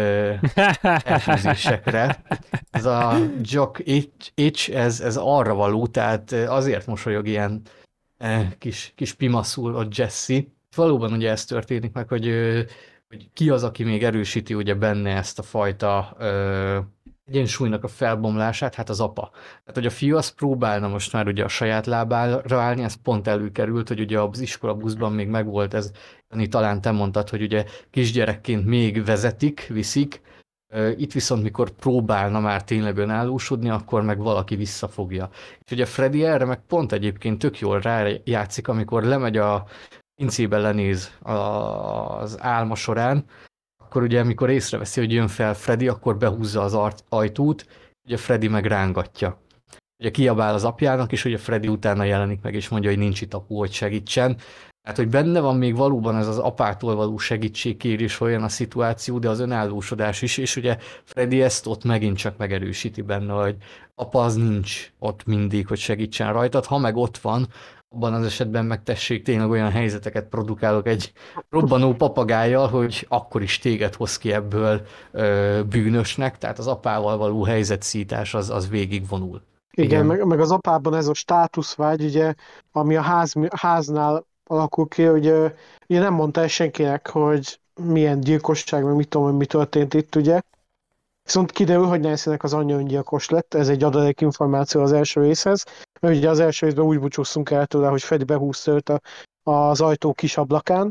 A: elfűzésekre. Ez a Jock H, ez, ez arra való, tehát azért mosolyog ilyen e, kis, kis pimaszul ott Jesse. Valóban ugye ez történik meg, hogy, hogy ki az, aki még erősíti ugye benne ezt a fajta ö, egyensúlynak a felbomlását, hát az apa. Tehát, hogy a fiú az próbálna most már ugye a saját lábára állni, ez pont előkerült, hogy ugye az iskolabuszban még megvolt ez, Ani, talán te mondtad, hogy ugye kisgyerekként még vezetik, viszik, itt viszont mikor próbálna már tényleg önállósodni, akkor meg valaki visszafogja. És ugye Freddy erre meg pont egyébként tök jól rájátszik, amikor lemegy a pincébe lenéz az álma során, akkor ugye amikor észreveszi, hogy jön fel Freddy, akkor behúzza az ajtót, ugye Freddy meg rángatja. Ugye kiabál az apjának, és ugye Freddy utána jelenik meg, és mondja, hogy nincs itt apu, hogy segítsen. Hát, hogy benne van még valóban ez az apától való segítségkérés olyan a szituáció, de az önállósodás is, és ugye Freddy ezt ott megint csak megerősíti benne, hogy apa az nincs ott mindig, hogy segítsen rajtad, ha meg ott van, abban az esetben meg tessék, tényleg olyan helyzeteket produkálok egy robbanó papagájjal, hogy akkor is téged hoz ki ebből ö, bűnösnek, tehát az apával való helyzetszítás az, az végigvonul.
C: Igen,
B: Igen.
C: meg, meg az apában ez a státuszvágy, ugye, ami a ház, háznál alakul ki, hogy ö, ugye nem mondta el senkinek, hogy milyen gyilkosság, meg mit tudom, hogy mi történt itt, ugye. Viszont kiderül, hogy Nancy-nek az anyja öngyilkos lett, ez egy adalék információ az első részhez, mert ugye az első részben úgy búcsúztunk el tőle, hogy Freddy behúzta őt a, az ajtó kis ablakán,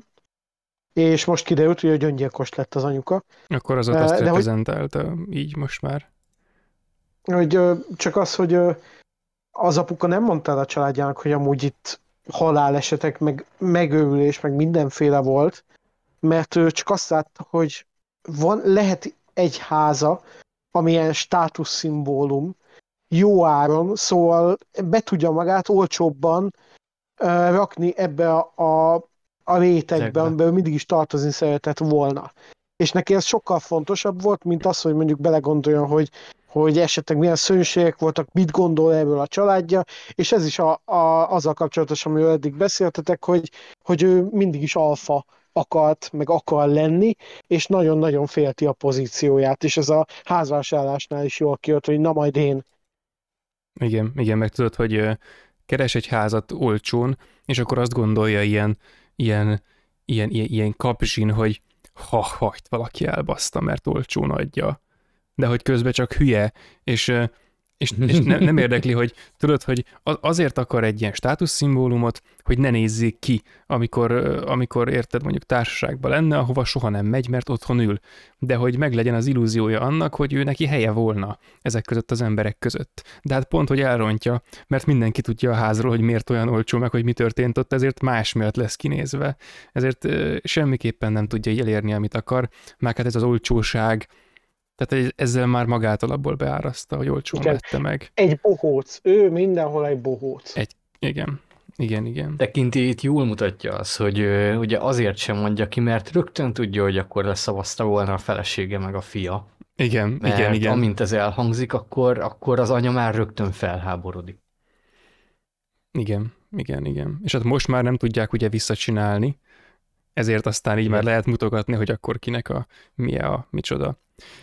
C: és most kiderült, hogy öngyilkos lett az anyuka.
B: Akkor az ott
C: De
B: azt
C: hogy-
B: reprezentálta, így most már.
C: Hogy ö, csak az, hogy ö, az apuka nem mondta el a családjának, hogy amúgy itt halálesetek, meg megőrülés, meg mindenféle volt, mert ő csak azt látta, hogy van, lehet egy háza, amilyen státuszszimbólum, jó áron, szóval be tudja magát olcsóbban ö, rakni ebbe a, a, a rétegbe,
A: Ezekbe.
C: amiben ő mindig is tartozni szeretett volna. És neki ez sokkal fontosabb volt, mint az, hogy mondjuk belegondoljon, hogy, hogy esetleg milyen szörnyűségek voltak, mit gondol erről a családja, és ez is a, a, azzal kapcsolatos, amiről eddig beszéltetek, hogy, hogy ő mindig is alfa akart, meg akar lenni, és nagyon-nagyon félti a pozícióját, és ez a házvásárlásnál is jól kijött, hogy na majd én.
B: Igen, igen, meg tudod, hogy ö, keres egy házat olcsón, és akkor azt gondolja ilyen, ilyen, ilyen, ilyen, ilyen kapzsin, hogy ha, ha, itt valaki elbaszta, mert olcsón adja. De hogy közben csak hülye, és, ö, és, és ne, nem érdekli, hogy tudod, hogy az- azért akar egy ilyen státuszszimbólumot, hogy ne nézzék ki, amikor, ö, amikor érted, mondjuk társaságban lenne, ahova soha nem megy, mert otthon ül. De hogy meglegyen az illúziója annak, hogy ő neki helye volna ezek között az emberek között. De hát pont, hogy elrontja, mert mindenki tudja a házról, hogy miért olyan olcsó, meg hogy mi történt ott, ezért más miatt lesz kinézve. Ezért ö, semmiképpen nem tudja így elérni, amit akar, meg hát ez az olcsóság, tehát ez- ezzel már magától abból beáraszta, hogy olcsón
C: Igen.
B: vette meg.
C: Egy bohóc. Ő mindenhol egy bohóc.
B: Egy- Igen, igen, igen.
A: Tekintélyét jól mutatja az, hogy ö, ugye azért sem mondja ki, mert rögtön tudja, hogy akkor leszavazta volna a felesége meg a fia.
B: Igen,
A: Mert
B: igen, igen.
A: amint ez elhangzik, akkor, akkor az anya már rögtön felháborodik.
B: Igen, igen, igen. És hát most már nem tudják ugye visszacsinálni, ezért aztán így
A: Igen.
B: már lehet mutogatni, hogy akkor kinek a milyen a micsoda.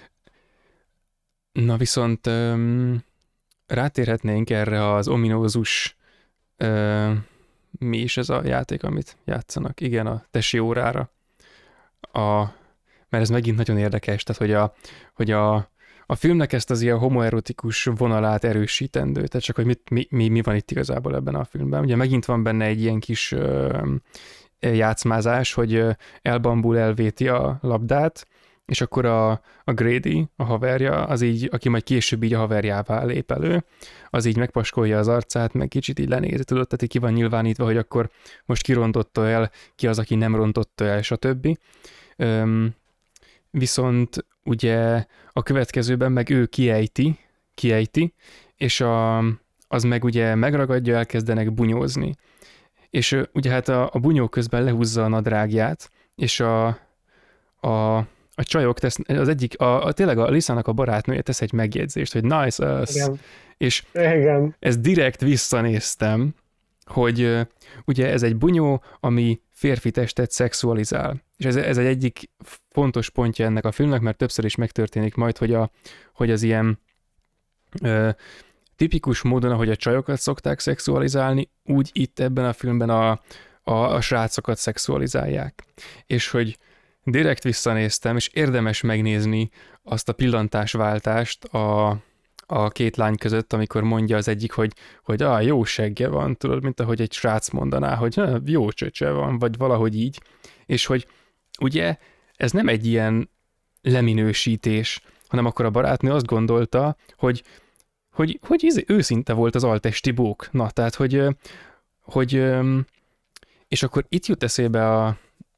B: Na viszont öm, rátérhetnénk erre az ominózus, öm, mi is ez a játék, amit játszanak? Igen, a tesi órára. A, mert ez megint nagyon érdekes, tehát hogy a, hogy a, a filmnek ezt az ilyen homoerotikus vonalát erősítendő, tehát csak hogy mit, mi, mi, mi van itt igazából ebben a filmben. Ugye megint van benne egy ilyen kis ö, játszmázás, hogy ö, elbambul, elvéti a labdát, és akkor a, a Grady, a haverja, az így, aki majd később így a haverjává lép elő, az így megpaskolja az arcát, meg kicsit így lenézi, tudod, tehát így ki van nyilvánítva, hogy akkor most ki rontotta el, ki az, aki nem rontotta el, stb. Öm, viszont ugye a következőben meg ő kiejti, kiejti, és a, az meg ugye megragadja, elkezdenek bunyózni. És ö, ugye hát a, a bunyó közben lehúzza a nadrágját, és a, a, a csajok tesz, az egyik, a, a, tényleg a Lisának a barátnője tesz egy megjegyzést, hogy nice ass,
C: Igen.
B: és
C: Igen.
B: ezt direkt visszanéztem, hogy ö, ugye ez egy bunyó, ami férfi testet szexualizál. És ez, ez egy egyik fontos pontja ennek a filmnek, mert többször is megtörténik majd, hogy, a, hogy az ilyen ö, tipikus módon, ahogy a csajokat szokták szexualizálni, úgy itt ebben a filmben a, a, a srácokat szexualizálják. És hogy direkt visszanéztem, és érdemes megnézni azt a pillantásváltást a, a két lány között, amikor mondja az egyik, hogy, hogy ah, jó segge van, tudod, mint ahogy egy srác mondaná, hogy ah, jó csöcse van, vagy valahogy így, és hogy ugye ez nem egy ilyen leminősítés, hanem akkor a barátnő azt gondolta, hogy, hogy, hogy izé, őszinte volt az altesti bók. Na, tehát, hogy, hogy és akkor itt jut eszébe a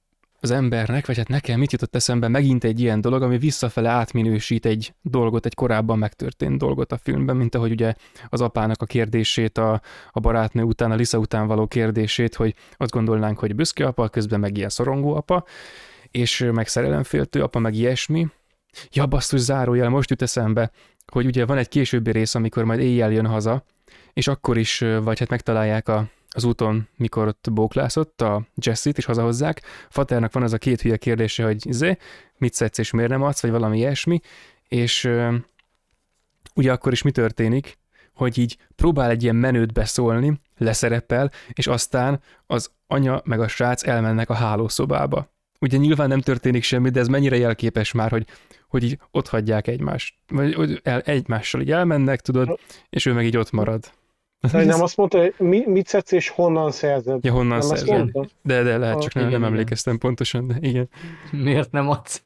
B: az embernek, vagy hát nekem mit jutott eszembe, megint egy ilyen dolog, ami visszafele átminősít egy dolgot, egy korábban megtörtént dolgot a filmben, mint ahogy ugye az apának a kérdését, a, a barátnő után, a Lisa után való kérdését, hogy azt gondolnánk, hogy büszke apa, közben meg ilyen szorongó apa, és meg szerelemféltő apa, meg ilyesmi. Ja, basszus, zárójel, most jut eszembe, hogy ugye van egy későbbi rész, amikor majd éjjel jön haza, és akkor is, vagy hát megtalálják a, az úton, mikor ott bóklászott a Jessit, és hazahozzák. Faternak van az a két hülye kérdése, hogy zé, mit szedsz és miért nem adsz, vagy valami ilyesmi, és uh, ugye akkor is mi történik, hogy így próbál egy ilyen menőt beszólni, leszerepel, és aztán az anya meg a srác elmennek a hálószobába. Ugye nyilván nem történik semmi, de ez mennyire jelképes már, hogy, hogy így ott hagyják egymást, vagy el, egymással így elmennek, tudod, és ő meg így ott marad.
C: De nem azt mondta, hogy mi, mit szedsz és honnan szerzed?
B: Ja, honnan
C: nem
B: szerzed. De, de lehet, csak
C: ah,
B: nem,
A: igen,
B: nem
A: igen.
B: emlékeztem pontosan, de igen.
A: Miért nem adsz?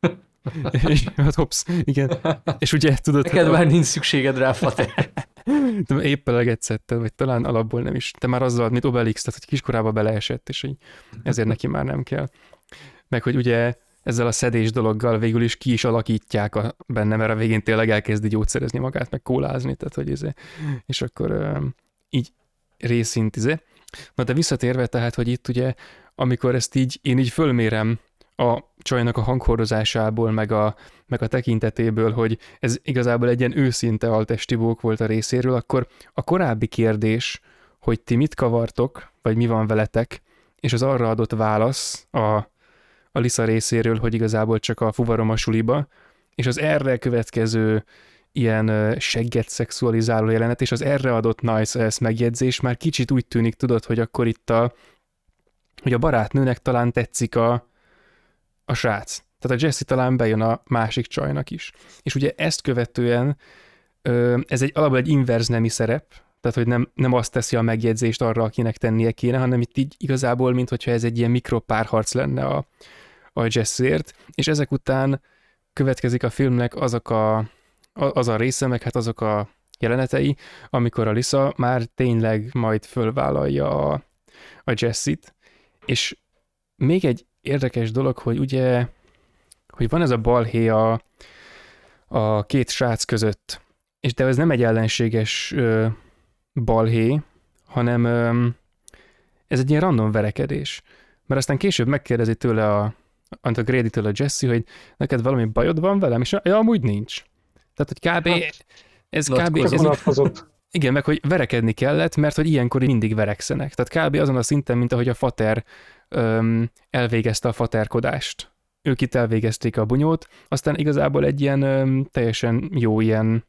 B: És, hát hops, igen. És ugye tudod...
A: Neked
B: hát,
A: már nincs szükséged rá, Fater.
B: de épp eleget szedted, vagy talán alapból nem is. Te már azzal, mint Obelix, tehát hogy kiskorába beleesett, és így ezért neki már nem kell. Meg hogy ugye ezzel a szedés dologgal végül is ki is alakítják a, benne, mert a végén tényleg elkezdi gyógyszerezni magát, meg kólázni, tehát hogy ez, és akkor um, így részint izé. Na de visszatérve tehát, hogy itt ugye, amikor ezt így, én így fölmérem a csajnak a hanghordozásából, meg a, meg a tekintetéből, hogy ez igazából egy ilyen őszinte altesti bók volt a részéről, akkor a korábbi kérdés, hogy ti mit kavartok, vagy mi van veletek, és az arra adott válasz a a Lisa részéről, hogy igazából csak a fuvarom a suliba, és az erre következő ilyen segget szexualizáló jelenet, és az erre adott nice ass megjegyzés már kicsit úgy tűnik, tudod, hogy akkor itt a, hogy a barátnőnek talán tetszik a, a srác. Tehát a Jessie talán bejön a másik csajnak is. És ugye ezt követően ez egy alapból egy inverz nemi szerep, tehát hogy nem, nem azt teszi a megjegyzést arra, akinek tennie kéne, hanem itt így igazából, mint hogyha ez egy ilyen mikropárharc lenne a, a Jessért, és ezek után következik a filmnek azok a, az a része, meg hát azok a jelenetei, amikor a Lisa már tényleg majd fölvállalja a, a Jessit, és még egy érdekes dolog, hogy ugye, hogy van ez a balhé a, a két srác között, és de ez nem egy ellenséges ö, balhé, hanem ö, ez egy ilyen random verekedés. Mert aztán később megkérdezi tőle a, a Grady-től a Jessie, hogy neked valami bajod van velem, és ja, amúgy nincs. Tehát, hogy kb. Hát, ez kb. Ez, ez, igen, meg hogy verekedni kellett, mert hogy ilyenkor mindig verekszenek. Tehát kb. Azon a szinten, mint ahogy a fater öm, elvégezte a faterkodást. Ők itt elvégezték a bunyót, aztán igazából egy ilyen öm, teljesen jó ilyen,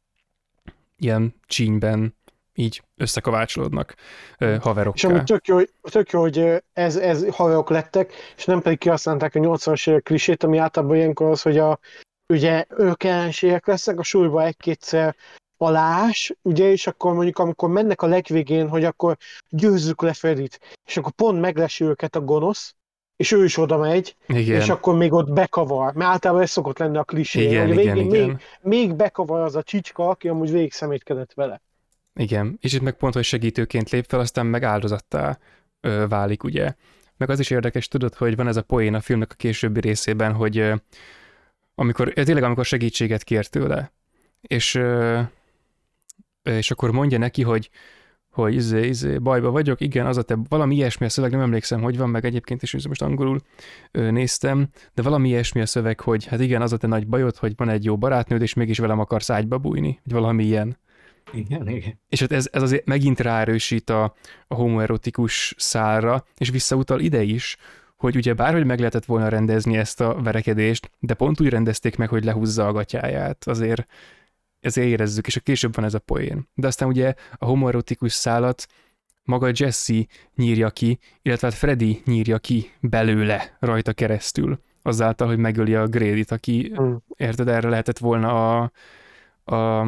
B: ilyen csínyben így összekovácsolódnak ö, haverokká.
C: És amúgy tök jó, tök jó, hogy ez, ez haverok lettek, és nem pedig kihasználták a nyolcvanas évek klisét, ami általában ilyenkor az, hogy a, ugye ők ellenségek lesznek, a súlyba egy-kétszer alás, ugye, és akkor mondjuk amikor mennek a legvégén, hogy akkor győzzük le Freddyt, és akkor pont meglesi őket a gonosz, és ő is oda megy,
B: igen.
C: És akkor még ott bekavar, mert általában ez szokott lenni a klisé,
B: igen,
C: hogy a
B: igen,
C: végén
B: igen.
C: még, még bekavar az a csicska, aki amúgy végig szemétkedett vele.
B: Igen, és itt meg pont, hogy segítőként lép fel, aztán meg áldozattá ö, válik, ugye. Meg az is érdekes, tudod, hogy van ez a poén a filmnek a későbbi részében, hogy ö, amikor, tényleg amikor segítséget kér tőle, és, ö, és akkor mondja neki, hogy hogy izé, izé, bajba vagyok, igen, az a te, valami ilyesmi a szöveg, nem emlékszem, hogy van, meg egyébként is most angolul ö, néztem, de valami ilyesmi a szöveg, hogy hát igen, az a te nagy bajod, hogy van egy jó barátnőd, és mégis velem akarsz ágyba bújni, vagy valami ilyen.
A: Igen, igen.
B: És hát ez, ez azért megint ráerősít a, a homoerotikus szálra, és visszautal ide is, hogy ugye bárhogy meg lehetett volna rendezni ezt a verekedést, de pont úgy rendezték meg, hogy lehúzza a gatyáját, azért ezért érezzük, és a később van ez a poén. De aztán ugye a homoerotikus szálat maga Jessie nyírja ki, illetve hát Freddy nyírja ki belőle rajta keresztül, azáltal, hogy megöli a Gradyt, aki, hmm. érted, erre lehetett volna a, a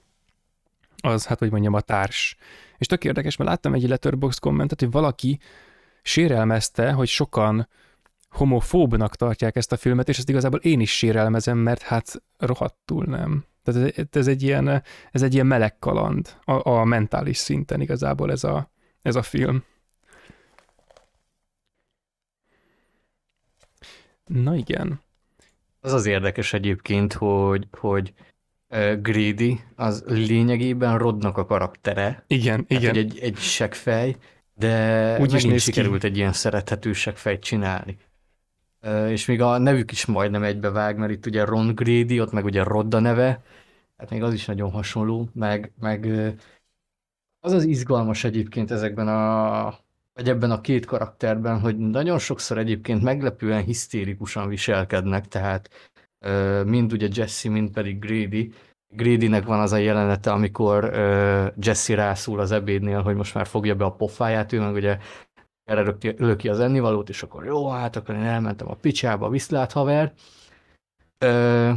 B: az, hát hogy mondjam, a társ. És tök érdekes, mert láttam egy Letterboxd kommentet, hogy valaki sérelmezte, hogy sokan homofóbnak tartják ezt a filmet, és ezt igazából én is sérelmezem, mert hát rohadtul nem. Tehát ez, ez, egy, ilyen, ez egy ilyen meleg kaland a, a mentális szinten igazából ez a, ez a film. Na igen.
A: Az az érdekes egyébként, hogy, hogy uh, Grady az lényegében Rodnak a karaktere,
B: Igen,
A: tehát hogy
B: igen.
A: egy, egy seggfej, de
B: Úgy is
A: megint
B: néz ki.
A: sikerült egy ilyen szerethető seggfejt csinálni. Uh, és még a nevük is majdnem egybevág, mert itt ugye Ron Grady, ott meg ugye Rod a neve, hát még az is nagyon hasonló, meg, meg uh, az az izgalmas egyébként ezekben a, vagy ebben a két karakterben, hogy nagyon sokszor egyébként meglepően hisztérikusan viselkednek, tehát ö, mind ugye Jesse, mind pedig Grady. Gradynek van az a jelenete, amikor ö, Jesse rászól az ebédnél, hogy most már fogja be a pofáját, ő meg ugye erre löki, löki az ennivalót, és akkor jó, hát akkor én elmentem a picsába, viszlát haver. Ö,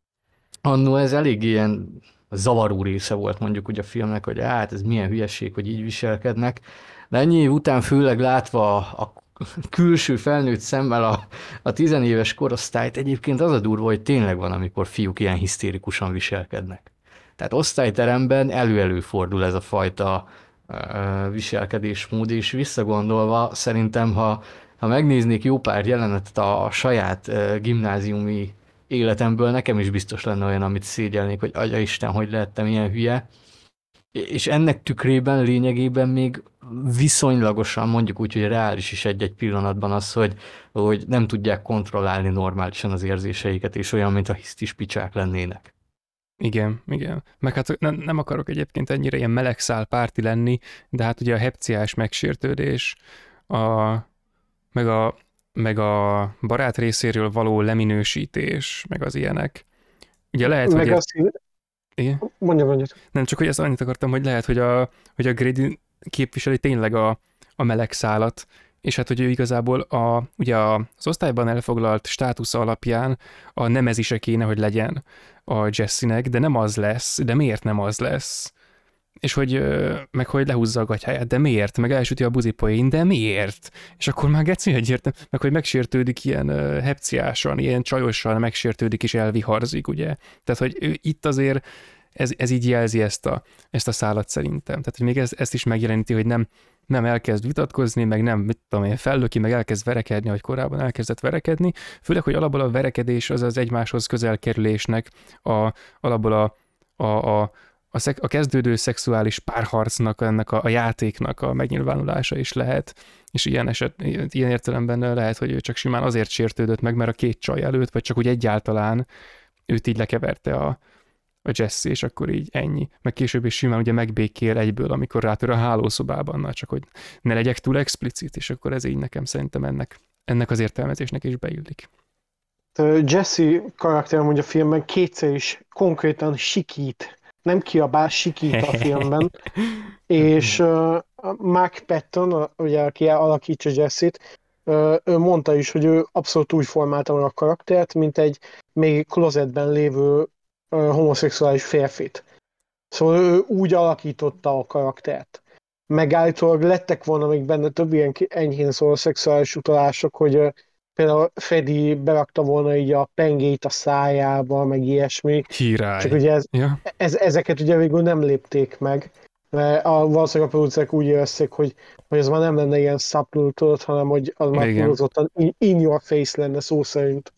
A: Annó ez elég ilyen zavaró része volt mondjuk ugye a filmnek, hogy hát ez milyen hülyeség, hogy így viselkednek. De ennyi év után főleg látva a külső felnőtt szemmel a, a tizenéves korosztályt, egyébként az a durva, hogy tényleg van, amikor fiúk ilyen hisztérikusan viselkednek. Tehát osztályteremben elő-elő fordul ez a fajta uh, viselkedésmód, és visszagondolva szerintem, ha, ha megnéznék jó pár jelenetet a, a saját uh, gimnáziumi életemből, nekem is biztos lenne olyan, amit szégyelnék, hogy atyaisten, hogy lehettem ilyen hülye. És ennek tükrében lényegében még viszonylagosan, mondjuk úgy, hogy reális is egy-egy pillanatban az, hogy, hogy nem tudják kontrollálni normálisan az érzéseiket, és olyan, mint a hisztis picsák lennének.
B: Igen, igen. Meg hát nem, nem akarok egyébként ennyire ilyen melegszál párti lenni, de hát ugye a hepciás megsértődés, a, meg, a, meg a barát részéről való leminősítés, meg az ilyenek. Ugye lehet,
C: Meg
B: hogy...
C: azt,
B: Igen?
C: mondja, mondja.
B: Nem, csak hogy ezt annyit akartam, hogy lehet, hogy a, hogy a Grady képviseli tényleg a, a melegszálat, és hát, hogy ő igazából a, ugye az osztályban elfoglalt státusza alapján a nemezise kéne, hogy legyen a Jesse-nek, de nem az lesz, de miért nem az lesz? És hogy, meg hogy lehúzza a gatyáját, de miért? Meg elsüti a buzipoén, de miért? És akkor már geci egyértelmű, meg hogy megsértődik ilyen hepciásan, ilyen csajosan megsértődik és elviharzik, ugye? Tehát, hogy ő itt azért ez, ez így jelzi ezt a, ezt a szálat szerintem. Tehát, hogy még ez, ezt is megjeleníti, hogy nem, nem elkezd vitatkozni, meg nem, mit tudom én, fellöki, meg elkezd verekedni, ahogy korábban elkezdett verekedni. Főleg, hogy alapból a verekedés az az egymáshoz közel kerülésnek, a, alapból a, a, a A, szek- a kezdődő szexuális párharcnak, ennek a, a játéknak a megnyilvánulása is lehet, és ilyen, eset, ilyen értelemben lehet, hogy ő csak simán azért sértődött meg, mert a két csaj előtt, vagy csak úgy egyáltalán őt így lekeverte a, a Jesse, és akkor így ennyi. Meg később is simán ugye megbékél egyből, amikor rátör a hálószobában, na, csak hogy ne legyek túl explicit, és akkor ez így nekem szerintem ennek, ennek az értelmezésnek is beillik.
C: Jesse karakter amúgy a filmben kétszer is konkrétan sikít, nem kiabál, sikít a filmben, és uh, Mark Patton, ugye, aki alakítja Jesse-t, uh, ő mondta is, hogy ő abszolút úgy formálta meg a karaktert, mint egy még klozetben lévő uh, homoszexuális férfit. Szóval ő úgy alakította a karaktert. Meg állítólag lettek volna még benne több ilyen enyhén szóló szexuális utalások, hogy uh, például Freddy berakta volna így a pengét a szájába, meg ilyesmi.
B: Király.
C: Csak ugye ez,
B: ja.
C: ez, ezeket ugye végül nem lépték meg. Mert a, valószínűleg a producerek úgy érezték, hogy, hogy ez már nem lenne ilyen subtle, tudod, hanem hogy az már túlzottan in, in your face lenne szó szerint.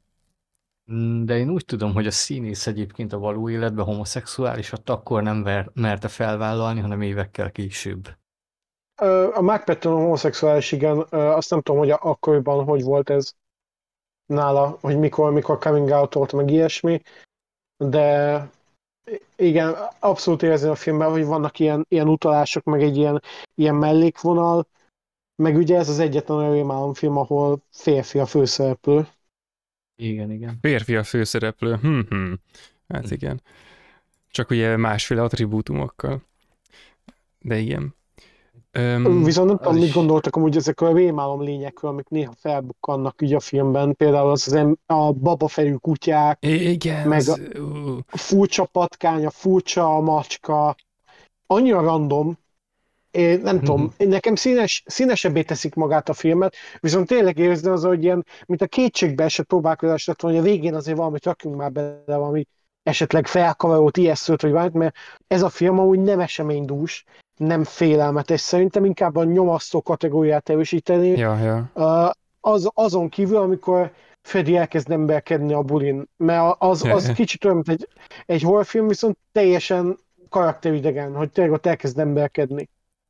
A: De én úgy tudom, hogy a színész egyébként a való életben homoszexuálisat akkor nem ver, merte felvállalni, hanem évekkel később.
C: A Mark Patton homoszexuális, igen, azt nem tudom, hogy akkoriban hogy volt ez nála, hogy mikor, mikor coming out volt, meg ilyesmi, de igen, abszolút érezni a filmben, hogy vannak ilyen, ilyen utalások, meg egy ilyen, ilyen mellékvonal, meg ugye ez az egyetlen olyan rémálomfilm, ahol férfi a főszereplő.
A: Igen, igen.
B: Férfi a főszereplő. Hm-hm. Hát igen. Csak ugye másféle attribútumokkal. De igen.
C: Um, Viszont nem tudom,
A: is...
C: mit gondoltak amúgy ezekről a rémálom lényekről, amik néha felbukkannak ugye a filmben. Például az, az em- a babafejű kutyák,
B: igen,
C: meg
B: az,
C: a
B: uh.
C: furcsa patkány, a furcsa macska. Annyira random, én nem mm-hmm. tudom, nekem színes, színesebbé teszik magát a filmet, viszont tényleg érzed az, hogy ilyen, mint a kétségbe esett próbálkozás lett volna, hogy a végén azért valamit rakjunk már bele, valami esetleg felkavarót, ijesztőt, vagy valamit, mert ez a film amúgy nem eseménydús, nem félelmetes, szerintem inkább a nyomasztó kategóriát erősíteni.
B: Ja, ja.
C: Az, azon kívül, amikor Freddy elkezd emberkedni a bulin, mert az, az kicsit olyan, mint egy, egy horrorfilm, viszont teljesen karakteridegen, hogy tényleg ott elkezd emberkedni.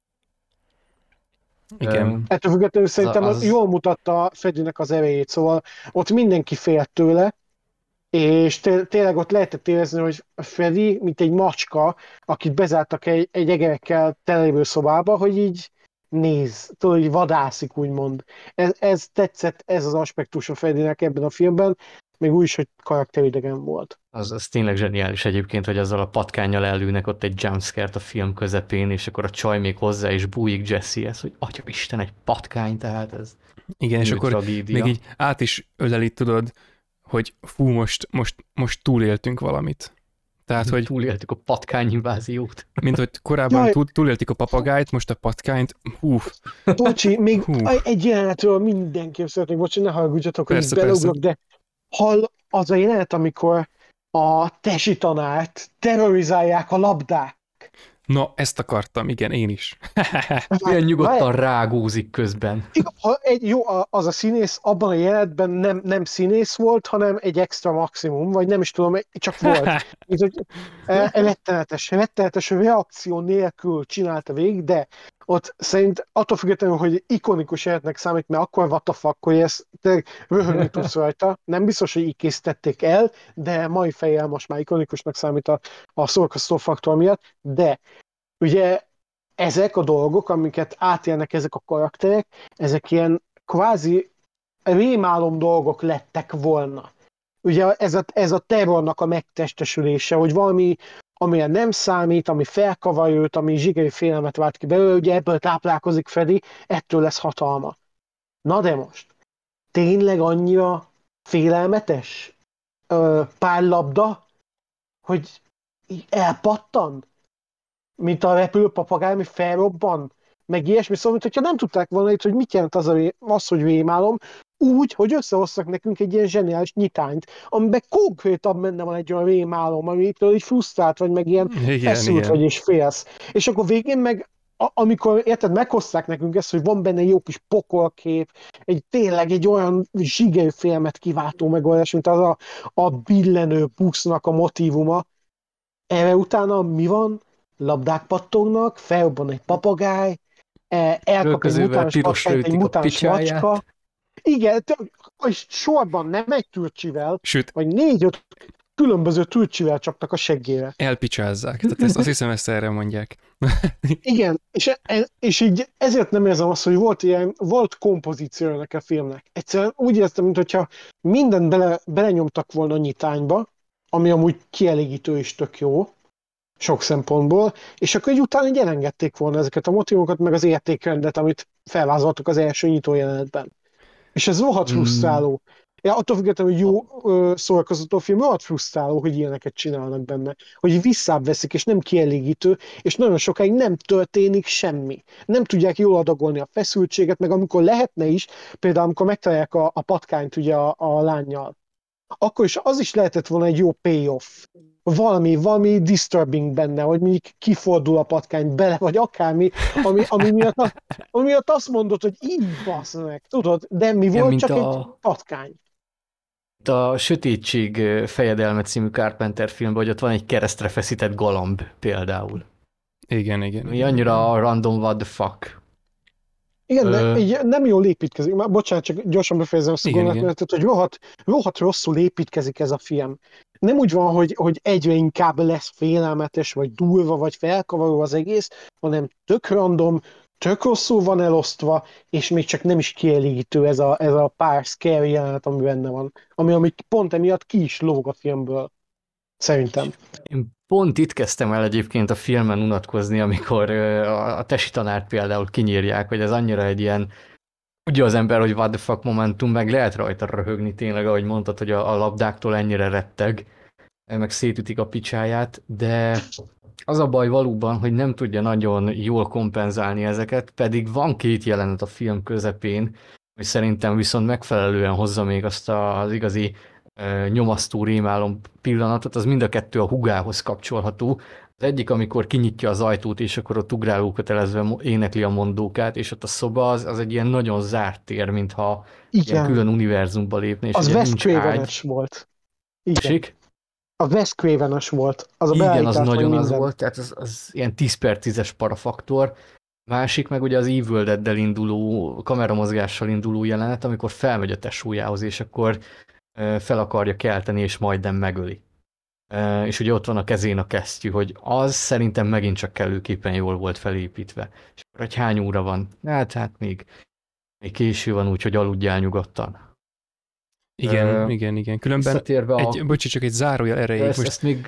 B: Igen.
C: Ettől függetlenül szerintem
A: az-
C: az jól mutatta Freddynek az erejét, szóval ott mindenki félt tőle, és té- tényleg ott lehetett érezni, hogy Freddy, mint egy macska, akit bezártak egy, egy egerekkel telévő szobába, hogy így néz, tudod, hogy vadászik, úgymond. Ez, ez tetszett, ez az aspektus a Freddynek ebben a filmben, még úgy is, hogy karakteridegen volt.
A: Az, az tényleg zseniális egyébként, hogy azzal a patkánnyal ellőnek ott egy jumpscare-t a film közepén, és akkor a csaj még hozzá is bújik Jessie-hez, hogy atya Isten, egy patkány, tehát ez
B: Igen, és
A: egy
B: akkor
A: tragédia.
B: még így át is öleli, tudod, hogy fú, most, most, most túléltünk valamit. Tehát, hogy
A: Túléltük a patkány inváziót.
B: mint hogy korábban
C: Jaj.
B: túl, túléltük a papagájt, most a patkányt, hú,
C: Bocsi, még
B: Hú.
C: egy jelenetről mindenképp szeretnék, bocsi, ne haragudjatok, hogy
B: Persze,
C: beleugrok, de hall az a jelenet, amikor a tesi tanárt terrorizálják a labdák.
B: na, ezt akartam, igen, én is.
A: Milyen nyugodtan
C: Várj,
A: rágózik közben.
C: igaz, ha egy, jó, a- az a színész abban a jelenetben nem, nem színész volt, hanem egy extra maximum, vagy nem is tudom, csak volt. Így, hogy, e, rettenetes, rettenetes reakció nélkül csinálta végig, de ott szerint attól függetlenül, hogy ikonikus jelenetnek számít, mert akkor what the fuck, hogy ezt tényleg röhögni tudsz rajta. Nem biztos, hogy így készítették el, de mai fejjel most már ikonikusnak számít a, a szórakoztató faktor miatt, de ugye ezek a dolgok, amiket átélnek ezek a karakterek, ezek ilyen kvázi rémálom dolgok lettek volna. Ugye ez a, ez a terrornak a megtestesülése, hogy valami, amilyen nem számít, ami felkavar őt, ami zsigeri félelmet vált ki belőle, ugye ebből táplálkozik Freddy, ettől lesz hatalma. Na de most, tényleg annyira félelmetes ö, párlabda, hogy így elpattan? Mint a repülő papagáj, ami felrobban, meg ilyesmi, szóval, mint hogyha nem tudták volna itt, hogy mit jelent az, a ré, az hogy rémálom, úgy, hogy összehoztak nekünk egy ilyen zseniális nyitányt, amiben konkrétan benne van egy olyan rémálom, amitől így frusztrált vagy, meg ilyen
B: Igen,
C: feszült
B: igen.
C: vagy és félsz. És akkor végén meg, a, amikor, érted, meghozták nekünk ezt, hogy van benne jó kis pokolkép, egy tényleg egy olyan zsigeri félmet kiváltó megoldás, mint az a, a billenő busznak a motívuma. Erre utána mi van? Labdák pattognak, felrobban egy papagáj, eh, elkap egy
A: Ölközővel
C: mutáns
A: pirosra
C: patkányt, egy
A: ütik a
C: mutáns
A: picsáját.
C: macska. Igen, t- és sorban nem egy türcsivel,
B: Sőt,
C: vagy négy-öt különböző türcsivel csaptak a seggére.
B: elpicsázzák. Tehát ezt, azt hiszem, ezt erre mondják.
C: Igen, és, e- és így ezért nem érzem azt, hogy volt ilyen, volt kompozíció ennek a filmnek. Egyszerűen úgy éreztem, mintha mindent bele, belenyomtak volna a nyitányba, ami amúgy kielégítő és tök jó, sok szempontból, és akkor egy utána így elengedték volna ezeket a motivokat, meg az értékrendet, amit felvázoltak az első nyitó jelenetben. És ez rohadt
A: Hmm.
C: frusztráló. Ja, attól függetlenül, hogy jó ö, szórakoztató film, rohadt frusztráló, hogy ilyeneket csinálnak benne. Hogy visszább veszik, és nem kielégítő, és nagyon sokáig nem történik semmi. Nem tudják jól adagolni a feszültséget, meg amikor lehetne is, például amikor megtalálják a, a patkányt ugye a, a lánnyal, akkor is az is lehetett volna egy jó payoff. Valami, valami disturbing benne, hogy mondjuk kifordul a patkány bele, vagy akármi, ami, ami, miatt, ami miatt azt mondod, hogy így basz meg, tudod, de mi
A: Igen,
C: volt,
A: mint
C: csak
A: a-
C: egy patkány.
A: Itt a Sötétség fejedelme című Carpenter filmben, hogy ott van egy keresztre feszített galamb például.
B: Igen, igen.
A: Ami annyira random what the fuck.
C: Igen, de
A: Ö.
C: így nem jól építkezik. Már bocsánat, csak gyorsan befejezem azt a
B: Igen,
C: gondolatmenetet, hogy rohadt, rohadt rosszul építkezik ez a film. Nem úgy van, hogy, hogy egyre inkább lesz félelmetes, vagy durva, vagy felkavaró az egész, hanem tök random, tök rosszul van elosztva, és még csak nem is kielégítő ez a, ez a pár scary jelenet, ami benne van. Ami, ami pont emiatt ki is lóg a filmből. Szerintem.
A: Én pont itt kezdtem el egyébként a filmen unatkozni, amikor ö, a a tesi tanárt például kinyírják, hogy ez annyira egy ilyen, tudja az ember, hogy what the fuck momentum, meg lehet rajta röhögni tényleg, ahogy mondtad, hogy a, a labdáktól ennyire retteg, meg szétütik a picsáját, de az a baj valóban, hogy nem tudja nagyon jól kompenzálni ezeket, pedig van két jelenet a film közepén, hogy szerintem viszont megfelelően hozza még azt a- az igazi ö, nyomasztó rémálom pillanatot, az mind a kettő a hugához kapcsolható, Az egyik, amikor kinyitja az ajtót, és akkor ott ugráló kötelezve énekli a mondókát, és ott a szoba az, az egy ilyen nagyon zárt tér, mintha ilyen
C: Igen,
A: külön univerzumba lépne, és
C: az
A: ugye
C: Wes
A: nincs ágy.
C: Craven-es volt. Igen,
A: Tessék?
C: a Wes Craven-es volt. Az a
A: Igen, az
C: beállítás, meg
A: nagyon az
C: minden.
A: volt, tehát az, az ilyen tíz per tízes parafaktor. Másik meg ugye az Evil Dead-del induló, kameramozgással induló jelenet, amikor felmegy a tesójához, és akkor ö, fel akarja kelteni, és majdnem megöli. Ö, És ugye ott van a kezén a kesztyű, hogy az szerintem megint csak kellőképpen jól volt felépítve. És akkor, hogy hány óra van? Hát, hát még, még késő van, úgyhogy aludjál nyugodtan.
B: Igen,
A: Ö,
B: igen, igen. Különben,
A: Visszatérve a...
B: egy, bocsi, csak egy zárójel erejéig.
A: Ezt,
B: Most
A: ezt még...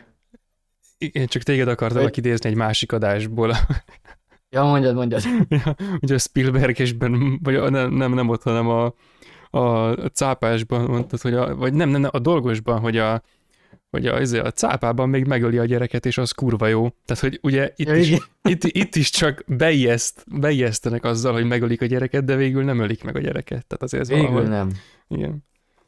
B: én csak téged akartalak
A: Vagy-
B: idézni egy másik adásból.
A: Ja, mondjad, mondjad.
B: Ja, ugye a Spielbergesben, vagy a, nem, nem, nem ott, hanem a, a cápásban mondtad, hogy a, vagy nem, nem, nem, a dolgosban, hogy a, hogy a, izé, a cápában még megöli a gyereket, és az kurva jó. Tehát, hogy ugye itt,
A: Ja,
B: is,
A: igen.
B: itt, itt is csak beijeszt, beijesztenek azzal, hogy megölik a gyereket, de végül nem ölik meg a gyereket. Tehát azért ez
A: Végül
B: valahol...
A: nem.
B: Igen.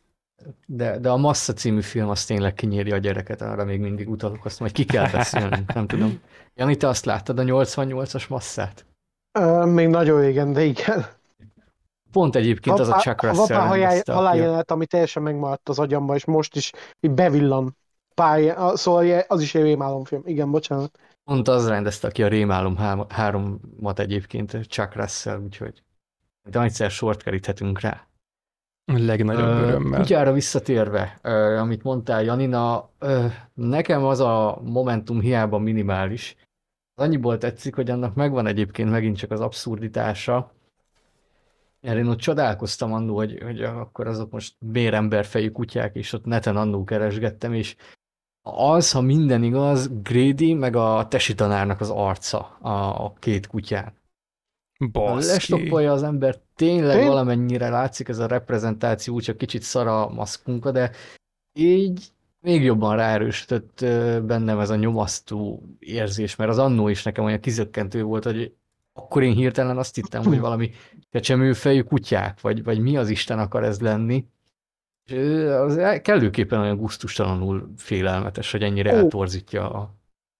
A: De, de a Massa című film az tényleg kinyírja a gyereket, arra még mindig utalok, azt majd ki kell beszélnünk, nem tudom. Jani, te azt láttad a nyolcvannyolcas Masszát?
C: Ö, még nagyon régen, de igen.
A: Pont egyébként az a Chuck
C: a
A: Russell
C: vapár
A: rendezte, aki a-
C: haláljelet, ami teljesen megmaradt az agyamba, és most is így bevillan. Pár, szóval az is egy rémálomfilm. Igen, bocsánat.
A: pont az rendezte, aki a Rémálom há- háromat egyébként, Chuck Russell, úgyhogy de egyszer sort keríthetünk rá.
B: A legnagyobb
A: Ö,
B: örömmel.
A: Kutyára visszatérve, ö, amit mondtál, Janina, ö, nekem az a momentum hiába minimális. Az annyiból tetszik, hogy annak megvan egyébként megint csak az abszurditása. Erre én ott csodálkoztam annó, hogy, hogy akkor azok most béremberfejű kutyák, és ott neten annó keresgettem, és az, ha minden igaz, Grady meg a tesi tanárnak az arca a, a két kutyán.
B: Baszki.
A: Lestoppolja az ember, tényleg
C: Én-
A: valamennyire látszik ez a reprezentáció, csak kicsit szar a maszkunka, de így még jobban ráerősödött ö, bennem ez a nyomasztó érzés, mert az annó is nekem olyan kizökkentő volt, hogy akkor én hirtelen azt hittem, hogy valami kecsemőfejű kutyák, vagy, vagy mi az Isten akar ez lenni. És ö, az kellőképpen olyan gusztustalanul félelmetes, hogy ennyire
C: Ó.
A: eltorzítja a...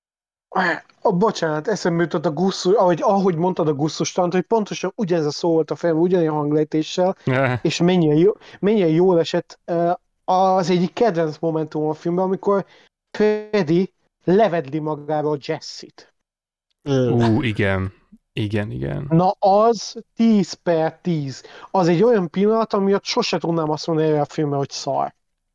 C: A bocsánat, eszembe jutott a gusszus, ahogy, ahogy mondtad a gusztustalant, hogy pontosan ugyanez a szó volt a film, ugyanilyen hanglejtéssel,
B: Eh,
C: és mennyire, jó, mennyire jól esett. ö, Az egyik kedvenc momentum a filmben, amikor Freddy levedli magáról Jessit.
B: Ú, igen. Igen, igen.
C: Na az tíz per tíz. Az egy olyan pillanat, amiatt sose tudnám azt mondani erre a filmre, hogy szar.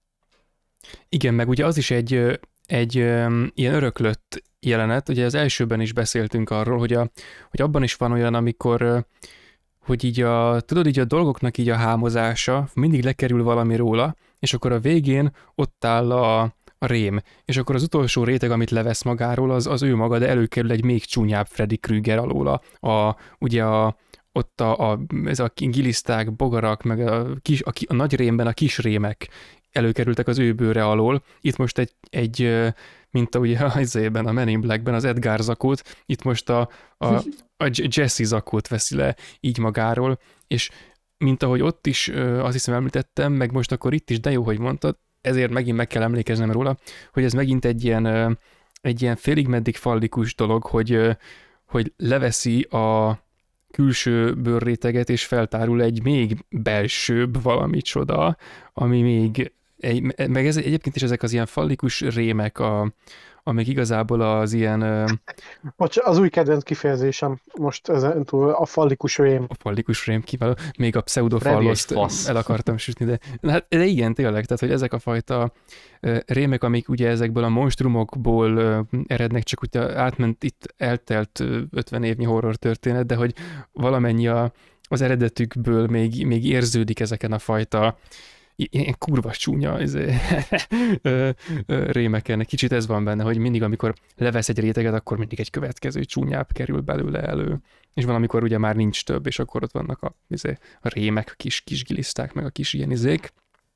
B: Igen, meg ugye az is egy, ö, egy ö, ilyen öröklött jelenet, ugye az elsőben is beszéltünk arról, hogy, a, hogy abban is van olyan, amikor, ö, hogy így a, tudod, így a dolgoknak így a hámozása, mindig lekerül valami róla, és akkor a végén ott áll a, a rém, és akkor az utolsó réteg, amit levesz magáról, az, az ő maga, de előkerül egy még csúnyább Freddy Krueger alóla. A, ugye a, ott a, a, ez a giliszták, bogarak, meg a, kis, a, ki- a nagy rémben a kis rémek előkerültek az ő bőre alól. Itt most egy, egy ö, mint a, ugye az a Men in Blackben az Edgar zakót, itt most a, a, a Jesse zakót veszi le így magáról, és mint ahogy ott is ö, azt hiszem említettem, meg most akkor itt is, de jó, hogy mondtad, ezért megint meg kell emlékeznem róla, hogy ez megint egy ilyen, ö, egy ilyen félig meddig fallikus dolog, hogy, ö, hogy leveszi a külső bőrréteget, és feltárul egy még belsőbb valami csoda, ami még, egy, meg ez, egyébként is ezek az ilyen fallikus rémek, a, amik igazából az ilyen ö,
C: Bocs, az új kedvenc kifejezésem most ezen túl a fallikus rém.
B: a fallikus rém kiváló, még a
A: Freddy egy
B: pseudofalloszt
A: fasz.
B: el akartam sütni, de, de, hát, de igen, tényleg, tehát hogy ezek a fajta ö, rémek, amik ugye ezekből a monstrumokból ö, erednek, csak ugye átment itt eltelt ö, ötven évnyi horror történet, de hogy valamennyi a, az eredetükből még, még érződik ezeken a fajta i- ilyen kurva csúnya izé, ö, ö, rémeken. Kicsit ez van benne, hogy mindig, amikor levesz egy réteget, akkor mindig egy következő csúnyább kerül belőle elő. És van, amikor ugye már nincs több, és akkor ott vannak a, izé, a rémek, a kis, kis giliszták, meg a kis ilyen izék.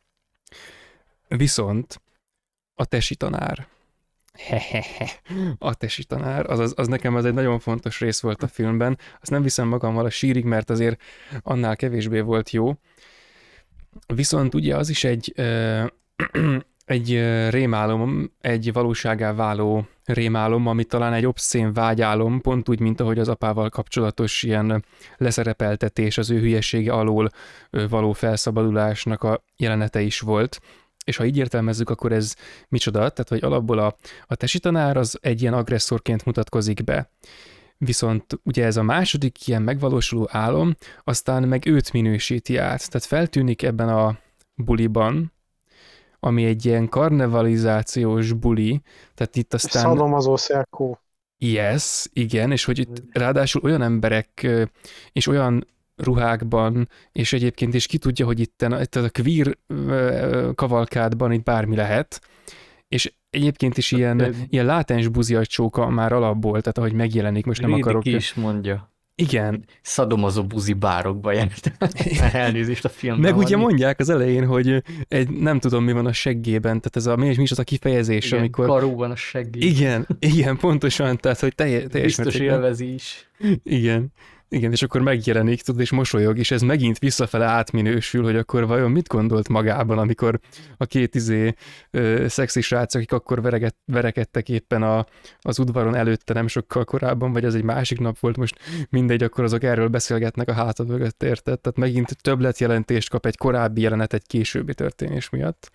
B: Viszont a tesi tanár. Hehehe. A tesi tanár, az, az, az nekem az egy nagyon fontos rész volt a filmben. Azt nem viszem magammal a sírig, mert azért annál kevésbé volt jó. Viszont ugye az is egy, ö, egy ö, rémálom, egy valóságá váló rémálom, ami talán egy obszén vágyálom, pont úgy, mint ahogy az apával kapcsolatos ilyen leszerepeltetés, az ő hülyesége alól való felszabadulásnak a jelenete is volt. És ha így értelmezzük, akkor ez micsoda? Tehát, hogy alapból a, a tesi tanár az egy ilyen agresszorként mutatkozik be. Viszont ugye ez a második ilyen megvalósuló álom, aztán meg őt minősíti át. Tehát feltűnik ebben a buliban, ami egy ilyen karnevalizációs buli, tehát itt aztán...
C: Szadomazó szerkó.
B: Yes, igen, és hogy itt ráadásul olyan emberek és olyan ruhákban, és egyébként is ki tudja, hogy itt a, itt a queer kavalkádban itt bármi lehet, és egyébként is ilyen, ilyen látens buziacsóka már alapból, tehát ahogy megjelenik, most nem
A: Védi
B: akarok...
A: ki is mondja.
B: Igen.
A: Szadomazó buzi bárokba járt. Elnézést a filmben.
B: Meg ugye
A: van.
B: mondják az elején, hogy egy, nem tudom mi van a seggében, tehát ez a, mi is, mi is az a kifejezés,
A: Igen,
B: amikor...
A: karóban a seggében.
B: Igen, igen, pontosan, tehát hogy teljes, teljes
A: Biztos
B: mértékben.
A: élvezi is.
B: Igen. Igen, és akkor megjelenik, tudod, és mosolyog, és ez megint visszafele átminősül, hogy akkor vajon mit gondolt magában, amikor a két izé ö, szexi srác, akik akkor vereget, verekedtek éppen a, az udvaron előtte nem sokkal korábban, vagy az egy másik nap volt, most mindegy, akkor azok erről beszélgetnek a háta mögött, érted? Tehát megint többletjelentést kap egy korábbi jelenet egy későbbi történés miatt.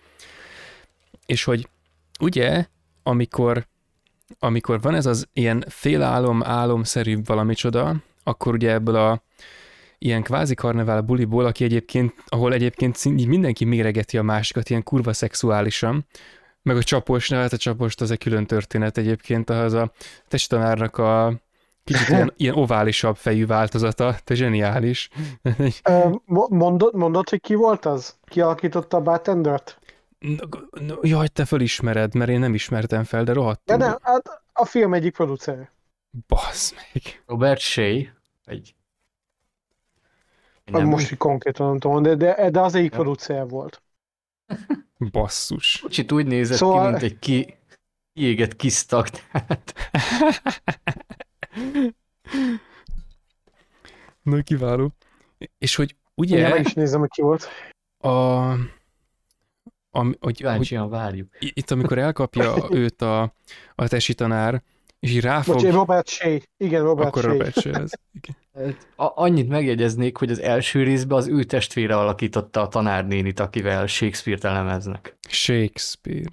B: És hogy ugye, amikor, amikor van ez az ilyen félálom, álomszerűbb valamicsoda, akkor ugye ebből a ilyen kvázi karnevál buliból, aki egyébként, ahol egyébként így mindenki méregeti a másikat, ilyen kurva szexuálisan, meg a csaposnál, hát a csapost az egy külön történet egyébként, az a testtanárnak a kicsit ilyen, ilyen oválisabb fejű változata, te zseniális.
C: Mondod, mondod, hogy ki volt az? Ki alakította a bartendert?
B: Jaj, te fölismered, mert én nem ismertem fel, de rohadtul.
C: Ja, nem, hát a film egyik producer.
B: Bassz meg.
A: Robert Shea. Egy...
C: Nem, most így konkrétan nem tudom, de, de, de az egyik
A: ja.
C: producer volt.
B: Basszus.
A: Kicsit úgy nézett
C: Szóval...
A: ki, mint egy ki, kiégett kisztag. Tehát...
B: Na, kiváló. És hogy ugye...
C: Igen, meg is nézem, hogy ki volt.
B: A... Am, hogy,
A: Kíváncsian várjuk.
B: Itt, amikor elkapja őt a, a tesi tanár, és így ráfog...
C: Bocs, Robert Shea. Igen, Robert
B: akkor
C: Shea.
B: Robert Shea ez. Igen.
A: A, annyit megjegyeznék, hogy az első részben az ő testvére alakította a tanárnénit, akivel Shakespeare-t elemeznek.
B: Shakespeare.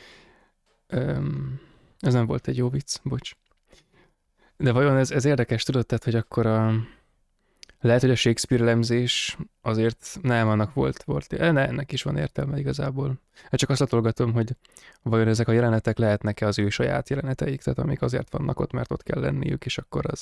B: Um, ez nem volt egy jó vicc, bocs. De vajon ez, ez érdekes, tudod, tehát, hogy akkor a... Lehet, hogy a Shakespeare elemzés azért nem, annak volt, volt. Ne, ennek is van értelme igazából. Hát csak azt latolgatom, hogy vajon ezek a jelenetek lehetnek-e az ő saját jeleneteik, tehát amik azért vannak ott, mert ott kell lenniük, és akkor az,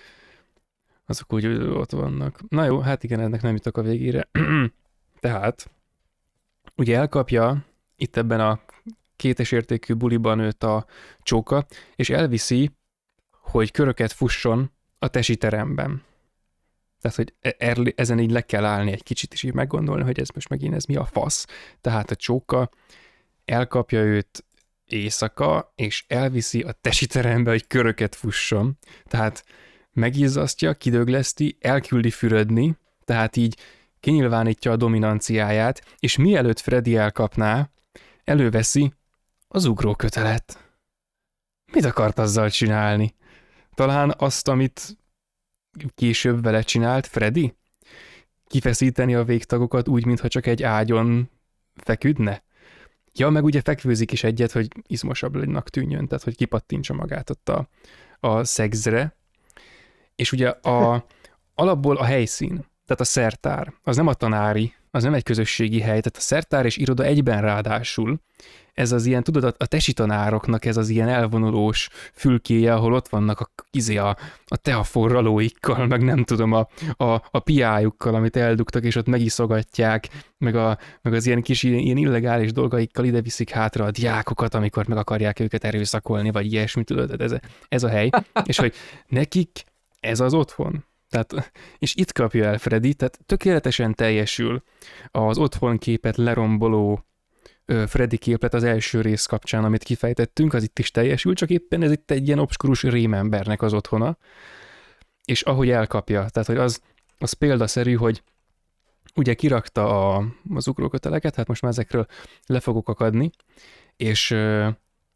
B: azok úgy ott vannak. Na jó, hát igen, ennek nem jutok a végére. Tehát, ugye elkapja itt ebben a kétes értékű buliban őt a csóka, és elviszi, hogy köröket fusson a tesi teremben. Tehát, hogy er, ezen így le kell állni egy kicsit, és így meggondolni, hogy ez most megint ez mi a fasz. Tehát a csóka elkapja őt éjszaka, és elviszi a tesi terembe, hogy köröket fusson. Tehát megizzasztja, kidögleszti, elküldi fürödni, tehát így kinyilvánítja a dominanciáját, és mielőtt Freddy elkapná, előveszi az ugrókötelet. Mit akart azzal csinálni? Talán azt, amit később vele csinált Freddy? Kifeszíteni a végtagokat úgy, mintha csak egy ágyon feküdne? Ja, meg ugye fekvőzik is egyet, hogy izmosabbnak tűnjön, tehát hogy kipattintsa magát ott a, a szexre. És ugye a, alapból a helyszín, tehát a szertár, az nem a tanári, az nem egy közösségi hely, tehát a szertár és iroda egyben ráadásul. Ez az ilyen, tudod, a tesi tanároknak ez az ilyen elvonulós fülkéje, ahol ott vannak a, izé a, a teaforralóikkal, meg nem tudom, a, a, a piájukkal, amit eldugtak, és ott megiszogatják, meg, a, meg az ilyen kis ilyen, ilyen illegális dolgaikkal ide viszik hátra a diákokat, amikor meg akarják őket erőszakolni, vagy ilyesmi, tudod, ez, ez a hely. És hogy nekik ez az otthon. Tehát, és itt kapja el Freddy, tehát tökéletesen teljesül az otthonképet leromboló Freddy képlet az első rész kapcsán, amit kifejtettünk, az itt is teljesül, csak éppen ez itt egy ilyen obskurus rémembernek az otthona. És ahogy elkapja, tehát hogy az, az példaszerű, hogy ugye kirakta a, az ugróköteleket, hát most már ezekről le fogok akadni, és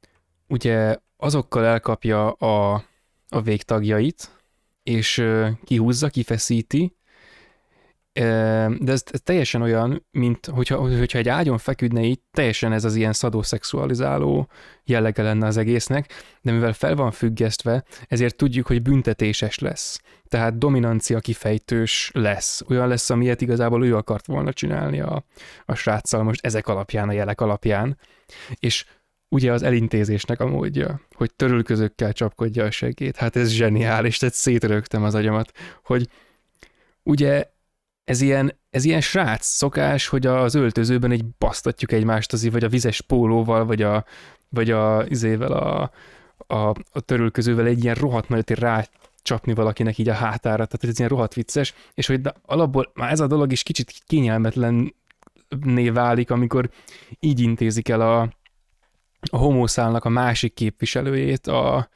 B: ugye azokkal elkapja a, a végtagjait, és ö, kihúzza, kifeszíti, de ez, ez teljesen olyan, mint hogyha, hogyha egy ágyon feküdne így, teljesen ez az ilyen szadoszexualizáló jellege lenne az egésznek, de mivel fel van függesztve, ezért tudjuk, hogy büntetéses lesz. Tehát dominancia kifejtős lesz. Olyan lesz, amilyet igazából ő akart volna csinálni a, a sráccal most ezek alapján, a jelek alapján. És ugye az elintézésnek a módja, hogy törülközökkel csapkodja a segét. Hát ez zseniális, tehát szétrögtem az agyamat, hogy ugye Ez ilyen, ez ilyen srác szokás, hogy az öltözőben egy basztatjuk egymást azért, vagy a vizes pólóval, vagy a, vagy a, izével a, a, a törülközővel egy ilyen rohadt nagyot rácsapni valakinek így a hátára, tehát ez ilyen rohadt vicces, és hogy alapból már ez a dolog is kicsit kényelmetlenné válik, amikor így intézik el a, a homoszálnak a másik képviselőjét, a,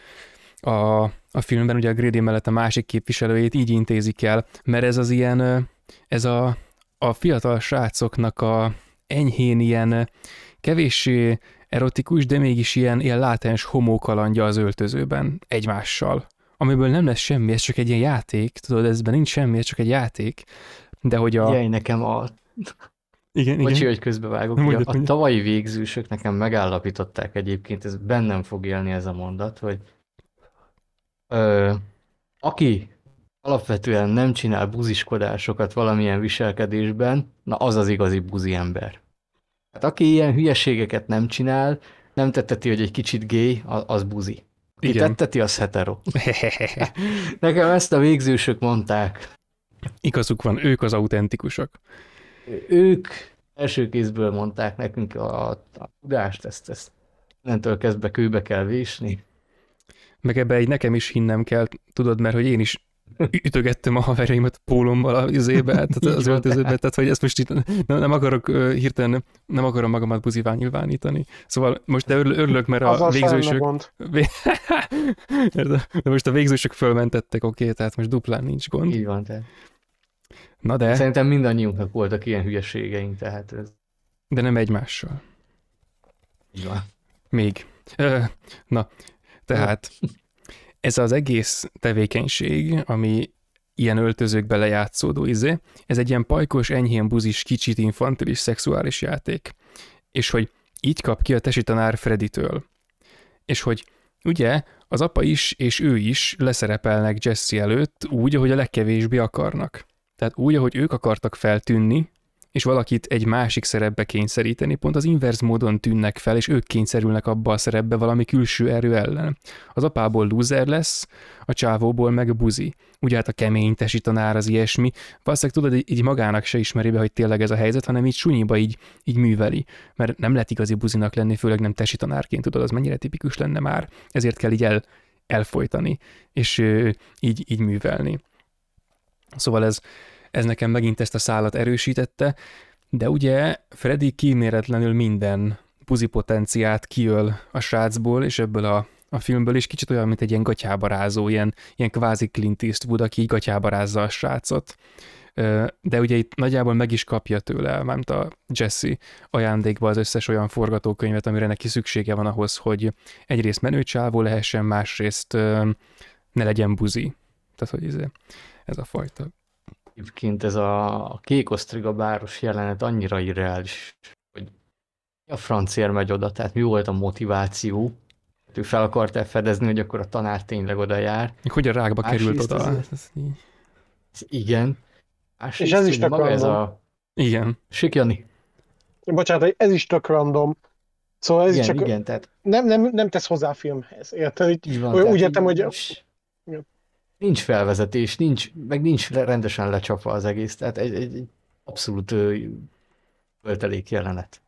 B: a, a filmben ugye a Grady mellett a másik képviselőjét így intézik el, mert ez az ilyen, ez a, a fiatal srácoknak a enyhén ilyen kevéssé erotikus, de mégis ilyen, ilyen látens homókalandja az öltözőben egymással, amiből nem lesz semmi, ez csak egy ilyen játék, tudod, ezben nincs semmi, ez csak egy játék, de hogy a...
A: Jaj, nekem a...
B: Igen,
A: Bocsi,
B: igen.
A: hogy közbevágok.
B: Mondjad,
A: A, a
B: mondjad.
A: tavalyi végzősök nekem megállapították egyébként, ez bennem fog élni ez a mondat, hogy ö, aki alapvetően nem csinál buziskodásokat valamilyen viselkedésben, na az az igazi buzi ember. Hát aki ilyen hülyeségeket nem csinál, nem tetteti, hogy egy kicsit gay, az, az buzi. Aki
B: Igen.
A: tetteti, az hetero. Nekem ezt a végzősök mondták.
B: Igazuk van, ők az autentikusok.
A: Ők első kézből mondták nekünk a, a tudást, ezt, ezt innentől kezdve kőbe kell vésni.
B: Meg ebbe egy nekem is hinnem kell, tudod, mert hogy én is ütögettem a haverjaimat pólommal az izébe, tehát az öltözőbe, tehát hogy ezt most itt nem, nem akarok uh, hirtelen, nem akarom magamat buzivá nyilvánítani. Szóval most de örül, örülök, mert a
C: Azzal sem lenne
B: végzősök...
C: gond.
B: De most a végzősök fölmentettek, oké, okay, tehát most duplán nincs gond.
A: Így van, tehát.
B: Na de,
A: Szerintem mindannyiunknak voltak ilyen hülyeségeink, tehát ez
B: de nem egymással.
A: így van.
B: Még. Ö, na, tehát ez az egész tevékenység, ami ilyen öltözőkbe lejátszódó izé, ez egy ilyen pajkos, enyhén buzis, kicsit infantilis, szexuális játék. És hogy így kap ki a tesi tanár Freddytől. És hogy ugye az apa is, és ő is leszerepelnek Jesse előtt úgy, ahogy a legkevésbé akarnak. Tehát úgy, ahogy ők akartak feltűnni, és valakit egy másik szerepbe kényszeríteni, pont az inverz módon tűnnek fel, és ők kényszerülnek abba a szerepbe valami külső erő ellen. Az apából loser lesz, a csávóból meg buzi. Ugye hát a kemény tesi tanár az ilyesmi. Valószínűleg tudod, így magának se ismeri be, hogy tényleg ez a helyzet, hanem így sunyiba így, így műveli. Mert nem lehet igazi buzinak lenni, főleg nem tesi tanárként, tudod, az mennyire tipikus lenne már. Ezért kell így el, elfolytani, és ö, így, így művelni. Szóval ez Ez nekem megint ezt a szálat erősítette, de ugye Freddy kíméletlenül minden buzipotenciát kiöl a srácból, és ebből a, a filmből is kicsit olyan, mint egy ilyen gatyába rázó, ilyen, ilyen kvázi Clint Eastwood, aki így gatyába rázza a srácot. De ugye itt nagyjából meg is kapja tőle, mármint a Jesse ajándékba az összes olyan forgatókönyvet, amire neki szüksége van ahhoz, hogy egyrészt menőcsávó lehessen, másrészt ne legyen buzi. Tehát, hogy ez, ez a fajta.
A: Egyébként ez a kék osztriga báros jelenet annyira irreális, hogy a franciára megy oda, tehát mi volt a motiváció? Ő fel akart fedezni, hogy akkor a tanár tényleg oda jár.
B: Hogy a rákba került
A: Másrészt
B: oda.
A: ez-
B: Ez így-
A: Igen. Másrészt,
C: És ez is
A: hogy
C: tök
A: maga ez
C: random.
A: a...
B: Igen.
A: Sikjani.
C: Bocsánat, ez is tök random. Szóval ez
A: Igen,
C: is csak
A: igen, tehát
C: nem, nem, nem tesz hozzá a filmhez, érted? Így,
A: így van.
C: úgy
A: tehát
C: értem,
A: így
C: hogy-
A: nincs,
C: Ja.
A: nincs felvezetés, nincs, meg nincs le- rendesen lecsapva az egész, tehát egy, egy, egy abszolút ö, töltelék jelenet.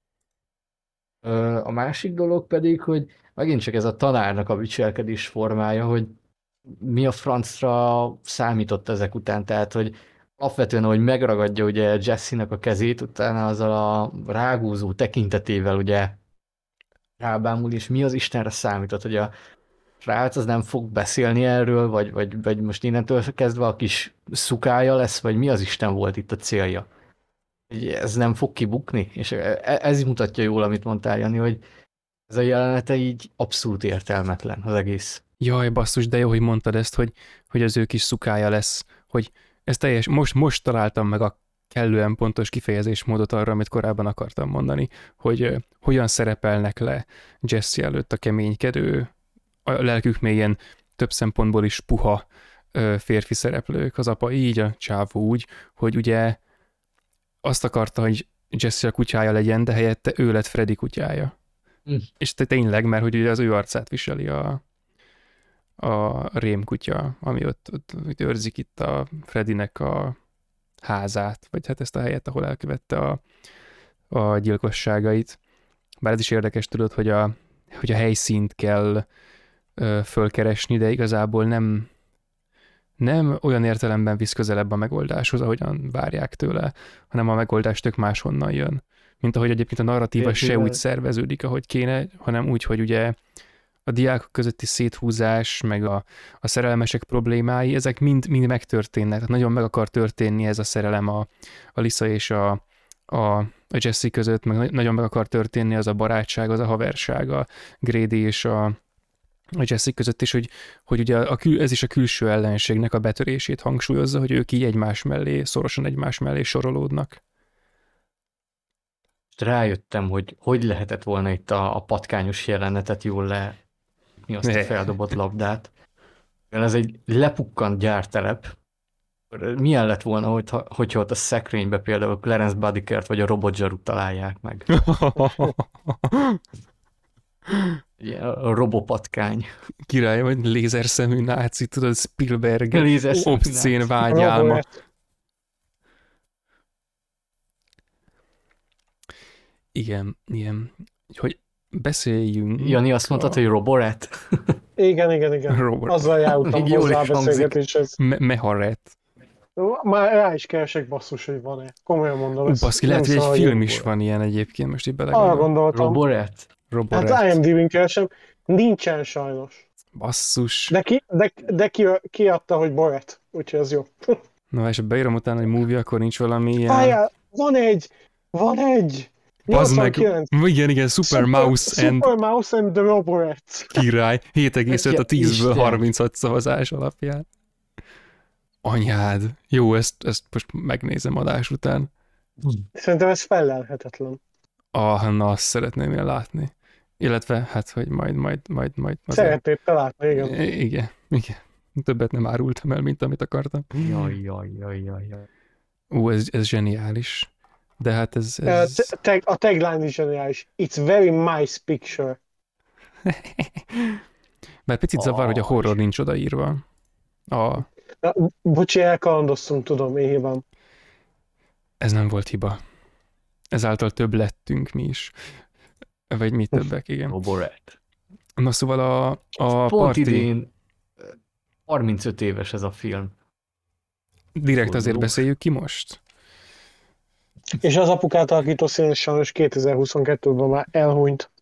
A: Ö, A másik dolog pedig, hogy megint csak ez a tanárnak a viselkedés formája, hogy mi a francra számított ezek után, tehát hogy alapvetően, hogy megragadja ugye Jesse-nek a kezét, utána azzal a rágúzó tekintetével ugye rábámul, és mi az Istenre számított, hogy a srác az nem fog beszélni erről, vagy, vagy, vagy most innentől kezdve a kis szukája lesz, vagy mi az Isten volt itt a célja. Hogy ez nem fog kibukni, és e- ez mutatja jól, amit mondtál, Jani, hogy Ez a jelenete így abszolút értelmetlen, az egész.
B: Jaj, basszus, de jó, hogy mondtad ezt, hogy, hogy az ő kis szukája lesz, hogy ez teljes, most, most találtam meg a kellően pontos kifejezésmódot arra, amit korábban akartam mondani, hogy uh, hogyan szerepelnek le Jesse előtt a keménykedő, a lelkük mélyen több szempontból is puha uh, férfi szereplők, az apa így, a csávó úgy, hogy ugye azt akarta, hogy Jesse a kutyája legyen, de helyette ő lett Freddy kutyája. Mm. És te tényleg, mert hogy ugye az ő arcát viseli a, a rémkutya, ami ott, ott, ott őrzik itt a Freddynek a házát, vagy hát ezt a helyet, ahol elkövette a, a gyilkosságait. Bár ez is érdekes, tudod, hogy a, hogy a helyszínt kell ö, fölkeresni, de igazából nem, nem olyan értelemben visz közelebb a megoldáshoz, ahogyan várják tőle, hanem a megoldás tök máshonnan jön. Mint ahogy egyébként a narratíva se úgy szerveződik, ahogy kéne, hanem úgy, hogy ugye a diákok közötti széthúzás, meg a, a szerelmesek problémái, ezek mind, mind megtörténnek. Tehát nagyon meg akar történni ez a szerelem a, a Lisa és a, a, a Jesse között, meg nagyon meg akar történni az a barátság, az a haverság a Grady és a, a Jesse között is, hogy, hogy ugye a kül, ez is a külső ellenségnek a betörését hangsúlyozza, hogy ők így egymás mellé, szorosan egymás mellé sorolódnak.
A: Rájöttem, hogy hogy lehetett volna itt a, a patkányos jelenetet jól le mi azt a feldobott labdát. Ez egy lepukkant gyártelep. Milyen lett volna, hogyha, hogyha ott a szekrénybe például Clarence Bodikert vagy a robotzsarut találják meg? A robopatkány.
B: Király, vagy lézerszemű náci, tudod, Spielberg
A: lézerszemű
B: obszcén
A: náci.
B: vágyálma. Igen, igen. Hogy beszéljünk...
A: Jani, azt mondtad, a... hogy Roboret?
C: Igen, igen, igen.
B: Robert.
C: Azzal jártam hozzá a beszélgetéshez.
B: Me- Meharet.
C: Már rá is keresek, basszus, hogy van-e. Komolyan mondom.
B: Uh, baszki, lehet, hogy egy film is van ilyen egyébként, most így belegondolom.
C: Arra gondoltam.
A: Roboret?
B: Roboret.
C: Hát I M D B-n keresem. Nincsen sajnos.
B: Basszus.
C: De ki, de, de ki, ki adta, hogy Boret. Úgyhogy az jó.
B: Na, és ha beírom utána, hogy movie, akkor nincs valami ilyen...
C: Fájjál, van egy! Van egy!
B: Az meg, igen, igen, Super, Super Mouse and...
C: Super Mouse and the Roboret.
B: Király, hét egész öt a tízből harminchat szavazás alapján. Anyád. Jó, ezt, ezt most megnézem adás után.
C: Szerintem ez fellelhetetlen.
B: Ah, na, azt szeretném én látni. Illetve, hát, hogy majd, majd, majd, majd...
C: Szeretnéd te látni, igen.
B: Igen, igen. Többet nem árultam el, mint amit akartam.
A: Jaj, jaj, jaj, jaj, jaj.
B: Ú, ez, ez zseniális. De hát ez... ez...
C: A, tag, a tagline is zseniális. It's very nice picture.
B: Mert picit zavar, oh, hogy a horror nincs odaírva. A...
C: Na, bocsi, elkalandoztunk, tudom, éhében.
B: Ez nem volt hiba. Ezáltal több lettünk mi is. Vagy mi többek, igen.
A: Roboret.
B: Na szóval a, a
A: Pont
B: parti...
A: idén harmincöt éves ez a film.
B: Direkt azért beszéljük ki most?
C: És az apukát alakító színes sajnos kétezer-huszonkettőben már elhunyt.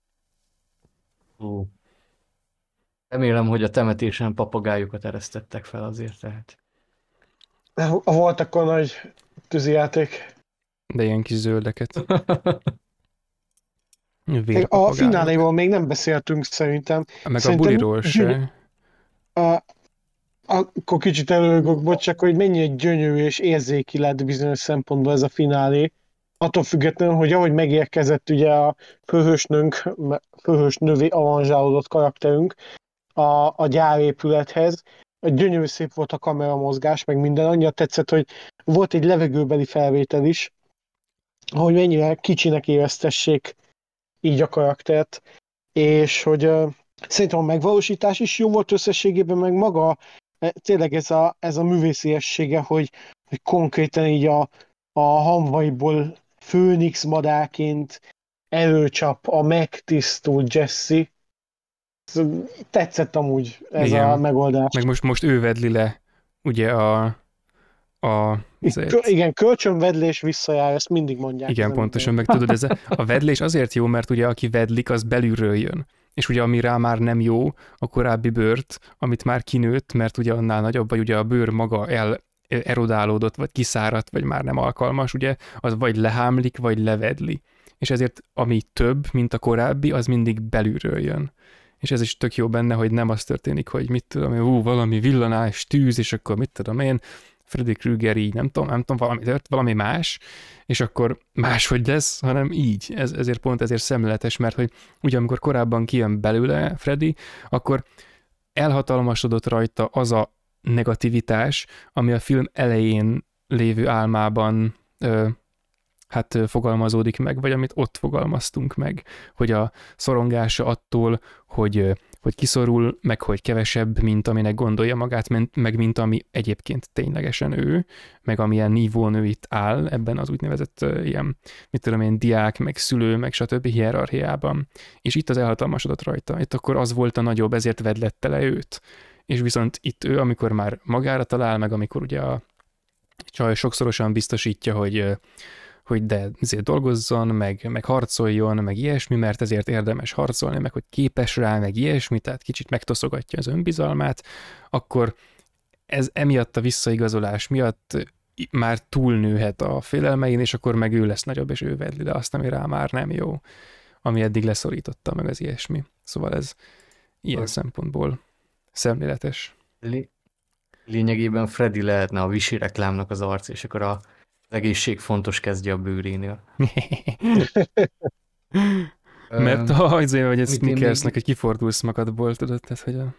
A: Ó. Remélem, hogy a temetésen papagájukat eresztettek fel azért, tehát.
C: Volt akkor nagy tűzijáték.
B: De ilyen kis zöldeket.
C: A fináléból még nem beszéltünk szerintem.
B: Meg
C: szerintem
B: a buliról se.
C: A, akkor kicsit előgök, bocs, csak hogy mennyire gyönyörű és érzéki lett bizonyos szempontból ez a finálé. Attól függetlenül, hogy ahogy megérkezett ugye a főhősnőnk, főhősnővé avanzsálódott karakterünk a, a gyárépülethez, gyönyörű szép volt a kameramozgás, meg minden, annyira tetszett, hogy volt egy levegőbeli felvétel is, hogy mennyire kicsinek éreztessék így a karaktert, és hogy uh, szerintem a megvalósítás is jó volt összességében, meg maga tényleg ez a, ez a művésziessége, hogy, hogy konkrétan így a, a hamvaiból főnix madárként előcsap a megtisztult Jesse. Tetszett amúgy ez igen. A megoldás.
B: Meg most, most ő vedli le, ugye a... a
C: Kö, igen, kölcsönvedlés visszajár, ezt mindig mondják.
B: Igen, pontosan, meg tudod, ez a, a vedlés azért jó, mert ugye aki vedlik, az belülről jön. És ugye ami rá már nem jó, a korábbi bőrt, amit már kinőtt, mert ugye annál nagyobb, vagy ugye a bőr maga el erodálódott, vagy kiszáradt, vagy már nem alkalmas, ugye, az vagy lehámlik, vagy levedli. és ezért ami több, mint a korábbi, az mindig belülről jön. És ez is tök jó benne, hogy nem az történik, hogy mit tudom én, hú, valami villanás, tűz, és akkor mit tudom én, Freddy Krueger így, nem tudom, nem tudom, valami tört, valami más, és akkor máshogy lesz, hanem így. Ez, ezért pont ezért szemléletes, mert hogy ugye amikor korábban kijön belőle Freddy, akkor elhatalmasodott rajta az a negativitás, ami a film elején lévő álmában ö, hát fogalmazódik meg, vagy amit ott fogalmaztunk meg, hogy a szorongása attól, hogy, hogy kiszorul, meg hogy kevesebb, mint aminek gondolja magát, meg mint ami egyébként ténylegesen ő, meg amilyen nívón ő itt áll ebben az úgynevezett ilyen, mit tudom én, diák, meg szülő, meg stb. Hierarchiában. És itt az elhatalmasodott rajta. Itt akkor az volt a nagyobb, ezért vedlette le őt. És viszont itt ő, amikor már magára talál, meg amikor ugye a csaj sokszorosan biztosítja, hogy hogy de ezért dolgozzon, meg, meg harcoljon, meg ilyesmi, mert ezért érdemes harcolni, meg hogy képes rá, meg ilyesmi, tehát kicsit megtoszogatja az önbizalmát, akkor ez emiatt a visszaigazolás miatt már túlnőhet a félelmein, és akkor meg ő lesz nagyobb, és ő vedli le azt, ami rá már nem jó, ami eddig leszorította meg az ilyesmi. Szóval ez ilyen a... szempontból szemléletes.
A: Lé- lényegében Freddy lehetne a Vichy reklámnak az arc, és akkor a az egészség fontos kezdje a bőrénél.
B: Mert azért, hogy ez Snickersnek, hogy kifordulsz magadból, tudod, tehát, hogy a...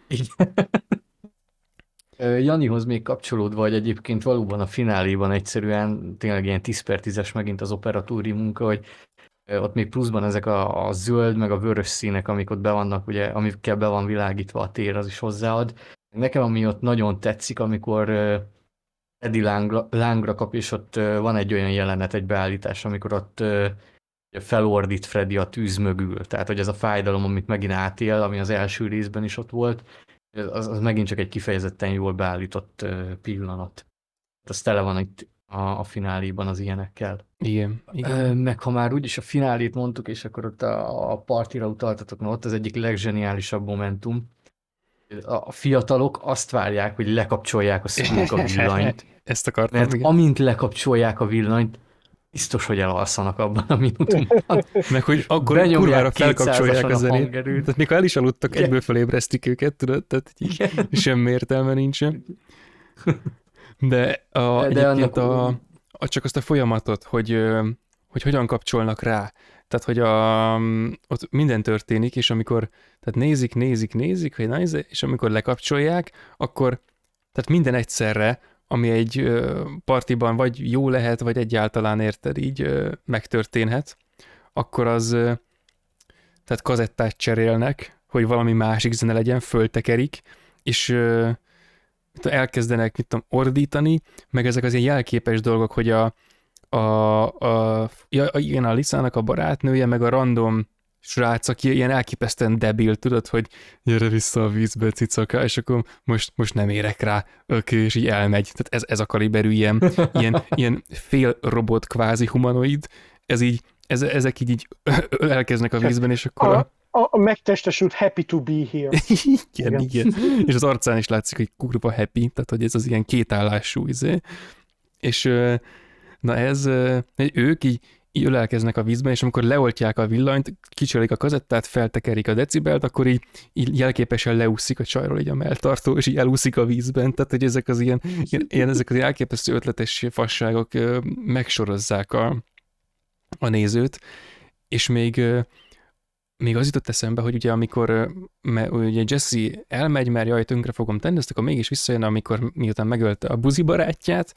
A: Janihoz még kapcsolódva, hogy egyébként valóban a fináléban egyszerűen tényleg ilyen tíz per tízes megint az operatúri munka, hogy ott még pluszban ezek a, a zöld, meg a vörös színek, amik ott be vannak, ugye, amikkel be van világítva a tér, az is hozzáad. Nekem ami ott nagyon tetszik, amikor Eddie lángra, lángra kap, és ott van egy olyan jelenet, egy beállítás, amikor ott felordít Freddy a tűz mögül. Tehát, hogy ez a fájdalom, amit megint átél, ami az első részben is ott volt, az, az megint csak egy kifejezetten jól beállított pillanat. Az tele van itt a, a fináléban az ilyenekkel.
B: Igen, igen.
A: Meg ha már úgyis a finálét mondtuk, és akkor ott a, a partira utaltatok, na ott az egyik legzseniálisabb momentum. A fiatalok azt várják, hogy lekapcsolják a szülők a villanyt.
B: Ezt akartam.
A: Mert
B: igen.
A: amint lekapcsolják a villanyt, biztos, hogy elalszanak abban a minutumban.
B: Meg hogy akkor kurvára felkapcsolják a zenét. Tehát mikor el is aludtak,
C: Igen.
B: egyből felébresztik őket, tudod? Tehát így semmi értelme nincsen. De, a,
A: De
B: egyébként
A: annak...
B: a, a, csak azt a folyamatot, hogy, hogy hogyan kapcsolnak rá. Tehát, hogy a, ott minden történik, és amikor tehát nézik, nézik, nézik, hogy nézik, és amikor lekapcsolják, akkor tehát minden egyszerre, ami egy ö, partiban vagy jó lehet, vagy egyáltalán érted, így ö, megtörténhet, akkor az ö, tehát kazettát cserélnek, hogy valami másik zene legyen, föltekerik, és ö, elkezdenek, mit tudom, ordítani, meg ezek az ilyen jelképes dolgok, hogy a A, a, ja, igen, a Lisának a barátnője, meg a random srác, aki ilyen elképesztően debil, tudod, hogy gyere vissza a vízbe, cicaka, és akkor most, most nem érek rá, oké, és így elmegy. Tehát ez, ez a kaliberű ilyen, ilyen, ilyen fél robot, kvázi humanoid, ez így, ez, ezek így, így elkeznek a vízben, és akkor a...
C: A, a megtestesült happy to be here.
B: igen, igen, igen. És az arcán is látszik, hogy kurva happy, tehát hogy ez az ilyen kétállású, izé. És na ez, ők így, így ölelkeznek a vízben, és amikor leoltják a villanyt, kicserélik a kazettát, feltekerik a decibelt, akkor így, így jelképesen leúszik a csajról így a melltartó, és így elúszik a vízben. Tehát, hogy ezek az ilyen, ilyen ezek az elképesztő ötletes fasságok megsorozzák a, a nézőt, és még, még az jutott eszembe, hogy ugye amikor me, ugye Jesse elmegy, mert jaj, tönkre fogom tenni, azt akkor mégis visszajön, amikor miután megölte a buzi barátját,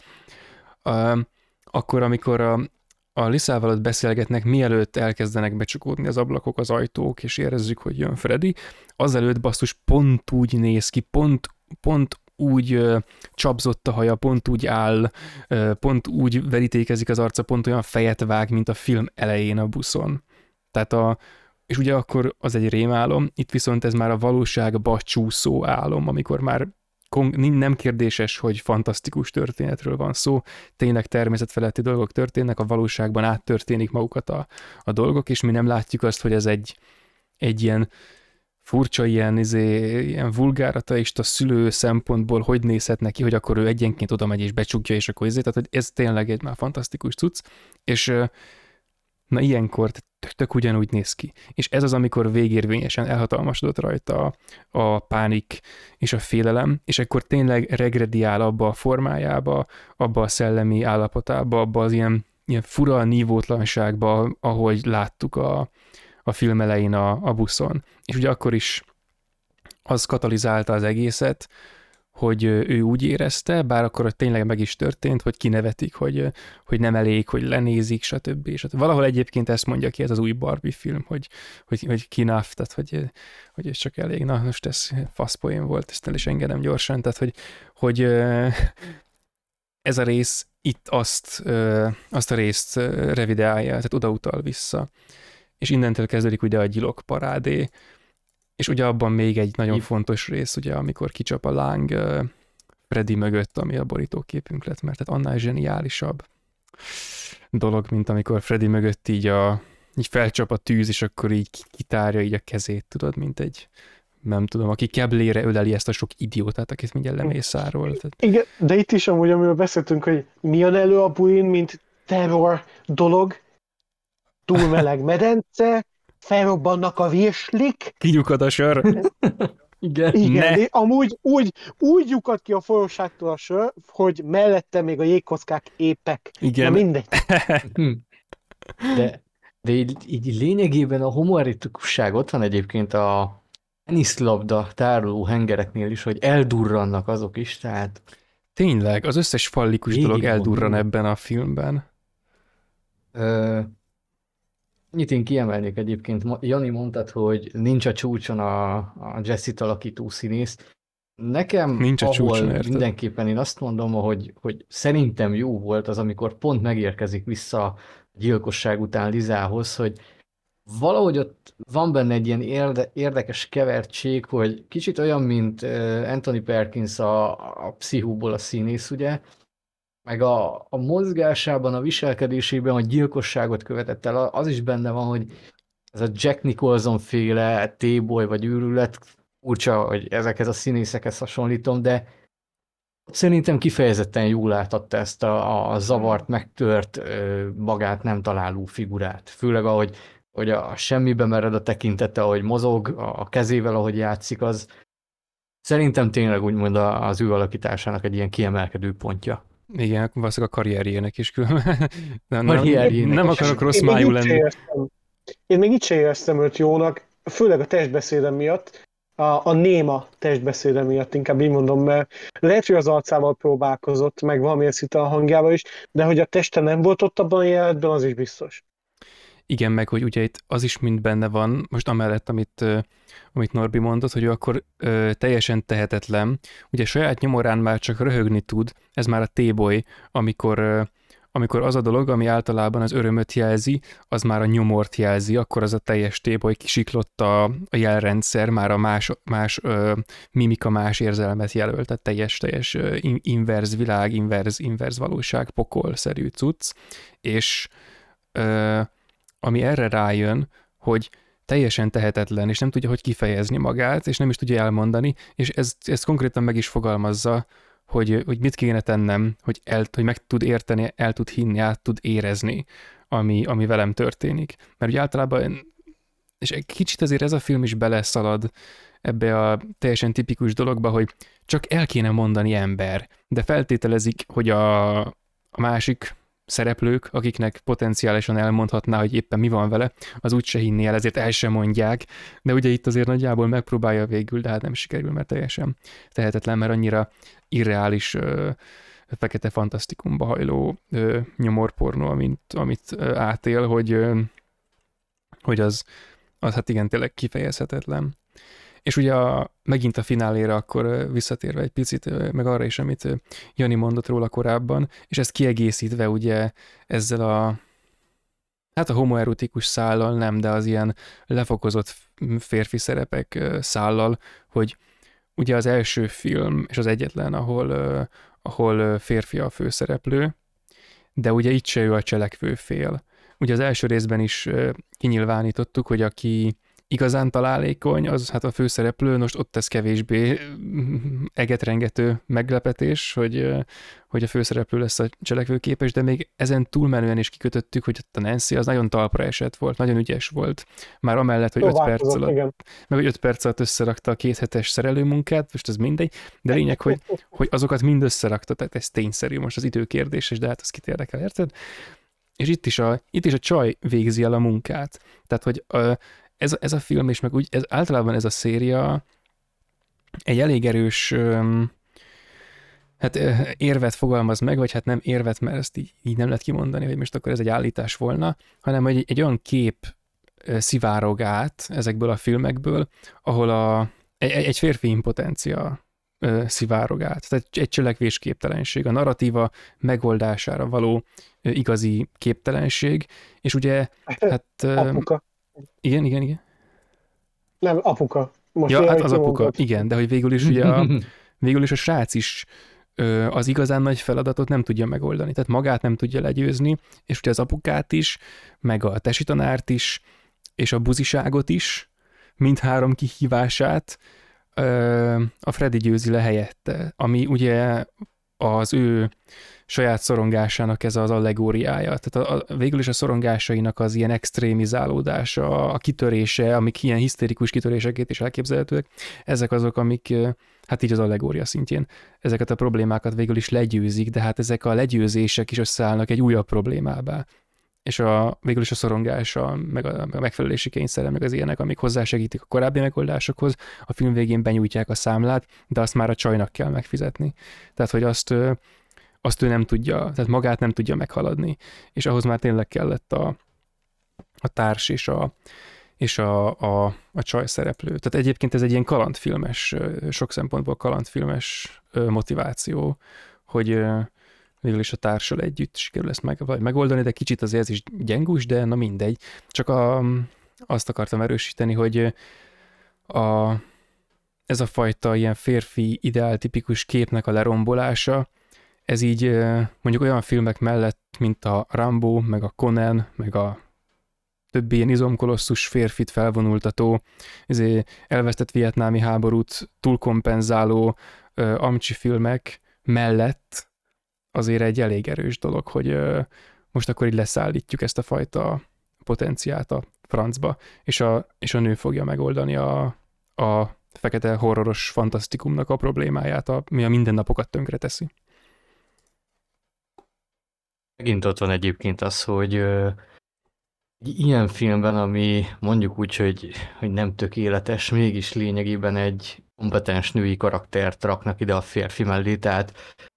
B: a, akkor, amikor a, a Lisával ott beszélgetnek, mielőtt elkezdenek becsukódni az ablakok, az ajtók, és érezzük, hogy jön Freddy, azelőtt basszus pont úgy néz ki, pont, pont úgy ö, csapzott a haja, pont úgy áll, ö, pont úgy verítékezik az arca, pont olyan fejet vág, mint a film elején a buszon. Tehát a, és ugye akkor az egy rémálom, itt viszont ez már a valóságba csúszó álom, amikor már nem kérdéses, hogy fantasztikus történetről van szó, tényleg természetfeletti dolgok történnek, a valóságban áttörténik magukat a, a dolgok, és mi nem látjuk azt, hogy ez egy, egy ilyen furcsa, ilyen, izé, ilyen vulgárateista szülő szempontból hogy nézhet neki, hogy akkor ő egyenként oda megy és becsukja, és akkor izé, tehát hogy ez tényleg egy már fantasztikus cucc, és Na ilyenkor tök, tök ugyanúgy néz ki. És ez az, amikor végérvényesen elhatalmasodott rajta a, a pánik és a félelem, és akkor tényleg regrediál abba a formájába, abba a szellemi állapotába, abba az ilyen, ilyen fura nívótlanságba, ahogy láttuk a, a film elején a, a buszon. És ugye akkor is az katalizálta az egészet, hogy ő úgy érezte, bár akkor hogy tényleg meg is történt, hogy kinevetik, hogy, hogy nem elég, hogy lenézik, stb. stb. Valahol egyébként ezt mondja ki ez az új Barbie film, hogy, hogy, hogy kinaf, tehát hogy, hogy ez csak elég. Na, most ez faszpoén volt, ezt el is engedem gyorsan, tehát hogy, hogy ez a rész itt azt, azt a részt revideálja, tehát odautal vissza. És innentől kezdődik ugye a gyilok parádé, és ugye abban még egy nagyon Itt. fontos rész, ugye, amikor kicsap a láng uh, Freddy mögött, ami a borítóképünk lett, mert tehát annál zseniálisabb dolog, mint amikor Freddy mögött így, a, így felcsap a tűz, és akkor így kitárja így a kezét, tudod, mint egy, nem tudom, aki keblére öleli ezt a sok idiótát, akit mindjárt lemészárol. Tehát...
C: Igen, de itt is amúgy, amiről beszéltünk, hogy mi jön elő a bulin, mint terror dolog, túl meleg medence, felrobbannak a virslik.
B: Kinyukad a sör.
A: Igen.
C: Igen, de amúgy úgy, úgy lyukad ki a forróságtól a sör, hogy mellette még a jégkockák épek.
B: Igen.
C: Na mindegy.
A: De, de így, így lényegében a homoeretikusság ott van egyébként a teniszlabda tároló hengereknél is, hogy eldurrannak azok is, tehát...
B: Tényleg, az összes fallikus
A: Végig
B: dolog eldurran
A: mondom.
B: ebben a filmben.
A: Ö... Nyit én kiemelnék egyébként, Jani mondtad, hogy nincs a csúcson a, a Jessit alakító színész. Nekem,
B: nincs a
A: ahol
B: csúcson, érted?
A: mindenképpen én azt mondom, hogy, hogy szerintem jó volt az, amikor pont megérkezik vissza a gyilkosság után Lizához, hogy valahogy ott van benne egy ilyen érde, érdekes kevertség, hogy kicsit olyan, mint Anthony Perkins a, a Pszichóból a színész, ugye, meg a, a mozgásában, a viselkedésében, hogy gyilkosságot követett el, az is benne van, hogy ez a Jack Nicholson féle T-boy vagy őrület, furcsa, hogy ezekhez a színészekhez hasonlítom, de szerintem kifejezetten jól átadta ezt a, a zavart, megtört, magát nem találó figurát. Főleg ahogy hogy a semmibe mered a tekintete, ahogy mozog, a kezével, ahogy játszik, az szerintem tényleg úgymond az ő alakításának egy ilyen kiemelkedő pontja.
B: Igen, valószínűleg a karrierjének is különben. Nem,
A: Karrierjének
B: nem, nem
A: is.
B: akarok rossz
C: Én még
B: májú
C: itt
B: lenni.
C: se éreztem- Én még itt sem éreztem őt jónak, főleg a testbeszédem miatt, a, a néma testbeszédem miatt, inkább így mondom, mert lehet, hogy az arcával próbálkozott, meg valamilyen szinte a hangjával is, de hogy a teste nem volt ott abban a jelenetben, az is biztos.
B: Igen, meg hogy ugye itt az is mind benne van, most amellett, amit, uh, amit Norbi mondott, hogy ő akkor uh, teljesen tehetetlen. Ugye saját nyomorán már csak röhögni tud, ez már a T-boy, amikor, uh, amikor az a dolog, ami általában az örömöt jelzi, az már a nyomort jelzi, akkor az a teljes T-boy kisiklott a, a jelrendszer, már a más, más uh, mimika, más érzelmet jelölt, tehát teljes, teljes uh, inverz világ, inverz, inverz valóság, pokolszerű cucc, és uh, ami erre rájön, hogy teljesen tehetetlen, és nem tudja, hogy kifejezni magát, és nem is tudja elmondani, és ez, ez konkrétan meg is fogalmazza, hogy, hogy mit kéne tennem, hogy, el, hogy meg tud érteni, el tud hinni, át tud érezni, ami, ami velem történik. Mert ugye általában, és egy kicsit azért ez a film is beleszalad ebbe a teljesen tipikus dologba, hogy csak el kéne mondani ember, de feltételezik, hogy a, a másik szereplők, akiknek potenciálisan elmondhatná, hogy éppen mi van vele, az úgyse hinné el, ezért el sem mondják, de ugye itt azért nagyjából megpróbálja végül, de hát nem sikerül, mert teljesen tehetetlen, mert annyira irreális, ö, fekete fantasztikumba hajló ö, nyomorpornó, amit, amit ö, átél, hogy, ö, hogy az, az hát igen, tényleg kifejezhetetlen. És ugye a, megint a fináléra akkor visszatérve egy picit, meg arra is, amit Jani mondott róla korábban, és ezt kiegészítve ugye ezzel a, hát a homoerotikus szállal nem, de az ilyen lefokozott férfi szerepek szállal, hogy ugye az első film, és az egyetlen, ahol, ahol férfi a főszereplő, de ugye itt se ő a cselekvő fél. Ugye az első részben is kinyilvánítottuk, hogy aki igazán találékony, az hát a főszereplő, most ott ez kevésbé egetrengető meglepetés, hogy, hogy a főszereplő lesz a cselekvőképes, de még ezen túlmenően is kikötöttük, hogy ott a Nancy az nagyon talpra esett volt, nagyon ügyes volt. Már amellett, hogy öt perc alatt, igen. meg hogy öt perc alatt összerakta a két hetes szerelőmunkát, most ez mindegy, de lényeg, hogy, hogy azokat mind összerakta, tehát ez tényszerű, most az időkérdéses, de hát az kit érdekel, érted? És itt is a, itt is a csaj végzi el a munkát. Tehát, hogy a, ez, ez a film, és meg úgy, ez, általában ez a széria egy elég erős hát érvet fogalmaz meg, vagy hát nem érvet, mert ezt így, így nem lehet kimondani, hogy most akkor ez egy állítás volna, hanem egy, egy olyan kép szivárog át ezekből a filmekből, ahol a, egy, egy férfi impotencia szivárog át. Tehát egy cselekvésképtelenség, a narratíva megoldására való igazi képtelenség, és ugye, hát...
C: Apuka.
B: Igen, igen, igen.
C: Nem, apuka. Most
B: ja, hát az apuka, mondod. Igen, de hogy végül is ugye a, végül is a srác is az igazán nagy feladatot nem tudja megoldani, tehát magát nem tudja legyőzni, és ugye az apukát is, meg a tesitanárt is, és a buziságot is, mindhárom kihívását a Freddy győzi le helyette, ami ugye az ő saját szorongásának ez az allegóriája. Tehát a, a, végül is a szorongásainak az ilyen extrémizálódása, a kitörése, amik ilyen hisztérikus kitörésekét is elképzelhetőek, ezek azok, amik hát így az allegória szintjén ezeket a problémákat végül is legyőzik, de hát ezek a legyőzések is összeállnak egy újabb problémába. És a, végül is a szorongása, meg a, meg a megfelelési kényszere, meg az ilyenek, amik hozzásegítik a korábbi megoldásokhoz, a film végén benyújtják a számlát, de azt már a csajnak kell megfizetni. Tehát, hogy azt, azt ő nem tudja, tehát magát nem tudja meghaladni, és ahhoz már tényleg kellett a, a társ és a, és a, a, a csaj szereplő. Tehát egyébként ez egy ilyen kalandfilmes, sok szempontból kalandfilmes motiváció, hogy végül is a társal együtt sikerül ezt meg, vagy megoldani, de kicsit azért ez is gyengus, de na mindegy. Csak a, azt akartam erősíteni, hogy a, ez a fajta ilyen férfi ideáltipikus képnek a lerombolása, ez így mondjuk olyan filmek mellett, mint a Rambo, meg a Conan, meg a többi ilyen izomkolosszus férfit felvonultató, ezért elvesztett vietnámi háborút túlkompenzáló amcsi filmek mellett azért egy elég erős dolog, hogy most akkor így leszállítjuk ezt a fajta potenciát a francba, és a, és a nő fogja megoldani a, a fekete horroros fantasztikumnak a problémáját, ami a mindennapokat tönkre teszi.
A: Megint ott van egyébként az, hogy egy ilyen filmben, ami mondjuk úgy, hogy, hogy nem tökéletes, mégis lényegében egy kompetens női karaktert raknak ide a férfi mellé, tehát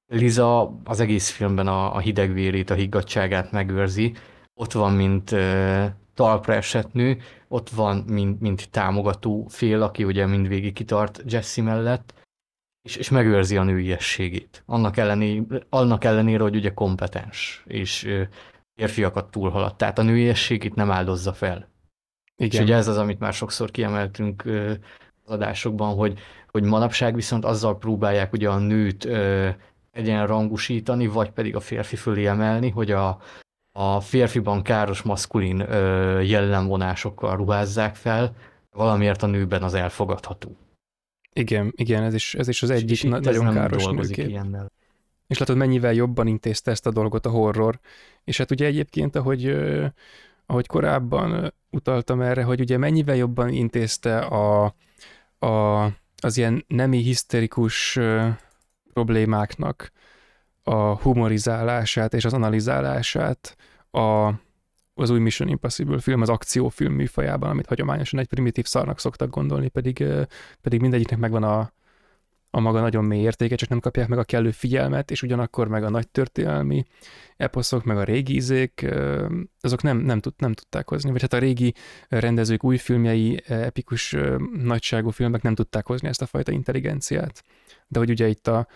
A: Liza az egész filmben a, a hidegvérét, a higgadtságát megőrzi. Ott van, mint uh, talpra esett nő, ott van, mint, mint támogató fél, aki ugye mindvégig kitart Jesse mellett, és, és megőrzi a nőiességét. Annak ellenére, annak ellenére, hogy ugye kompetens, és uh, férfiakat túlhaladt. Tehát a nőiességét nem áldozza fel. Igen. És ugye ez az, amit már sokszor kiemeltünk uh, az adásokban, hogy, hogy manapság viszont azzal próbálják ugye a nőt uh, egyenrangúsítani, vagy pedig a férfi fölé emelni, hogy a, a férfiban káros maszkulin ö, jellemvonásokkal ruházzák fel, valamiért a nőben az elfogadható.
B: Igen, igen, ez is, ez is az egyik és na- nagyon káros nőkép. Ilyennel. És látod, mennyivel jobban intézte ezt a dolgot a horror. És hát ugye egyébként, ahogy, ö, ahogy korábban utaltam erre, hogy ugye mennyivel jobban intézte a, a, az ilyen nemi hiszterikus ö, problémáknak a humorizálását és az analizálását a, az új Mission Impossible film, az akciófilm műfajában, amit hagyományosan egy primitív szarnak szoktak gondolni, pedig, pedig mindegyiknek megvan a, a maga nagyon mély értéke, csak nem kapják meg a kellő figyelmet, és ugyanakkor meg a nagy történelmi eposzok, meg a régi ízék, azok nem, nem, tud, nem tudták hozni, vagy hát a régi rendezők új filmjei, epikus nagyságú filmek nem tudták hozni ezt a fajta intelligenciát. De hogy ugye itt a,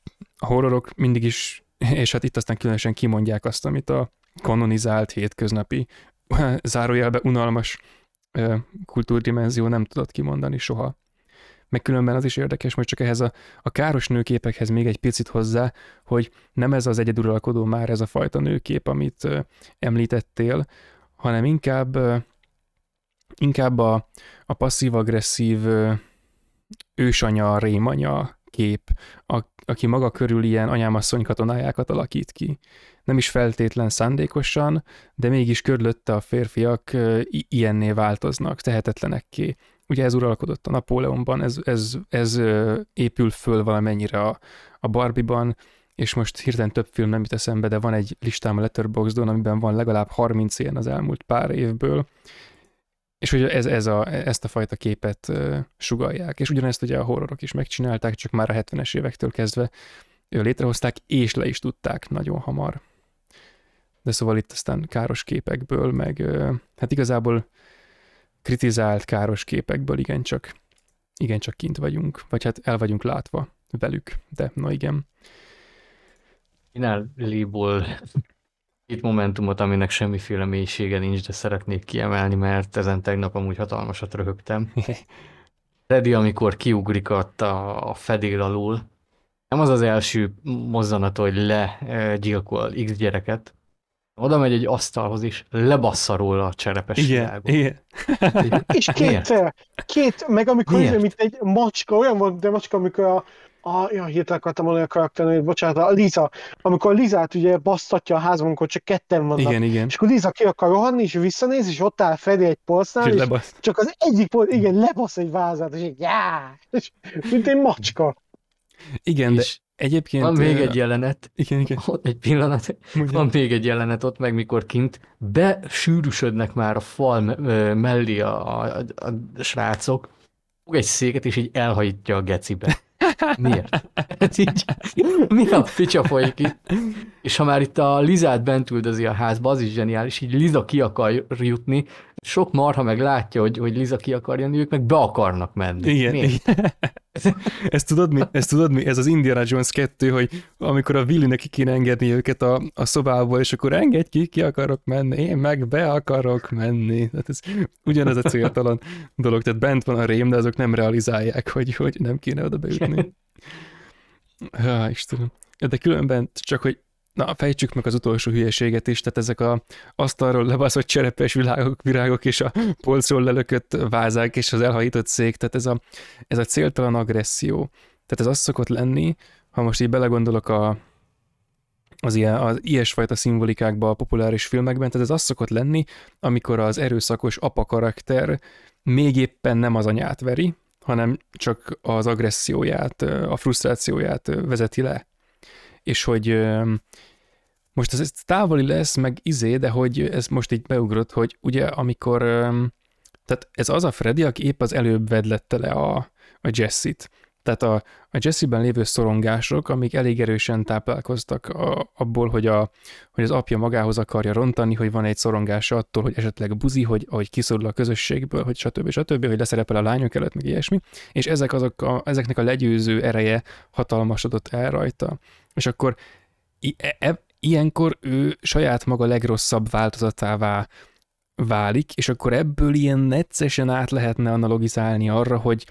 B: a horrorok mindig is, és hát itt aztán különösen kimondják azt, amit a kanonizált hétköznapi, zárójelbe unalmas kultúrdimenzió nem tudott kimondani soha. Meg különben az is érdekes, hogy csak ehhez a, a káros nőképekhez még egy picit hozzá, hogy nem ez az egyeduralkodó már ez a fajta nőkép, amit említettél, hanem inkább inkább a, a passzív-agresszív ö, ősanya, rémanya kép, a, aki maga körül ilyen anyámasszony katonájákat alakít ki. Nem is feltétlen szándékosan, de mégis körülötte a férfiak ö, i- ilyenné változnak, tehetetlenekké. Ugye ez uralkodott a Napóleonban, ez, ez, ez ö, épül föl valamennyire a, a Barbie-ban, és most hirtelen több film nem jut eszembe, de van egy listám a Letterboxdon, amiben van legalább harminc ilyen az elmúlt pár évből, és ugye ez, ez a, ezt a fajta képet uh, sugallják. És ugyanezt ugye a horrorok is megcsinálták, csak már a hetvenes évektől kezdve ő létrehozták, és le is tudták nagyon hamar. De szóval itt aztán káros képekből, meg uh, hát igazából kritizált káros képekből igencsak, igencsak kint vagyunk, vagy hát el vagyunk látva velük, de na igen.
A: Finálból itt momentumot, aminek semmiféle mélysége nincs, de szeretnék kiemelni, mert ezen tegnap amúgy hatalmasat röhögtem. Freddy, amikor kiugrik ott a, a fedél alól, nem az az első mozzanata, hogy legyilkol X gyereket, oda megy egy asztalhoz, és lebassza róla a cserepes
B: Igen,
A: virágot.
B: igen.
C: És kétszer, két, meg amikor
A: Miért?
C: ez, mint egy macska, olyan volt, de macska, amikor a, a ja, hirtelen akartam mondani a karakterét, bocsánat, a Liza, amikor a Lizát ugye basztatja a házban, amikor csak ketten vannak.
B: Igen, igen.
C: És akkor Liza ki akar rohanni, és visszanéz, és ott áll Freddy egy polcnál,
B: És
C: és
B: lebasz.
C: csak az egyik pont, igen, lebasz egy vázát, és így, já, és mint egy macska.
B: Igen, de
A: És
B: egyébként...
A: van még
B: ö,
A: egy jelenet,
B: Igen, igen.
A: ott egy pillanat,
B: Mondja.
A: van még egy jelenet ott, meg mikor kint besűrűsödnek már a fal me- ö, mellé a, a, a srácok, fog egy széket, és így elhajítja a gecibe. Miért? Ez így, mi a picsa folyik itt? És ha már itt a Lizát bent üldözi a házba, az is zseniális, így Liza ki akar jutni, sok marha meg látja, hogy, hogy Liza ki akar jönni, ők meg be akarnak menni.
B: Igen,
A: Miért?
B: igen. Ezt tudod mi? Ezt tudod mi? Ez az Indiana Jones kettő, hogy amikor a Willynek ki kéne engedni őket a, a szobából, és akkor engedj ki, ki akarok menni, én meg be akarok menni. Tehát ez ugyanez a céltalan dolog, tehát bent van a rém, de azok nem realizálják, hogy, hogy nem kéne oda bejutni. Há, Istenem. De különben csak, hogy na, fejtsük meg az utolsó hülyeséget is, tehát ezek a asztalról lebaszott cserepes világok, virágok és a polcról lelökött vázák és az elhajított szék, tehát ez a, ez a céltalan agresszió. Tehát ez az szokott lenni, ha most így belegondolok a, az, ilyen, az ilyesfajta szimbolikákba a populáris filmekben, tehát ez az szokott lenni, amikor az erőszakos apa karakter még éppen nem az anyát veri, hanem csak az agresszióját, a frusztrációját vezeti le. És hogy ö, most ez távoli lesz, meg izé, de hogy ez most így beugrott, hogy ugye amikor, ö, tehát ez az a Freddy, aki épp az előbb vedlette le a, a Jessit. Tehát a, a Jesse-ben lévő szorongások, amik elég erősen táplálkoztak a, abból, hogy, a, hogy az apja magához akarja rontani, hogy van egy szorongása attól, hogy esetleg buzi, hogy ahogy kiszorul a közösségből, hogy stb. stb., hogy leszerepel a lányok előtt, meg ilyesmi, és ezek azok a, ezeknek a legyőző ereje hatalmasodott el rajta. És akkor i- e- ilyenkor ő saját maga legrosszabb változatává válik, és akkor ebből ilyen neccesen át lehetne analogizálni arra, hogy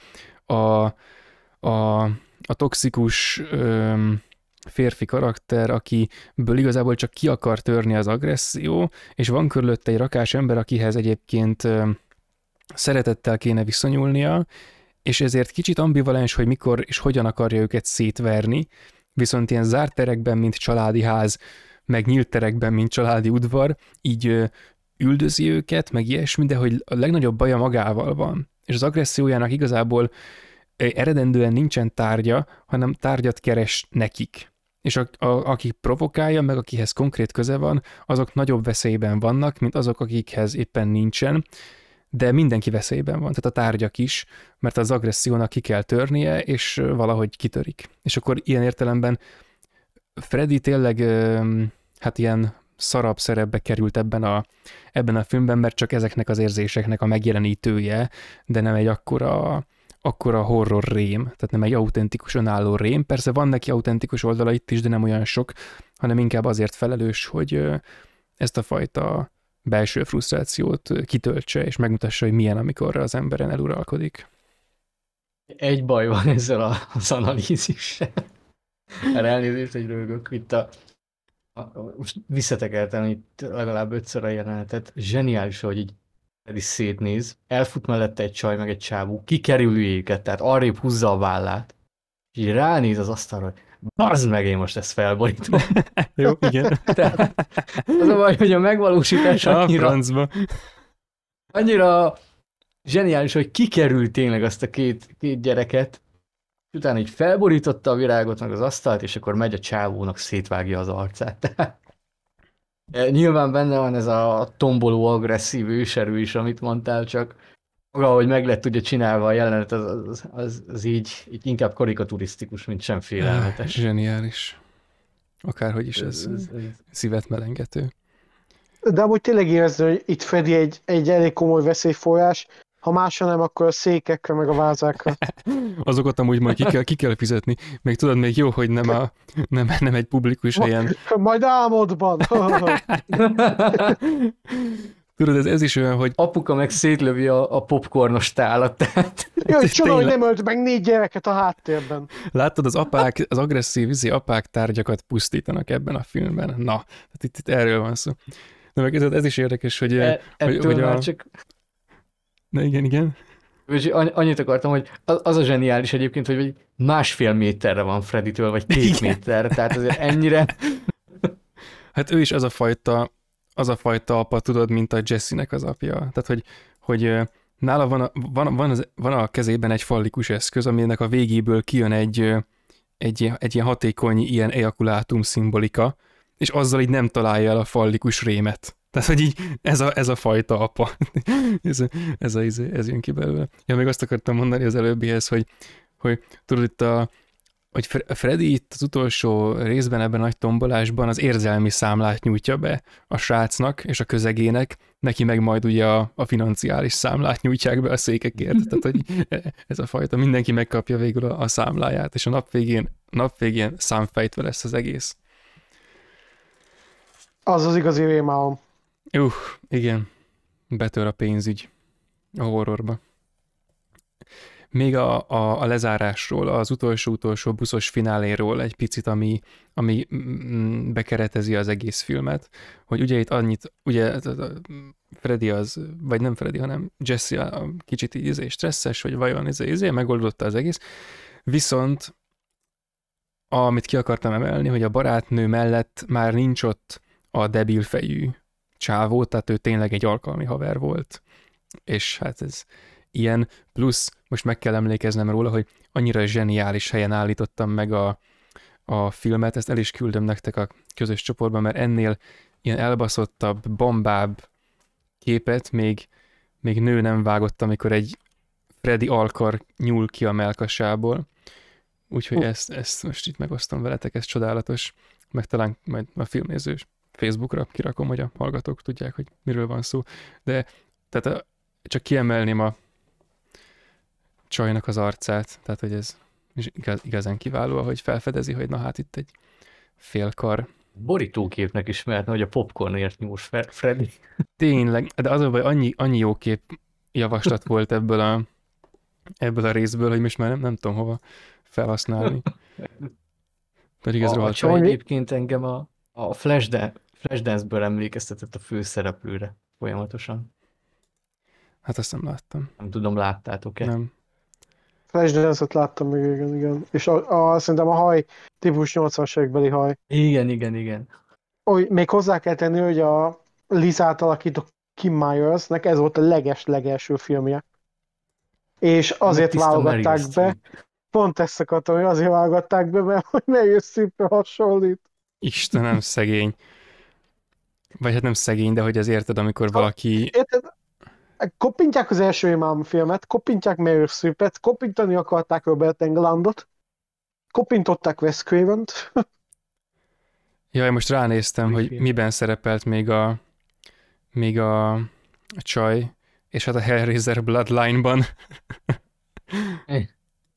B: a A, a toxikus öm, férfi karakter, akiből igazából csak ki akar törni az agresszió, és van körülötte egy rakás ember, akihez egyébként öm, szeretettel kéne viszonyulnia, és ezért kicsit ambivalens, hogy mikor és hogyan akarja őket szétverni, viszont ilyen zárt terekben, mint családi ház, meg nyílt terekben, mint családi udvar, így ö, üldözi őket, meg ilyesmi, de hogy a legnagyobb baja magával van. És az agressziójának igazából eredendően nincsen tárgya, hanem tárgyat keres nekik. És a, a, aki provokálja, meg akihez konkrét köze van, azok nagyobb veszélyben vannak, mint azok, akikhez éppen nincsen, de mindenki veszélyben van, tehát a tárgyak is, mert az agressziónak ki kell törnie, és valahogy kitörik. És akkor ilyen értelemben Freddy tényleg hát ilyen szarabb szerepbe került ebben a, ebben a filmben, mert csak ezeknek az érzéseknek a megjelenítője, de nem egy akkora akkora horror rém, tehát nem egy autentikus önálló rém. Persze van neki autentikus oldala itt is, de nem olyan sok, hanem inkább azért felelős, hogy ezt a fajta belső frusztrációt kitöltse, és megmutassa, hogy milyen, amikor az emberen eluralkodik.
A: Egy baj van ezzel a, az analízissel. Erre elnézést, hogy rögök itt a, a most visszatekertem itt legalább ötször a jelenetet. Zseniális, hogy így Freddy szétnéz, elfut mellette egy csaj, meg egy csávó, kikerüli őket, tehát arrébb húzza a vállát, és így ránéz az asztalra, hogy bazd meg, én most ezt felborítom.
B: Jó, igen.
A: Tehát az a baj, hogy a megvalósítás
B: A
A: annyira,
B: francba.
A: annyira zseniális, hogy kikerült tényleg azt a két, két gyereket, és utána így felborította a virágot, meg az asztalt, és akkor megy a csávónak, szétvágja az arcát. Tehát, e, nyilván benne van ez a tomboló, agresszív őserő is, amit mondtál, csak maga, hogy meg lett ugye csinálva a jelenet, az, az, az, az így, így inkább karikaturisztikus, mint sem félelmetes.
B: Zseniális. Akárhogy is ez,
A: Ez- ez- ez-
B: szívet melengető.
C: De amúgy tényleg érezni, hogy itt Freddy egy, egy elég komoly veszélyforrás, ha másra nem, akkor a székekre, meg a vázákra.
B: Azokat amúgy majd ki kell, ki kell fizetni. Még tudod, még jó, hogy nem, a, nem, nem egy publikus helyen.
C: Majd álmodban.
B: Tudod, ez, ez is olyan, hogy
A: Apuka meg szétlövi a, a popcornos tálat, tehát
C: Jaj, csoda, hogy
B: Tényleg.
C: nem ölt meg négy gyereket a háttérben.
B: láttad, az apák, az agresszív izi apák tárgyakat pusztítanak ebben a filmben. Na, tehát itt, itt erről van szó. De meg ez, ez is érdekes, hogy...
A: e-
B: hogy,
A: ettől
B: hogy
A: már
B: a...
A: csak
B: Na igen, igen.
A: és anny- annyit akartam, hogy az, az a zseniális egyébként, hogy vagy másfél méterre van Freddytől, vagy két
B: Igen.
A: méterre, tehát azért ennyire
B: Hát ő is az a fajta, az a fajta apa, tudod, mint a Jesse-nek az apja. Tehát, hogy, hogy ö, nála van a, van, van, az, van a kezében egy fallikus eszköz, aminek a végéből kijön egy, ö, egy, ilyen- egy ilyen hatékony ilyen ejakulátum szimbolika, és azzal így nem találja el a fallikus rémet. Tehát, hogy így ez a, ez a fajta apa. ez, a, ez, a, izé- ez jön ki belőle. Ja, még azt akartam mondani az előbbihez, hogy, hogy tudod, itt a, hogy Fre- Freddy itt az utolsó részben ebben a nagy tombolásban az érzelmi számlát nyújtja be a srácnak és a közegének, neki meg majd ugye a, a financiális számlát nyújtják be a székekért. Tehát, hogy ez a fajta, mindenki megkapja végül a, a számláját, és a nap végén, nap végén számfejtve lesz az egész.
C: Az az igazi rémálom.
B: Uh, igen, betör a pénzügy a horrorba. Még a, a, a lezárásról, az utolsó-utolsó buszos fináléról egy picit, ami, ami mm, bekeretezi az egész filmet, hogy ugye itt annyit, ugye Freddy az, vagy nem Freddy, hanem Jesse a kicsit így izé stresszes, hogy vajon izé, izé, megoldotta az egész, viszont amit ki akartam emelni, hogy a barátnő mellett már nincs ott a debil fejű csávó, tehát ő tényleg egy alkalmi haver volt, és hát ez ilyen, plusz most meg kell emlékeznem róla, hogy annyira zseniális helyen állítottam meg a, a filmet, ezt el is küldöm nektek a közös csoportban, mert ennél ilyen elbaszottabb, bombább képet még, még nő nem vágott, amikor egy Freddy alkar nyúl ki a mellkasából. Úgyhogy
C: Hm.
B: ezt, ezt most itt megosztom veletek, ez csodálatos, meg talán majd a filmnézős Facebookra kirakom, hogy a hallgatók tudják, hogy miről van szó. De tehát a, csak kiemelném a csajnak az arcát, tehát hogy ez igaz, igazán kiváló, hogy felfedezi, hogy na hát itt egy félkar.
A: borítóképnek ismertne, hogy a popcornért nyúls Fe- Freddy.
B: Tényleg, de az a baj, annyi, annyi jó kép javaslat volt ebből a, ebből a részből, hogy most már nem, nem tudom hova felhasználni. Pedig ez
A: A, a
B: rohadt
A: csaj
B: jó.
A: egyébként engem a, a Flashdance, Flashdance-ből emlékeztetett a főszereplőre folyamatosan.
B: Hát azt nem láttam.
A: Nem tudom, láttátok-e?
B: Nem.
C: Flashdance-ot láttam még, igen, igen. És a, a, szerintem a haj, típus nyolcvanas évekbeli haj.
A: Igen, igen, igen.
C: Oly, még hozzá kell tenni, hogy a Lizát alakító Kim Myersnek ez volt a leges-legelső filmje. És azért
A: Tiszta
C: válogatták
A: Meryl
C: be,
A: Streep.
C: pont ezt akartam, hogy azért válogatták be, mert hogy Meryl Streepre hasonlít.
B: Istenem, szegény. Vagy hát nem szegény, de hogy ez érted, amikor valaki...
C: Érted? Koppintják az első Imám filmet, koppintják Meryl Streepet, koppintani akarták Robert Englundot, koppintották Wes Cravent.
B: Jaj, most ránéztem,
A: Új
B: hogy
A: film.
B: miben szerepelt még a, még a, a csaj, és hát a Hellraiser Bloodline-ban.
A: Eh.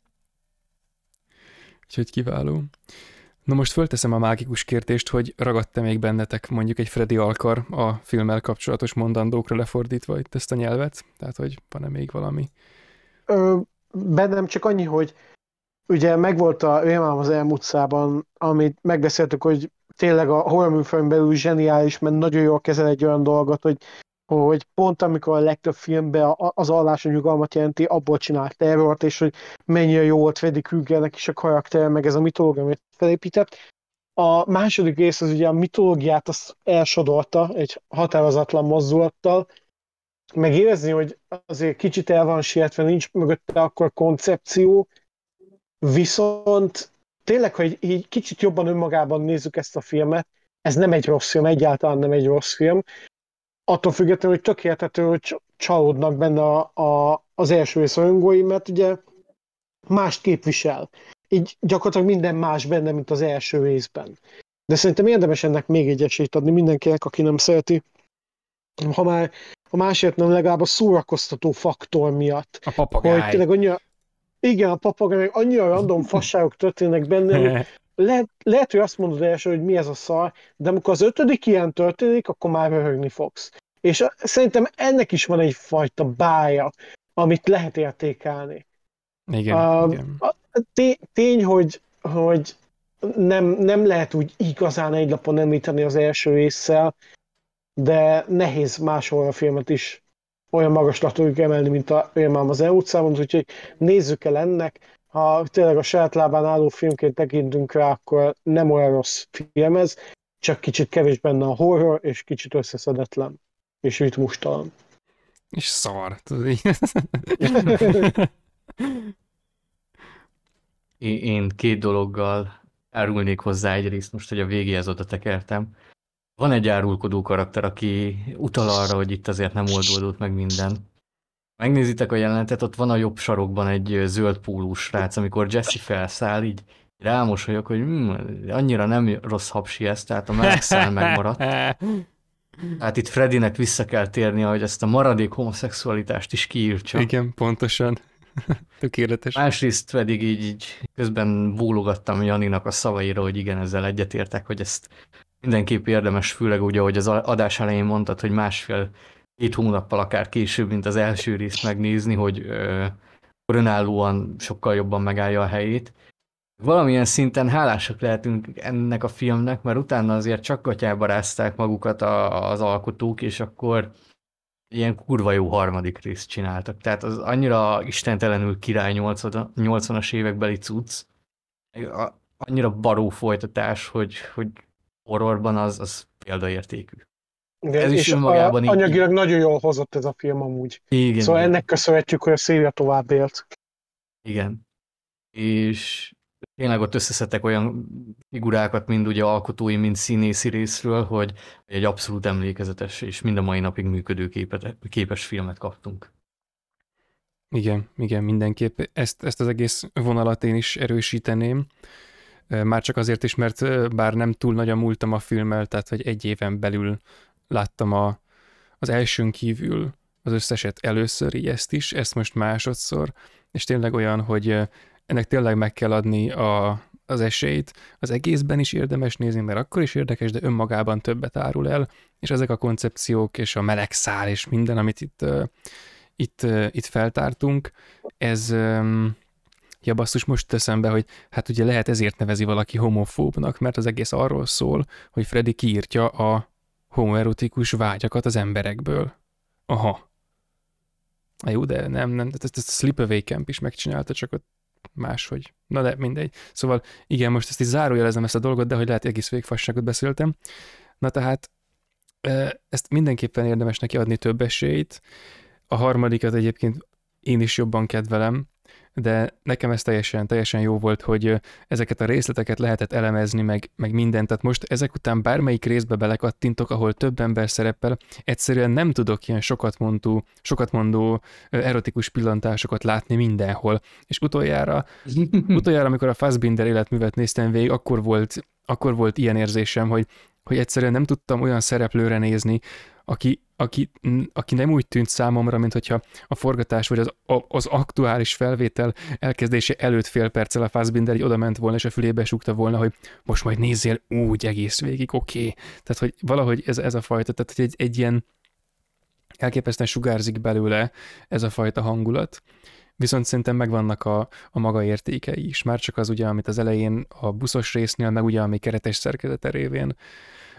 B: Úgyhogy kiváló. Na most fölteszem a mágikus kérdést, hogy ragadt-e még bennetek mondjuk egy Freddy alkar a filmmel kapcsolatos mondandókra lefordítva itt ezt a nyelvet? Tehát, hogy van-e még valami?
C: Ö, bennem csak annyi, hogy ugye megvolt a Rémálom az Elm utcában, amit megbeszéltük, hogy tényleg a horror műfajn belül zseniális, mert nagyon jól kezel egy olyan dolgot, hogy hogy pont amikor a legtöbb filmben az allás a nyugalmat jelenti, abból csinált terrort, és hogy mennyire jó volt Freddy Kruegernek is a karakter, meg ez a mitológia, amit felépített. A második rész az ugye a mitológiát azt elsodorta egy határozatlan mozdulattal, meg érezni, hogy azért kicsit el van sietve, nincs mögötte akkor koncepció, viszont tényleg, hogy így kicsit jobban önmagában nézzük ezt a filmet, ez nem egy rossz film, egyáltalán nem egy rossz film, attól függetlenül, hogy tökéletető, hogy csalódnak benne a, a, az első rész rajongói, mert ugye mást képvisel. Így gyakorlatilag minden más benne, mint az első részben. De szerintem érdemes ennek még egy esélyt adni mindenkinek, aki nem szereti. Ha már a másért nem, legalább a szórakoztató faktor miatt.
B: A papagáj.
C: Hogy tényleg annyira, igen, a papagáj, meg annyira random fasságok történnek benne, hogy lehet, lehet, hogy azt mondod első, hogy mi ez a szar, de amikor az ötödik ilyen történik, akkor már röhögni fogsz. És szerintem ennek is van egyfajta bája, amit lehet értékelni.
B: Igen,
C: a,
B: igen.
C: A, tény, hogy, hogy nem, nem lehet úgy igazán egy lapon említeni az első résszel, de nehéz más filmet is olyan magaslatig emelni, mint a Rémálom az E-utcában, úgyhogy nézzük el ennek. Ha tényleg a saját lábán álló filmként tekintünk rá, akkor nem olyan rossz film ez, csak kicsit kevés benne a horror, és kicsit összeszedetlen, és ritmustalan.
B: És szar. Tudod így.
A: Én két dologgal árulnék hozzá egyrészt most, hogy a végéhez oda tekertem. Van egy árulkodó karakter, aki utal arra, hogy itt azért nem oldódott meg minden. Megnézitek a jelenetet, ott van a jobb sarokban egy zöld pólós srác, amikor Jesse felszáll, így rámosolyog, hogy hm, annyira nem rossz hapsi ez, tehát a melegszál megmaradt. Hát itt Freddynek vissza kell térnie, hogy ezt a maradék homoszexualitást is kiírtsa.
B: Igen, pontosan. Tökéletes.
A: Másrészt pedig így, így közben bólogattam Janinak a szavaira, hogy igen, ezzel egyetértek, hogy ezt mindenképp érdemes, főleg ugye, hogy az adás elején mondtad, hogy másfél két hónappal akár később, mint az első részt megnézni, hogy ö, önállóan sokkal jobban megállja a helyét. Valamilyen szinten hálásak lehetünk ennek a filmnek, mert utána azért csak gatyába rázták magukat a, az alkotók, és akkor ilyen kurva jó harmadik részt csináltak. Tehát az annyira istentelenül király nyolcvanas évekbeli cucc, annyira baró folytatás, hogy, hogy horrorban az, az példaértékű.
C: Igen,
A: ez is
C: és
A: önmagában így...
C: anyagilag nagyon jól hozott ez a film amúgy.
A: Igen,
C: szóval
A: igen.
C: ennek köszönhetjük, hogy a széria tovább élt.
A: Igen. És tényleg ott összeszedtek olyan figurákat, mind ugye alkotói, mind színészi részről, hogy egy abszolút emlékezetes és mind a mai napig működő képet, képes filmet kaptunk.
B: Igen, igen, mindenképp. Ezt, ezt az egész vonalat én is erősíteném. Már csak azért is, mert bár nem túl nagy a múltam a filmmel, tehát hogy egy éven belül láttam a, az elsőn kívül az összeset először, így ezt is, ezt most másodszor, és tényleg olyan, hogy ennek tényleg meg kell adni a, az esélyt. Az egészben is érdemes nézni, mert akkor is érdekes, de önmagában többet árul el, és ezek a koncepciók, és a meleg szál, és minden, amit itt, uh, itt, uh, itt feltártunk, ez... Um, ja basszus, most teszem be, hogy hát ugye lehet ezért nevezi valaki homofóbnak, mert az egész arról szól, hogy Freddy kiírtja a homoerotikus vágyakat az emberekből. Aha. Na jó, de nem, nem, ezt a Sleepaway Camp is megcsinálta, csak ott máshogy. Na de mindegy. Szóval igen, most ezt is zárójelezem ezt a dolgot, de hogy lehet egész végfasságot beszéltem. Na tehát ezt mindenképpen érdemes neki adni több esélyt. A harmadikat egyébként én is jobban kedvelem, de nekem ez teljesen, teljesen jó volt, hogy ezeket a részleteket lehetett elemezni, meg, meg mindent. Tehát most ezek után bármelyik részbe belekattintok, ahol több ember szerepel, egyszerűen nem tudok ilyen sokat mondó, sokat mondó erotikus pillantásokat látni mindenhol. És utoljára, utoljára, amikor a Fassbinder életművet néztem végig, akkor volt, akkor volt ilyen érzésem, hogy, hogy egyszerűen nem tudtam olyan szereplőre nézni, aki, aki, aki nem úgy tűnt számomra, mint hogyha a forgatás vagy az, az aktuális felvétel elkezdése előtt fél perccel a Fassbinder így oda ment volna, és a fülébe súgta volna, hogy most majd nézzél úgy egész végig, oké. Okay. Tehát, hogy valahogy ez, ez a fajta, tehát hogy egy, egy ilyen elképesztően sugárzik belőle ez a fajta hangulat, viszont szerintem megvannak a, a maga értékei is. Már csak az ugye, amit az elején a buszos résznél, meg ugye, ami keretes szerkezete révén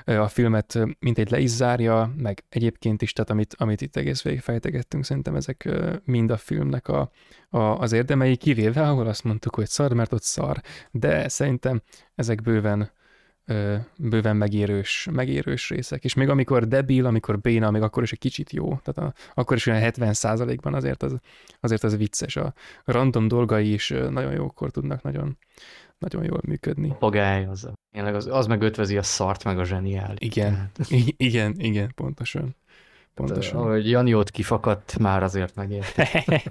B: a filmet mintegy le is zárja, meg egyébként is, tehát amit, amit itt egész végig fejtegettünk, szerintem ezek mind a filmnek a, a, az érdemei, kivéve, ahol azt mondtuk, hogy szar, mert ott szar, de szerintem ezek bőven bőven megérős, megérős részek. És még amikor debil, amikor béna, még akkor is egy kicsit jó. Tehát a, akkor is olyan hetven százalékban azért az, azért az vicces. A random dolgai is nagyon jókor tudnak nagyon, nagyon jól működni.
A: A pagály, az, az, az meg ötvezi a szart, meg a zseniális.
B: Igen, I- igen, igen, pontosan. pontosan.
A: Hát, ahogy Jani ott kifakadt, már azért megért.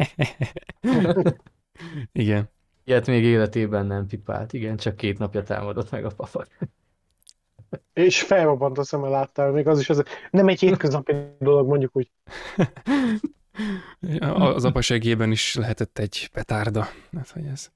B: Igen.
A: Ilyet még életében nem pipált. Igen, csak két napja támadott meg a papat.
C: És felrobbant a szeme, láttál, még az is az, nem egy hétköznapi dolog, mondjuk úgy.
B: Az apa segében is lehetett egy petárda. Hát, hogy ez.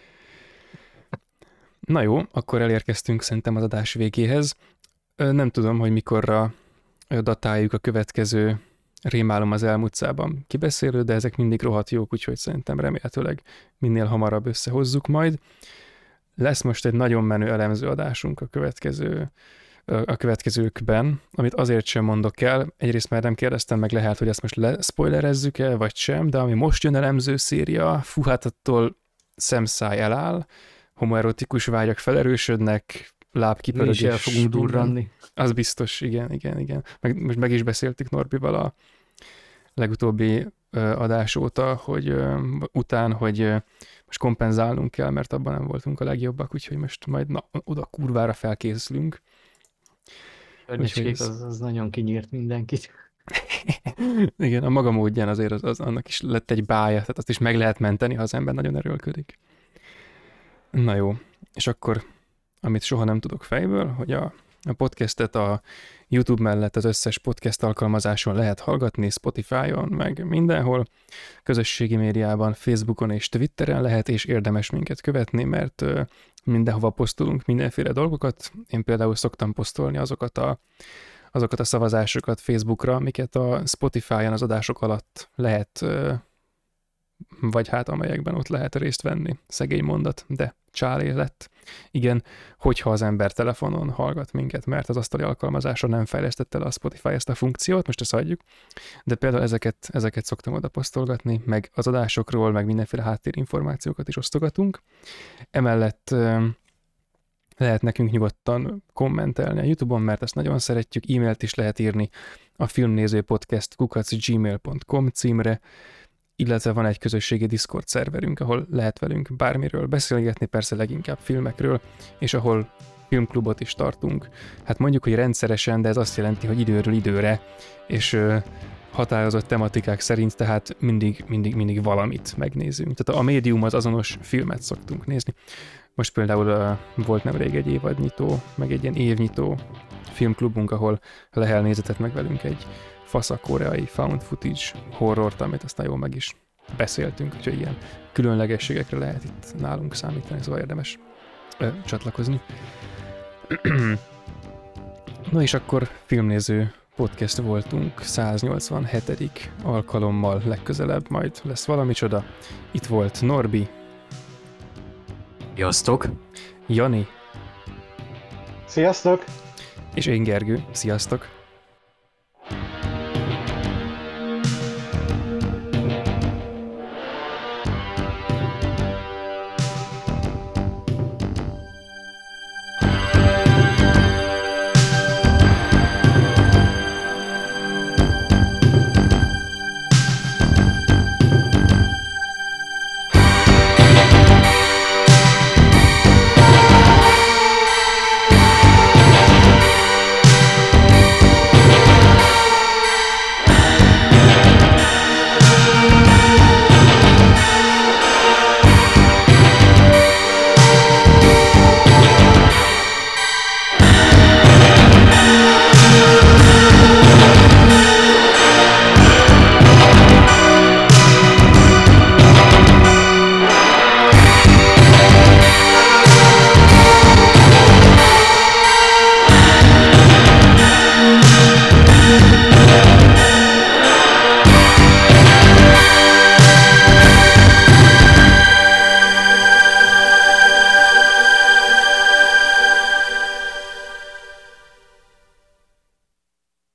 B: Na jó, akkor elérkeztünk szerintem az adás végéhez. Nem tudom, hogy mikorra datáljuk a következő Rémálom az elmúcában kibeszélő, de ezek mindig rohadt jók, úgyhogy szerintem remélhetőleg minél hamarabb összehozzuk majd. Lesz most egy nagyon menő elemző adásunk a következő a következőkben, amit azért sem mondok el, egyrészt már nem kérdeztem meg, lehet, hogy ezt most leszpoilerezzük el, vagy sem, de ami most jön elemző széria, fú, hát attól szemszáj eláll, homoerotikus vágyak felerősödnek, lábkipörögés.
A: Mi is el fogunk durranni.
B: Az biztos, igen, igen, igen. Meg, most meg is beszéltük Norbival a legutóbbi adás óta, hogy után, hogy most kompenzálnunk kell, mert abban nem voltunk a legjobbak, úgyhogy most majd na, oda kurvára felkészülünk.
A: Környecskék, az, az nagyon kinyírt mindenkit.
B: Igen, a maga módján azért az, az, annak is lett egy bája, tehát azt is meg lehet menteni, ha az ember nagyon erőlködik. Na jó, és akkor, amit soha nem tudok fejből, hogy a, a podcastet a YouTube mellett az összes podcast alkalmazáson lehet hallgatni, Spotify-on, meg mindenhol, közösségi médiában, Facebookon és Twitteren lehet, és érdemes minket követni, mert mindenhova posztolunk mindenféle dolgokat. Én például szoktam posztolni azokat a, azokat a szavazásokat Facebookra, amiket a Spotify-on az adások alatt lehet, vagy hát amelyekben ott lehet részt venni. Szegény mondat, de csálé lett. Igen, hogyha az ember telefonon hallgat minket, mert az asztali alkalmazásra nem fejlesztette le a Spotify ezt a funkciót, most ezt hagyjuk, de például ezeket, ezeket szoktam oda posztolgatni, meg az adásokról, meg mindenféle háttérinformációkat is osztogatunk. Emellett lehet nekünk nyugodtan kommentelni a YouTube-on, mert ezt nagyon szeretjük, e-mailt is lehet írni a filmnézőpodcast kukac gmail pont com címre, illetve van egy közösségi Discord szerverünk, ahol lehet velünk bármiről beszélgetni, persze leginkább filmekről, és ahol filmklubot is tartunk. Hát mondjuk, hogy rendszeresen, de ez azt jelenti, hogy időről időre, és ö, határozott tematikák szerint, tehát mindig, mindig, mindig valamit megnézünk. Tehát a médium az azonos filmet szoktunk nézni. Most például ö, volt nemrég egy évadnyitó, meg egy ilyen évnyitó filmklubunk, ahol Lehel nézetett meg velünk egy fasza koreai found footage horrort, amit aztán jól meg is beszéltünk, úgyhogy ilyen különlegességekre lehet itt nálunk számítani, szóval érdemes ö, csatlakozni. Na és akkor filmnéző podcast voltunk, száznyolcvanhetedik alkalommal legközelebb majd lesz valami csoda. Itt volt Norbi.
A: Sziasztok!
B: Jani.
C: Sziasztok!
B: És én Gergő. Sziasztok!